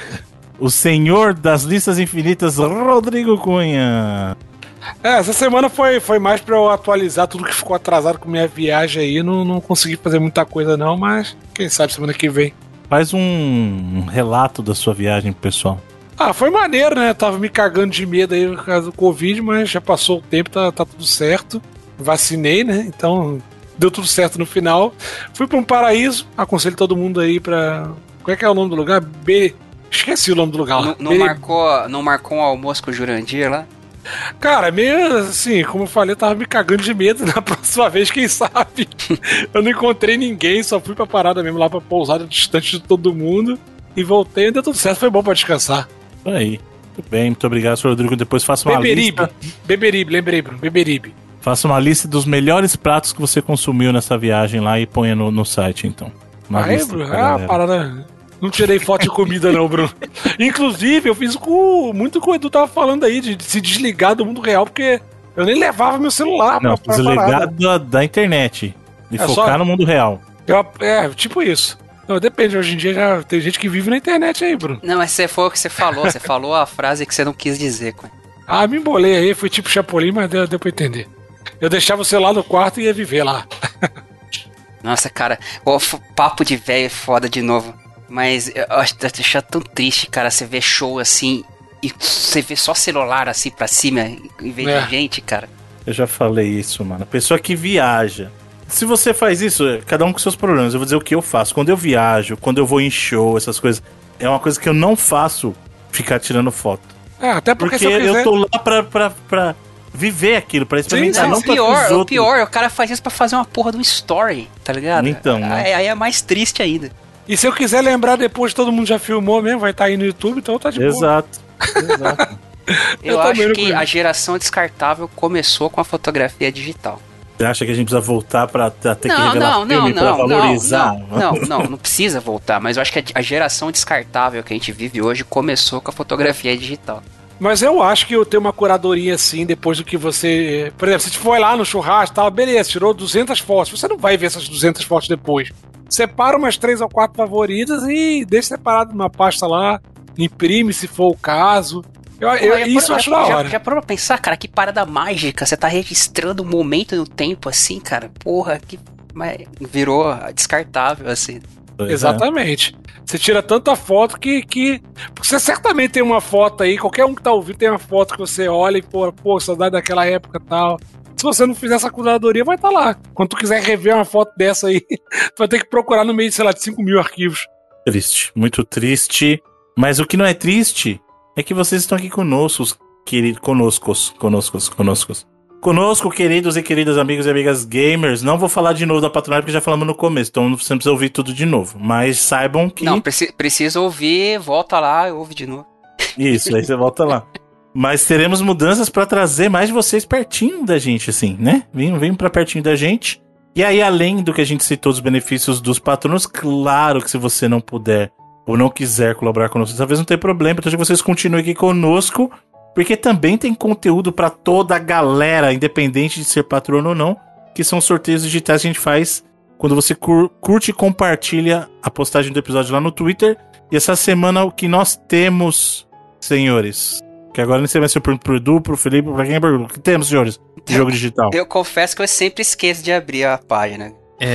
O senhor das listas infinitas, Rodrigo Cunha. Essa semana foi mais pra eu atualizar tudo que ficou atrasado com minha viagem aí. Não consegui fazer muita coisa não, mas quem sabe semana que vem. Faz um relato da sua viagem, pessoal. Foi maneiro, né? Tava me cagando de medo aí por causa do Covid, mas já passou o tempo, tá tudo certo. Vacinei, né? Então deu tudo certo no final. Fui pra um paraíso, aconselho todo mundo aí pra... Qual é que é o nome do lugar? Esqueci o nome do lugar lá. Não marcou um almoço com o Jurandir lá? Cara, meio assim, como eu falei, eu tava me cagando de medo. Na próxima vez, quem sabe? Eu não encontrei ninguém, só fui pra parada mesmo lá pra pousada distante de todo mundo. E voltei e deu tudo certo, foi bom pra descansar. Aí, muito bem, muito obrigado, senhor Rodrigo. Depois faça uma lista. Beberibe, lembrei, Bruno, Beberibe. Faça uma lista dos melhores pratos que você consumiu nessa viagem lá e ponha no site, então. Bruno, parada. Não tirei foto de comida não, Bruno. Inclusive, eu fiz muito com o Edu tava falando aí, de se desligar do mundo real, porque eu nem levava meu celular pra desligar da internet e focar no mundo real. Tipo isso. Não, depende, hoje em dia já tem gente que vive na internet aí, Bruno. Não, mas foi o que você falou a frase que você não quis dizer, cara. Ah, me embolei aí, foi tipo Chapolin, mas deu pra entender. Eu deixava o celular no quarto e ia viver lá. Nossa, cara, papo de velho é foda de novo. Mas eu acho tão triste, cara, você ver show assim e você vê só celular assim pra cima em vez de gente, cara. Eu já falei isso, mano. Pessoa que viaja. Se você faz isso, cada um com seus problemas. Eu vou dizer o que eu faço. Quando eu viajo, quando eu vou em show, essas coisas, é uma coisa que eu não faço ficar tirando foto. Até porque se eu tô lá pra viver aquilo, pra experimentar. Não, o pior, o cara faz isso pra fazer uma porra de um story, tá ligado? Então, né? Aí é mais triste ainda. E se eu quiser lembrar depois, todo mundo já filmou mesmo, vai estar aí no YouTube, então tá de boa. Exato. Eu acho que a geração descartável começou com a fotografia digital. Você acha que a gente precisa voltar pra ter que revelar filme pra valorizar? Não precisa voltar, mas eu acho que a geração descartável que a gente vive hoje começou com a fotografia digital. Mas eu acho que eu tenho uma curadoria assim, depois do que você... Por exemplo, se você for lá no churrasco e tal, beleza, tirou 200 fotos, você não vai ver essas 200 fotos depois. Separa umas 3 ou 4 favoritas e deixa separado numa pasta lá, imprime se for o caso. Isso eu acho da hora. Já parou pra pensar, cara, que parada mágica, você tá registrando um momento no tempo assim, cara, porra, que virou descartável assim. Exatamente. Você tira tanta foto que você certamente tem uma foto aí, qualquer um que tá ouvindo tem uma foto que você olha e pô, saudade daquela época e tal. Se você não fizer essa curadoria, vai estar lá. Quando tu quiser rever uma foto dessa aí, tu vai ter que procurar no meio de, sei lá, de 5 mil arquivos. Triste, muito triste. Mas o que não é triste é que vocês estão aqui conosco, Conosco, queridos e queridas amigos e amigas gamers. Não vou falar de novo da Patronite porque já falamos no começo, então você não precisa ouvir tudo de novo. Mas saibam que... Não, precisa ouvir, volta lá e ouve de novo. Isso, aí você volta lá. Mas teremos mudanças pra trazer mais de vocês pertinho da gente, assim, né? Vem pra pertinho da gente. E aí, além do que a gente citou dos benefícios dos patronos, claro que se você não puder ou não quiser colaborar conosco, talvez não tenha problema, então que vocês continuem aqui conosco, porque também tem conteúdo pra toda a galera, independente de ser patrono ou não, que são sorteios digitais que a gente faz quando você curte e compartilha a postagem do episódio lá no Twitter. E essa semana o que nós temos, senhores... Que agora não sei mais se eu pergunto pro Edu, pro Felipe, pra quem é pergunta. O que temos, senhores, de jogo digital? Eu confesso que eu sempre esqueço de abrir a página.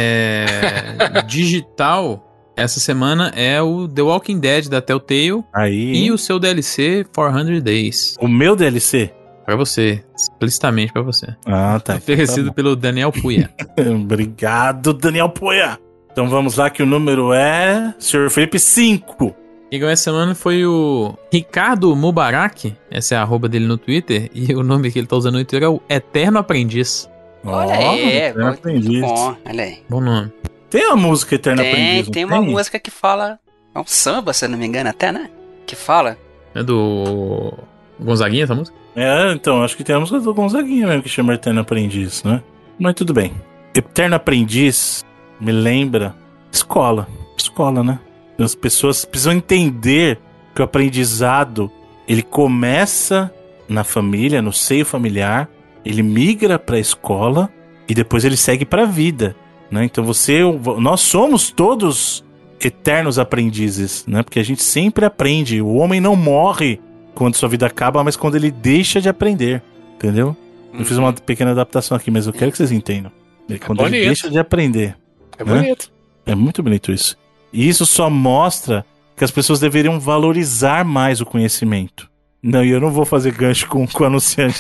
Digital, essa semana é o The Walking Dead da Telltale. Aí. E o seu DLC 400 Days. O meu DLC? Pra você, explicitamente pra você. Ah, tá. Oferecido pelo Daniel Puya. Obrigado, Daniel Puya. Então vamos lá que o número é... Sr. Felipe 5. Quem ganhou essa semana foi o Ricardo Mubarak, essa é a arroba dele no Twitter, e o nome que ele tá usando no Twitter é o Eterno Aprendiz. Olha aí, Eterno Aprendiz. Bom, olha aí. Bom nome. Tem a música Eterno Aprendiz? Tem uma música que fala, é um samba, se eu não me engano até, né? Que fala. É do Gonzaguinha essa música? Então, acho que tem a música do Gonzaguinha mesmo que chama Eterno Aprendiz, né? Mas tudo bem. Eterno Aprendiz me lembra escola, né? As pessoas precisam entender que o aprendizado, ele começa na família, no seio familiar, ele migra para a escola e depois ele segue para a vida, né? Então nós somos todos eternos aprendizes, né? Porque a gente sempre aprende. O homem não morre quando sua vida acaba, mas quando ele deixa de aprender, entendeu? Eu fiz uma pequena adaptação aqui, mas eu quero que vocês entendam. Quando ele deixa de aprender. É bonito. É muito bonito isso. E isso só mostra que as pessoas deveriam valorizar mais o conhecimento. Não, e eu não vou fazer gancho com o anunciante.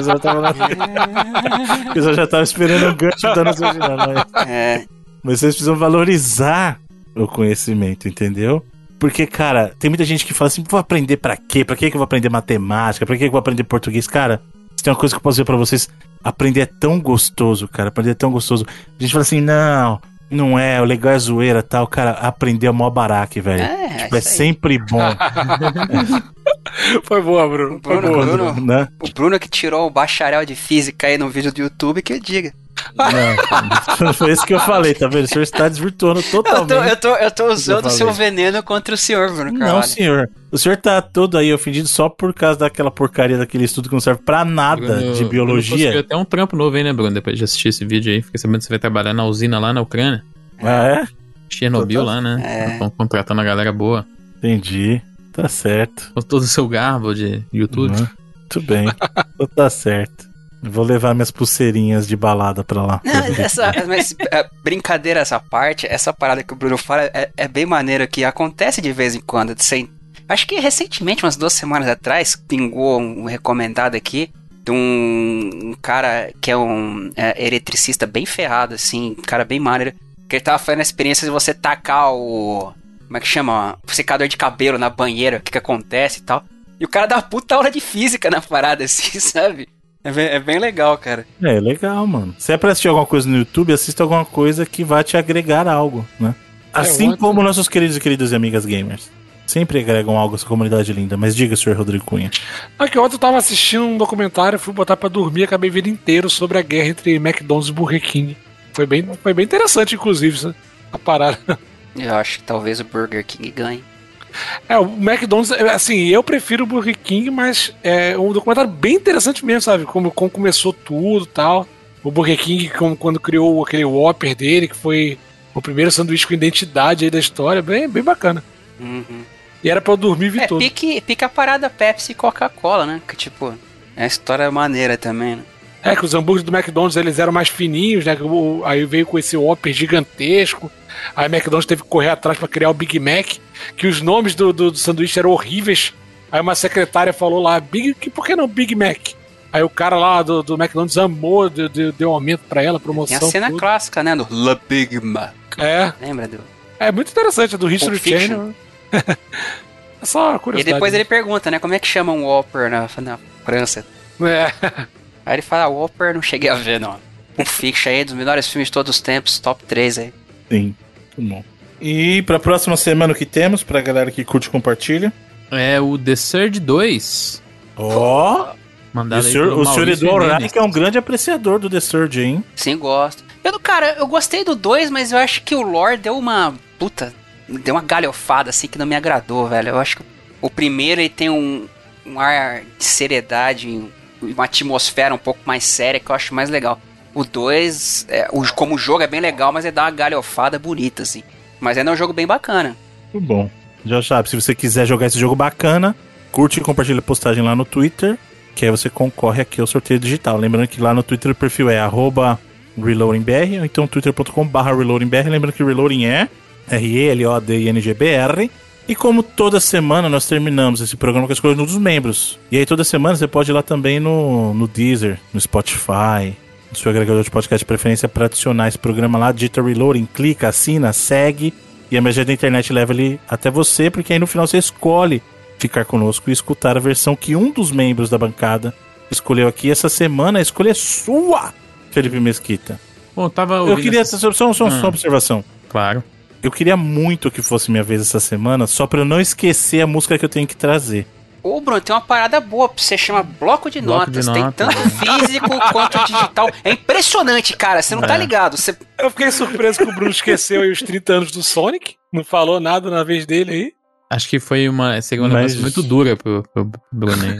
O pessoal já tava esperando o gancho do anunciante. Mas vocês precisam valorizar o conhecimento, entendeu? Porque, cara, tem muita gente que fala assim, vou aprender pra quê? Pra que eu vou aprender matemática? Pra que eu vou aprender português? Cara, se tem uma coisa que eu posso dizer pra vocês, aprender é tão gostoso, cara. Aprender é tão gostoso. A gente fala assim, não é, o legal é zoeira e tal. Cara, aprender é o maior baraque, velho. É sempre bom. Foi boa, Bruno. Né? O Bruno que tirou o bacharel de física aí no vídeo do YouTube, que eu diga. Não, foi isso que eu falei, tá vendo? O senhor está desvirtuando totalmente. Eu tô usando o seu veneno contra o senhor, Bruno Carvalho. Não, senhor. O senhor tá todo aí ofendido só por causa daquela porcaria daquele estudo que não serve pra nada, Bruno, de biologia. Bruno, até um trampo novo aí, né, Bruno? Depois de assistir esse vídeo aí, fiquei sabendo que você vai trabalhar na usina lá na Ucrânia. Ah, é? Chernobyl lá, né? Estão contratando a galera boa. Entendi. Tá certo. Com todo o seu garbo de YouTube. Muito bem. Tá certo. Vou levar minhas pulseirinhas de balada pra lá. Mas brincadeira essa parte, essa parada que o Bruno fala é bem maneiro, que acontece de vez em quando. Acho que recentemente, umas 2 semanas atrás, pingou um recomendado aqui de um cara que é um eletricista bem ferrado, assim, um cara bem maneiro, que ele tava fazendo a experiência de você tacar o... Como é que chama? O secador de cabelo na banheira, o que acontece e tal. E o cara dá uma puta aula de física na parada, assim, sabe? É bem legal, cara. É legal, mano. Se é pra assistir alguma coisa no YouTube, assista alguma coisa que vai te agregar algo, né? Assim como nossos queridos e queridas e amigas gamers. Sempre agregam algo a essa comunidade linda. Mas diga, senhor Rodrigo Cunha. Aqui, ontem eu tava assistindo um documentário, fui botar pra dormir e acabei vendo inteiro sobre a guerra entre McDonald's e Burger King. Foi bem interessante, inclusive, a parada. Eu acho que talvez o Burger King ganhe. O McDonald's, assim, eu prefiro o Burger King, mas é um documentário bem interessante mesmo, sabe? Como começou tudo e tal. O Burger King, quando criou aquele Whopper dele, que foi o primeiro sanduíche com identidade aí da história, bem bacana. Uhum. E era pra eu dormir vi todo. Pica a parada Pepsi e Coca-Cola, né? Que tipo, é a história maneira também, né? Que os hambúrgueres do McDonald's, eles eram mais fininhos, né? Aí veio com esse Whopper gigantesco. Aí o McDonald's teve que correr atrás pra criar o Big Mac, que os nomes do sanduíche eram horríveis. Aí uma secretária falou lá, por que não Big Mac? Aí o cara lá do McDonald's amou, deu um aumento pra ela, promoção. Tem a cena clássica, né? Do La Big Mac. Lembra do... É muito interessante, do History Channel. É só uma curiosidade. E depois ele pergunta, né? Como é que chama um Whopper na França? Aí ele fala, Whopper não cheguei a ver, não. Um Fiction aí, dos melhores filmes de todos os tempos, top 3 aí. Sim, muito bom. E pra próxima semana o que temos, pra galera que curte e compartilha? É o The Surge 2. Mandado o senhor Eduardo, que é um grande apreciador do The Surge, hein? Sim, gosto. Eu gostei do 2, mas eu acho que o lore deu uma galhofada, assim, que não me agradou, velho. Eu acho que o primeiro, ele tem um ar de seriedade, uma atmosfera um pouco mais séria, que eu acho mais legal. O 2, como o jogo é bem legal, mas ele dá uma galhofada bonita, assim. Mas ainda é um jogo bem bacana. Muito bom. Já sabe, se você quiser jogar esse jogo bacana, curte e compartilha a postagem lá no Twitter, que aí você concorre aqui ao sorteio digital. Lembrando que lá no Twitter o perfil é @reloadingbr, ou então twitter.com/reloadingbr. Lembrando que Reloading é RELODINGBR. E como toda semana nós terminamos esse programa com a escolha dos membros. E aí toda semana você pode ir lá também no Deezer, no Spotify, no seu agregador de podcast de preferência, para adicionar esse programa lá, digita Reloading, clica, assina, segue, e a magia da internet leva ele até você, porque aí no final você escolhe ficar conosco e escutar a versão que um dos membros da bancada escolheu aqui. Essa semana a escolha é sua, Felipe Mesquita. Bom, eu queria só uma observação. Claro. Eu queria muito que fosse minha vez essa semana, só pra eu não esquecer a música que eu tenho que trazer. Ô, Bruno, tem uma parada boa pra você, chama bloco de notas. Tem tanto físico quanto digital. É impressionante, cara, você não tá ligado. Eu fiquei surpreso que o Bruno esqueceu aí os 30 anos do Sonic, não falou nada na vez dele aí. Acho que foi uma segunda vez muito dura pro Bruno aí.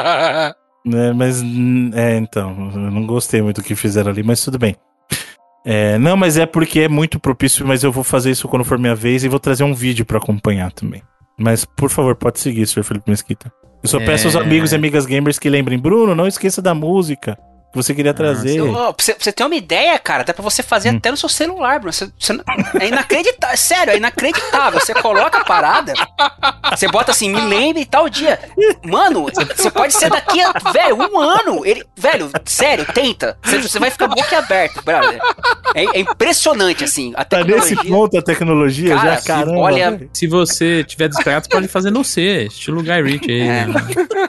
Então, eu não gostei muito do que fizeram ali, mas tudo bem. Não, mas é porque é muito propício, mas eu vou fazer isso quando for minha vez e vou trazer um vídeo pra acompanhar também. Mas, por favor, pode seguir, Sr. Felipe Mesquita. Eu só peço aos amigos e amigas gamers que lembrem, Bruno, não esqueça da música que você queria trazer. Pra você ter uma ideia, cara, dá pra você fazer até no seu celular, Bruno. É inacreditável, sério, é inacreditável. Você coloca a parada, você bota assim, me lembre e tal dia. Mano, você pode ser daqui a, velho, 1 ano. Velho, sério, tenta. Você vai ficar boquiaberto, brother. É impressionante, assim, a tecnologia. Tá nesse ponto a tecnologia, cara, já, caramba. Olha, se você tiver desesperado, você pode fazer no C, estilo Guy Ritchie aí. Né?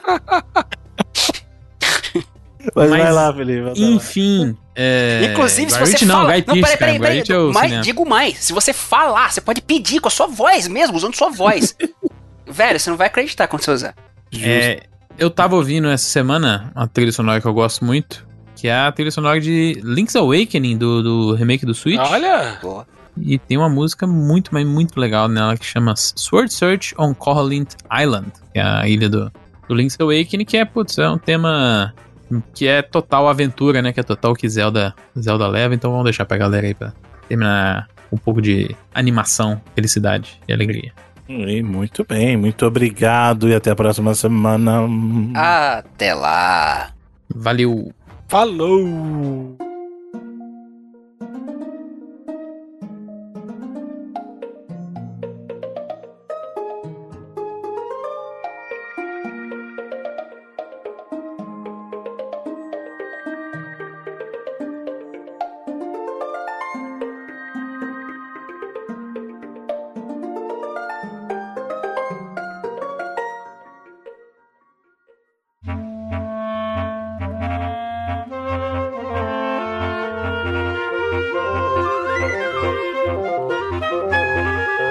Mas vai lá, Felipe. Enfim. Inclusive, se você fala... Não, peraí. Digo mais. Se você falar, você pode pedir com a sua voz mesmo, usando sua voz. Velho, você não vai acreditar quando você usar. Eu tava ouvindo essa semana uma trilha sonora que eu gosto muito, que é a trilha sonora de Link's Awakening, do remake do Switch. Olha! Boa. E tem uma música muito, mas muito legal nela que chama Sword Search on Koholint Island, que é a ilha do Link's Awakening, que é um tema... que é total aventura, né? Que é total que Zelda leva, então vamos deixar pra galera aí pra terminar com um pouco de animação, felicidade e alegria. E muito bem, muito obrigado e até a próxima semana. Até lá. Valeu! Falou!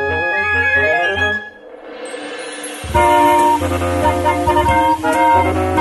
Thank you.